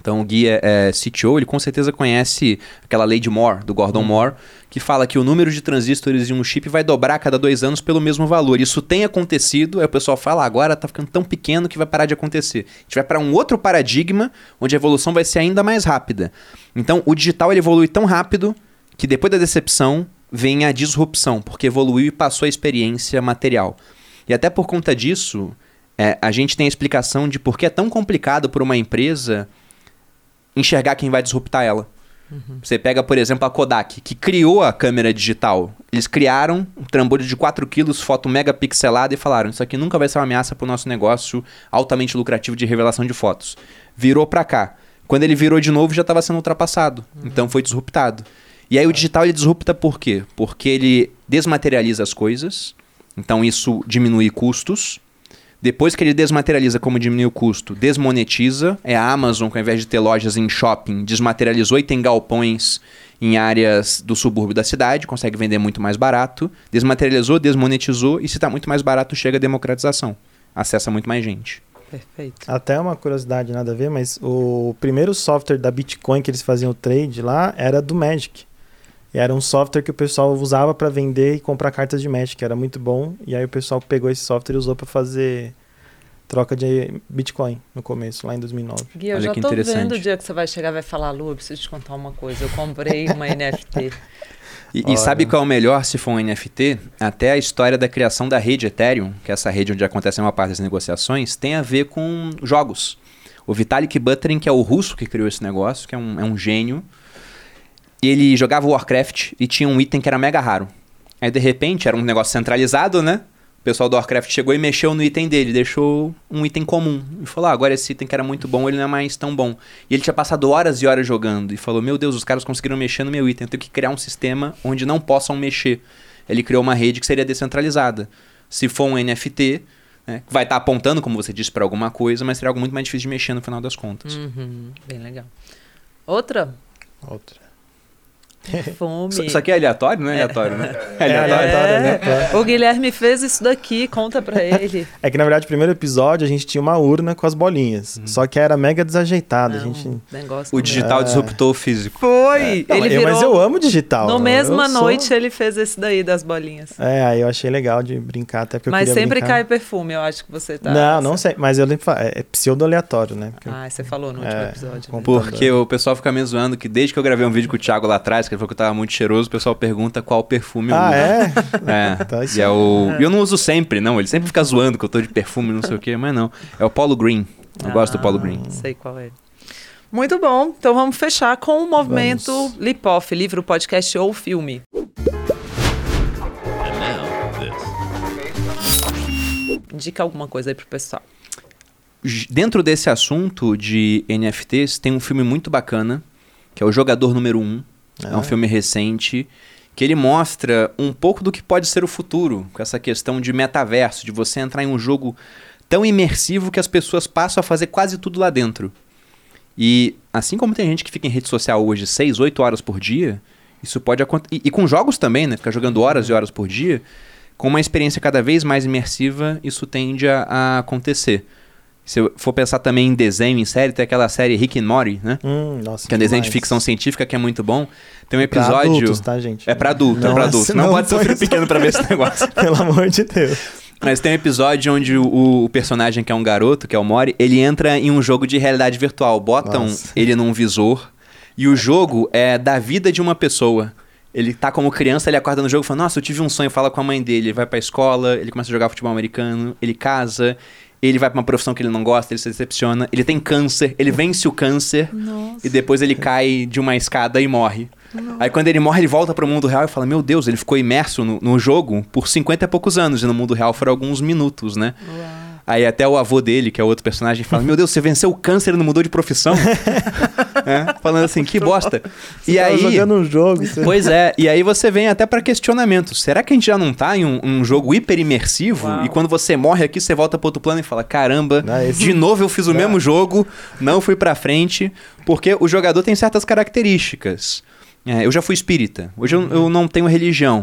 Então o Gui é, é C T O, ele com certeza conhece aquela lei de Moore, do Gordon hum. Moore, que fala que o número de transistores em um chip vai dobrar a cada dois anos pelo mesmo valor. Isso tem acontecido, aí o pessoal fala, ah, agora tá ficando tão pequeno que vai parar de acontecer. A gente vai para um outro paradigma, onde a evolução vai ser ainda mais rápida. Então o digital ele evolui tão rápido que depois da decepção vem a disrupção, porque evoluiu e passou a experiência material. E até por conta disso, é, a gente tem a explicação de por que é tão complicado para uma empresa enxergar quem vai disruptar ela. Uhum. Você pega, por exemplo, a Kodak, que criou a câmera digital. Eles criaram um trambolho de quatro quilos, foto megapixelada e falaram, isso aqui nunca vai ser uma ameaça para o nosso negócio altamente lucrativo de revelação de fotos. Virou para cá. Quando ele virou de novo, já estava sendo ultrapassado. Uhum. Então foi disruptado. E aí o digital ele disrupta por quê? Porque ele desmaterializa as coisas, então isso diminui custos. Depois que ele desmaterializa como diminui o custo, desmonetiza. É a Amazon que ao invés de ter lojas em shopping, desmaterializou e tem galpões em áreas do subúrbio da cidade, consegue vender muito mais barato. Desmaterializou, desmonetizou e se está muito mais barato chega a democratização. Acessa muito mais gente. Perfeito. Até uma curiosidade, nada a ver, mas o primeiro software da Bitcoin que eles faziam o trade lá era do Magic. E era um software que o pessoal usava para vender e comprar cartas de Magic, que era muito bom. E aí o pessoal pegou esse software e usou para fazer troca de Bitcoin no começo, lá em dois mil e nove. Gui, eu Olha já tô vendo o dia que você vai chegar e vai falar, Lu, eu preciso te contar uma coisa. Eu comprei uma N F T. E, e sabe qual é o melhor se for um N F T? Até a história da criação da rede Ethereum, que é essa rede onde acontece uma parte das negociações, tem a ver com jogos. O Vitalik Buterin, que é o russo que criou esse negócio, que é um, é um gênio, ele jogava Warcraft e tinha um item que era mega raro. Aí, de repente, era um negócio centralizado, né? O pessoal do Warcraft chegou e mexeu no item dele, deixou um item comum. E falou, ah, agora esse item que era muito bom, ele não é mais tão bom. E ele tinha passado horas e horas jogando. E falou, meu Deus, os caras conseguiram mexer no meu item. Eu tenho que criar um sistema onde não possam mexer. Ele criou uma rede que seria descentralizada. Se for um N F T, né, vai estar apontando, como você disse, para alguma coisa, mas seria algo muito mais difícil de mexer no final das contas. Uhum, bem legal. Outra? Outra. Fome. Isso, isso aqui é aleatório, não é aleatório, né? É aleatório, é aleatório. O Guilherme fez isso daqui, conta pra ele. É que, na verdade, no primeiro episódio, a gente tinha uma urna com as bolinhas. Hum. Só que era mega desajeitado. Não, a gente... O digital é... disruptou o físico. Foi! É. Não, ele virou... Mas eu amo digital. No mesma sou... noite, ele fez esse daí das bolinhas. É, aí eu achei legal de brincar, até porque eu Mas queria sempre brincar. cai perfume, eu acho que você tá... Não, não sei. Mas eu lembro, é pseudo-aleatório, né? Porque ah, você falou no último é, episódio. Né? Porque o pessoal fica me zoando que desde que eu gravei um vídeo com o Thiago lá atrás, que ele falou que eu tava muito cheiroso, o pessoal pergunta qual perfume eu ah, uso. Ah, é? É. Tá, e é o... é. eu não uso sempre, não. Ele sempre fica zoando que eu tô de perfume, não sei o quê, mas não. É o Polo Green. Eu ah, gosto do Polo Green. Sei qual é. Muito bom. Então vamos fechar com o movimento vamos. Lipoff, livro, podcast ou filme. Indica alguma coisa aí pro pessoal. Dentro desse assunto de N F Ts, tem um filme muito bacana, que é o Jogador Número um. É um filme recente que ele mostra um pouco do que pode ser o futuro, com essa questão de metaverso, de você entrar em um jogo tão imersivo que as pessoas passam a fazer quase tudo lá dentro. E assim como tem gente que fica em rede social hoje seis, oito horas por dia, isso pode acontecer. E, e com jogos também, né? Ficar jogando horas e horas por dia, com uma experiência cada vez mais imersiva, isso tende a, a acontecer. Se eu for pensar também em desenho, em série, tem aquela série Rick and Morty, né? Hum, nossa, que é um desenho de ficção científica que é muito bom. Tem um episódio... Pra adultos, tá, gente? É pra adulto, não, é pra adulto. Não, não pode ser filho pequeno pra ver esse negócio. Pelo amor de Deus. Mas tem um episódio onde o, o personagem, que é um garoto, que é o Mori, ele entra em um jogo de realidade virtual. Botam nossa. ele num visor e o jogo é da vida de uma pessoa. Ele tá como criança, ele acorda no jogo e fala, nossa, eu tive um sonho, fala com a mãe dele. Ele vai pra escola, ele começa a jogar futebol americano, ele casa... Ele vai pra uma profissão que ele não gosta, ele se decepciona. Ele tem câncer, ele vence o câncer. Nossa. E depois ele cai de uma escada e morre. Nossa. Aí quando ele morre, ele volta pro mundo real e fala, meu Deus, ele ficou imerso no, no jogo por cinquenta e poucos anos. E no mundo real foram alguns minutos, né? Uau. Aí até o avô dele, que é outro personagem, fala, meu Deus, você venceu o câncer e não mudou de profissão? É, falando assim, que bosta. Você e aí, jogando um jogo. Você... Pois é, e aí você vem até para questionamento. Será que a gente já não tá em um, um jogo hiper imersivo? Uau. E quando você morre aqui, você volta pro outro plano e fala, caramba, não, esse... de novo eu fiz o não. mesmo jogo, não fui pra frente, porque o jogador tem certas características. É, eu já fui espírita, hoje eu, eu não tenho religião.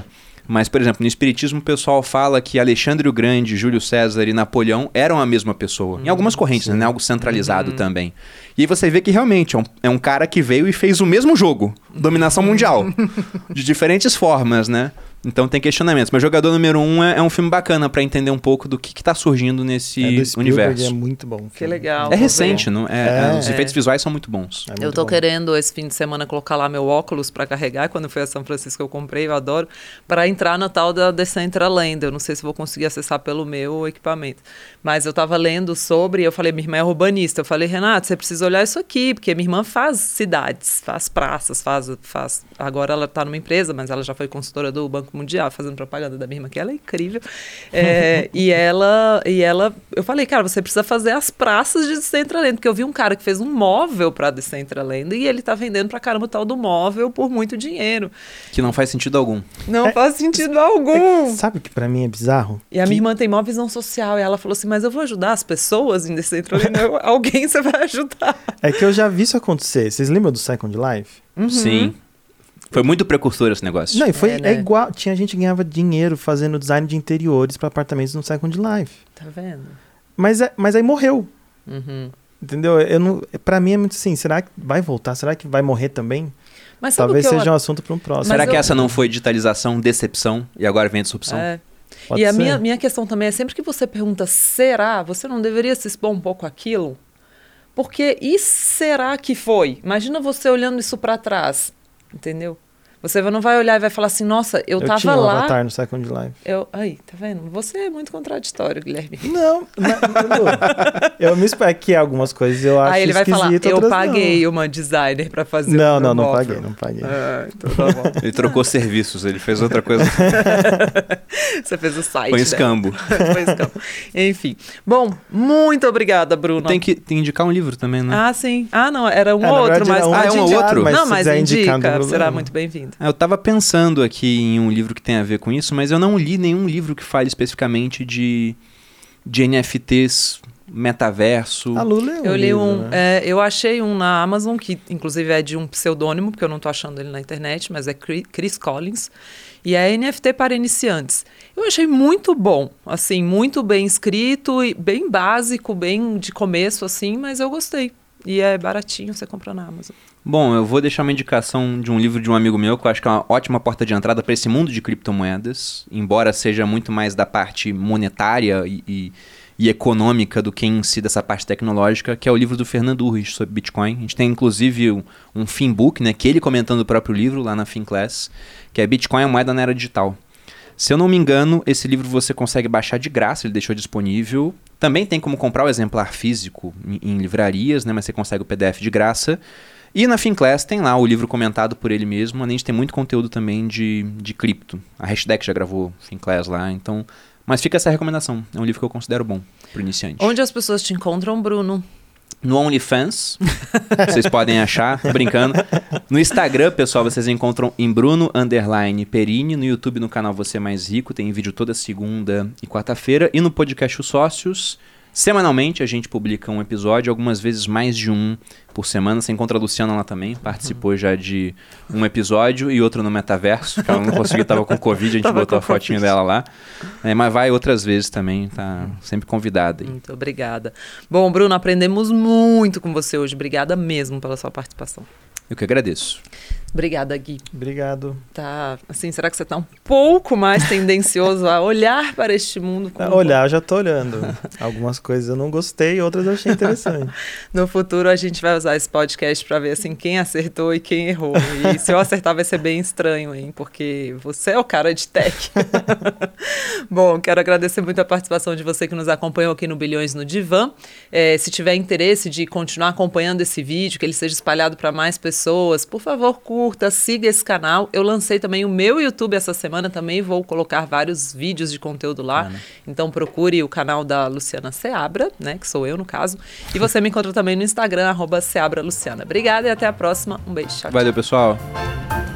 Mas, por exemplo, no Espiritismo o pessoal fala que Alexandre o Grande, Júlio César e Napoleão eram a mesma pessoa. Hum, em algumas correntes, né? Algo centralizado uhum. também. E aí você vê que realmente é um, é um cara que veio e fez o mesmo jogo. Dominação mundial. De diferentes formas, né? Então tem questionamentos. Mas Jogador Número um é, é um filme bacana pra entender um pouco do que, que tá surgindo nesse é do universo. É muito bom. Que legal. É recente, não? É, é, os é. efeitos visuais são muito bons. É muito eu tô bom. querendo esse fim de semana colocar lá meu óculos pra carregar. Quando eu fui a São Francisco eu comprei, eu adoro. Pra entrar na tal da Decentraland. Eu não sei se vou conseguir acessar pelo meu equipamento. Mas eu tava lendo sobre, eu falei, minha irmã é urbanista. Eu falei, Renato, você precisa olhar isso aqui, porque minha irmã faz cidades, faz praças, faz... faz... Agora ela tá numa empresa, mas ela já foi consultora do Banco Mundial, fazendo propaganda da minha irmã, que ela é incrível. É, e, ela, e ela... Eu falei, cara, você precisa fazer as praças de Decentraland, porque eu vi um cara que fez um móvel pra Decentraland e ele tá vendendo pra caramba o tal do móvel por muito dinheiro. Que não faz sentido algum. Não é, faz sentido algum. É, sabe o que pra mim é bizarro? E a que... minha irmã tem maior visão social, e ela falou assim, mas eu vou ajudar as pessoas em Decentraland, alguém você vai ajudar. É que eu já vi isso acontecer. Vocês lembram do Second Life? Uhum. Sim. Foi muito precursor esse negócio. Não, e foi é, né? é igual. Tinha gente que ganhava dinheiro fazendo design de interiores para apartamentos no Second Life. Tá vendo? Mas, é, mas aí morreu. Uhum. Entendeu? Eu não, pra mim é muito assim, será que vai voltar? Será que vai morrer também? Mas talvez seja eu... um assunto para um próximo. Será mas que eu... essa não foi digitalização, decepção e agora vem a disrupção? É. Pode e a ser. minha, minha questão também é sempre que você pergunta, será? Você não deveria se expor um pouco àquilo? Porque e será que foi? Imagina você olhando isso para trás, entendeu? Você não vai olhar e vai falar assim, nossa, eu, eu tava tinha um lá... Avatar no Second Life. Eu, aí, tá vendo? Você é muito contraditório, Guilherme. Não, não eu me espero que algumas coisas eu acho Aí ele vai falar, eu paguei não. uma designer pra fazer não, o Não, não, não móvel. paguei, não paguei. Ah, então tá bom. Ele trocou serviços, ele fez outra coisa. Você fez o site, Foi um né? escambo. Foi escambo. Enfim. Bom, muito obrigada, Bruno. Tem que tem indicar um livro também, né? Ah, sim. Ah, não, era um é, outro, verdade, mas... um Ah, é um indicar, outro? mas não, mas indica, um será muito bem-vindo. Eu tava pensando aqui em um livro que tem a ver com isso, mas eu não li nenhum livro que fale especificamente de, de N F Ts, metaverso. A Lu leu um Eu li livro, um, né? é, eu achei um na Amazon, que inclusive é de um pseudônimo, porque eu não tô achando ele na internet, mas é Chris Collins, e é N F T para iniciantes. Eu achei muito bom, assim, muito bem escrito, e bem básico, bem de começo, assim, mas eu gostei. E é baratinho, você compra na Amazon. Bom, eu vou deixar uma indicação de um livro de um amigo meu, que eu acho que é uma ótima porta de entrada para esse mundo de criptomoedas, embora seja muito mais da parte monetária e, e, e econômica do que em si dessa parte tecnológica, que é o livro do Fernando Urrich sobre Bitcoin. A gente tem inclusive um, um Finbook, né, que ele comentando o próprio livro lá na FinClass, que é Bitcoin, a moeda na era digital. Se eu não me engano, esse livro você consegue baixar de graça, ele deixou disponível. Também tem como comprar o exemplar físico em, em livrarias, né, mas você consegue o P D F de graça. E na FinClass tem lá o livro comentado por ele mesmo, além de ter muito conteúdo também de, de cripto. A Hashtag já gravou FinClass lá, então... Mas fica essa recomendação, é um livro que eu considero bom para o iniciante. Onde as pessoas te encontram, Bruno? No OnlyFans, vocês podem achar, tô brincando. No Instagram, pessoal, vocês encontram em Bruno underline Perini. No YouTube, no canal Você Mais Rico, tem vídeo toda segunda e quarta-feira. E no podcast Os Sócios, semanalmente a gente publica um episódio, algumas vezes mais de um por semana. Você encontra a Luciana lá também, participou uhum. já de um episódio e outro no Metaverso, que ela não conseguiu, estava com Covid, a gente tava botou a fotinha dela lá. É, mas vai outras vezes também, tá sempre convidada. Aí. Muito obrigada. Bom, Bruno, aprendemos muito com você hoje. Obrigada mesmo pela sua participação. Eu que agradeço. Obrigada, Gui. Obrigado. Tá, assim, será que você tá um pouco mais tendencioso a olhar para este mundo? Com a olhar, eu já tô olhando. Algumas coisas eu não gostei, outras eu achei interessante. No futuro a gente vai usar esse podcast para ver assim quem acertou e quem errou. E se eu acertar vai ser bem estranho, hein? Porque você é o cara de tech. Bom, quero agradecer muito a participação de você que nos acompanhou aqui no Bilhões no Divã. É, se tiver interesse de continuar acompanhando esse vídeo, que ele seja espalhado para mais pessoas, por favor, curta, siga esse canal. Eu lancei também o meu YouTube essa semana, também vou colocar vários vídeos de conteúdo lá. Ah, né? Então procure o canal da Luciana Seabra, né, que sou eu no caso. E você me encontra também no Instagram, arroba Seabra Luciana. Obrigada e até a próxima. Um beijo. Tchau, Valeu, tchau. pessoal.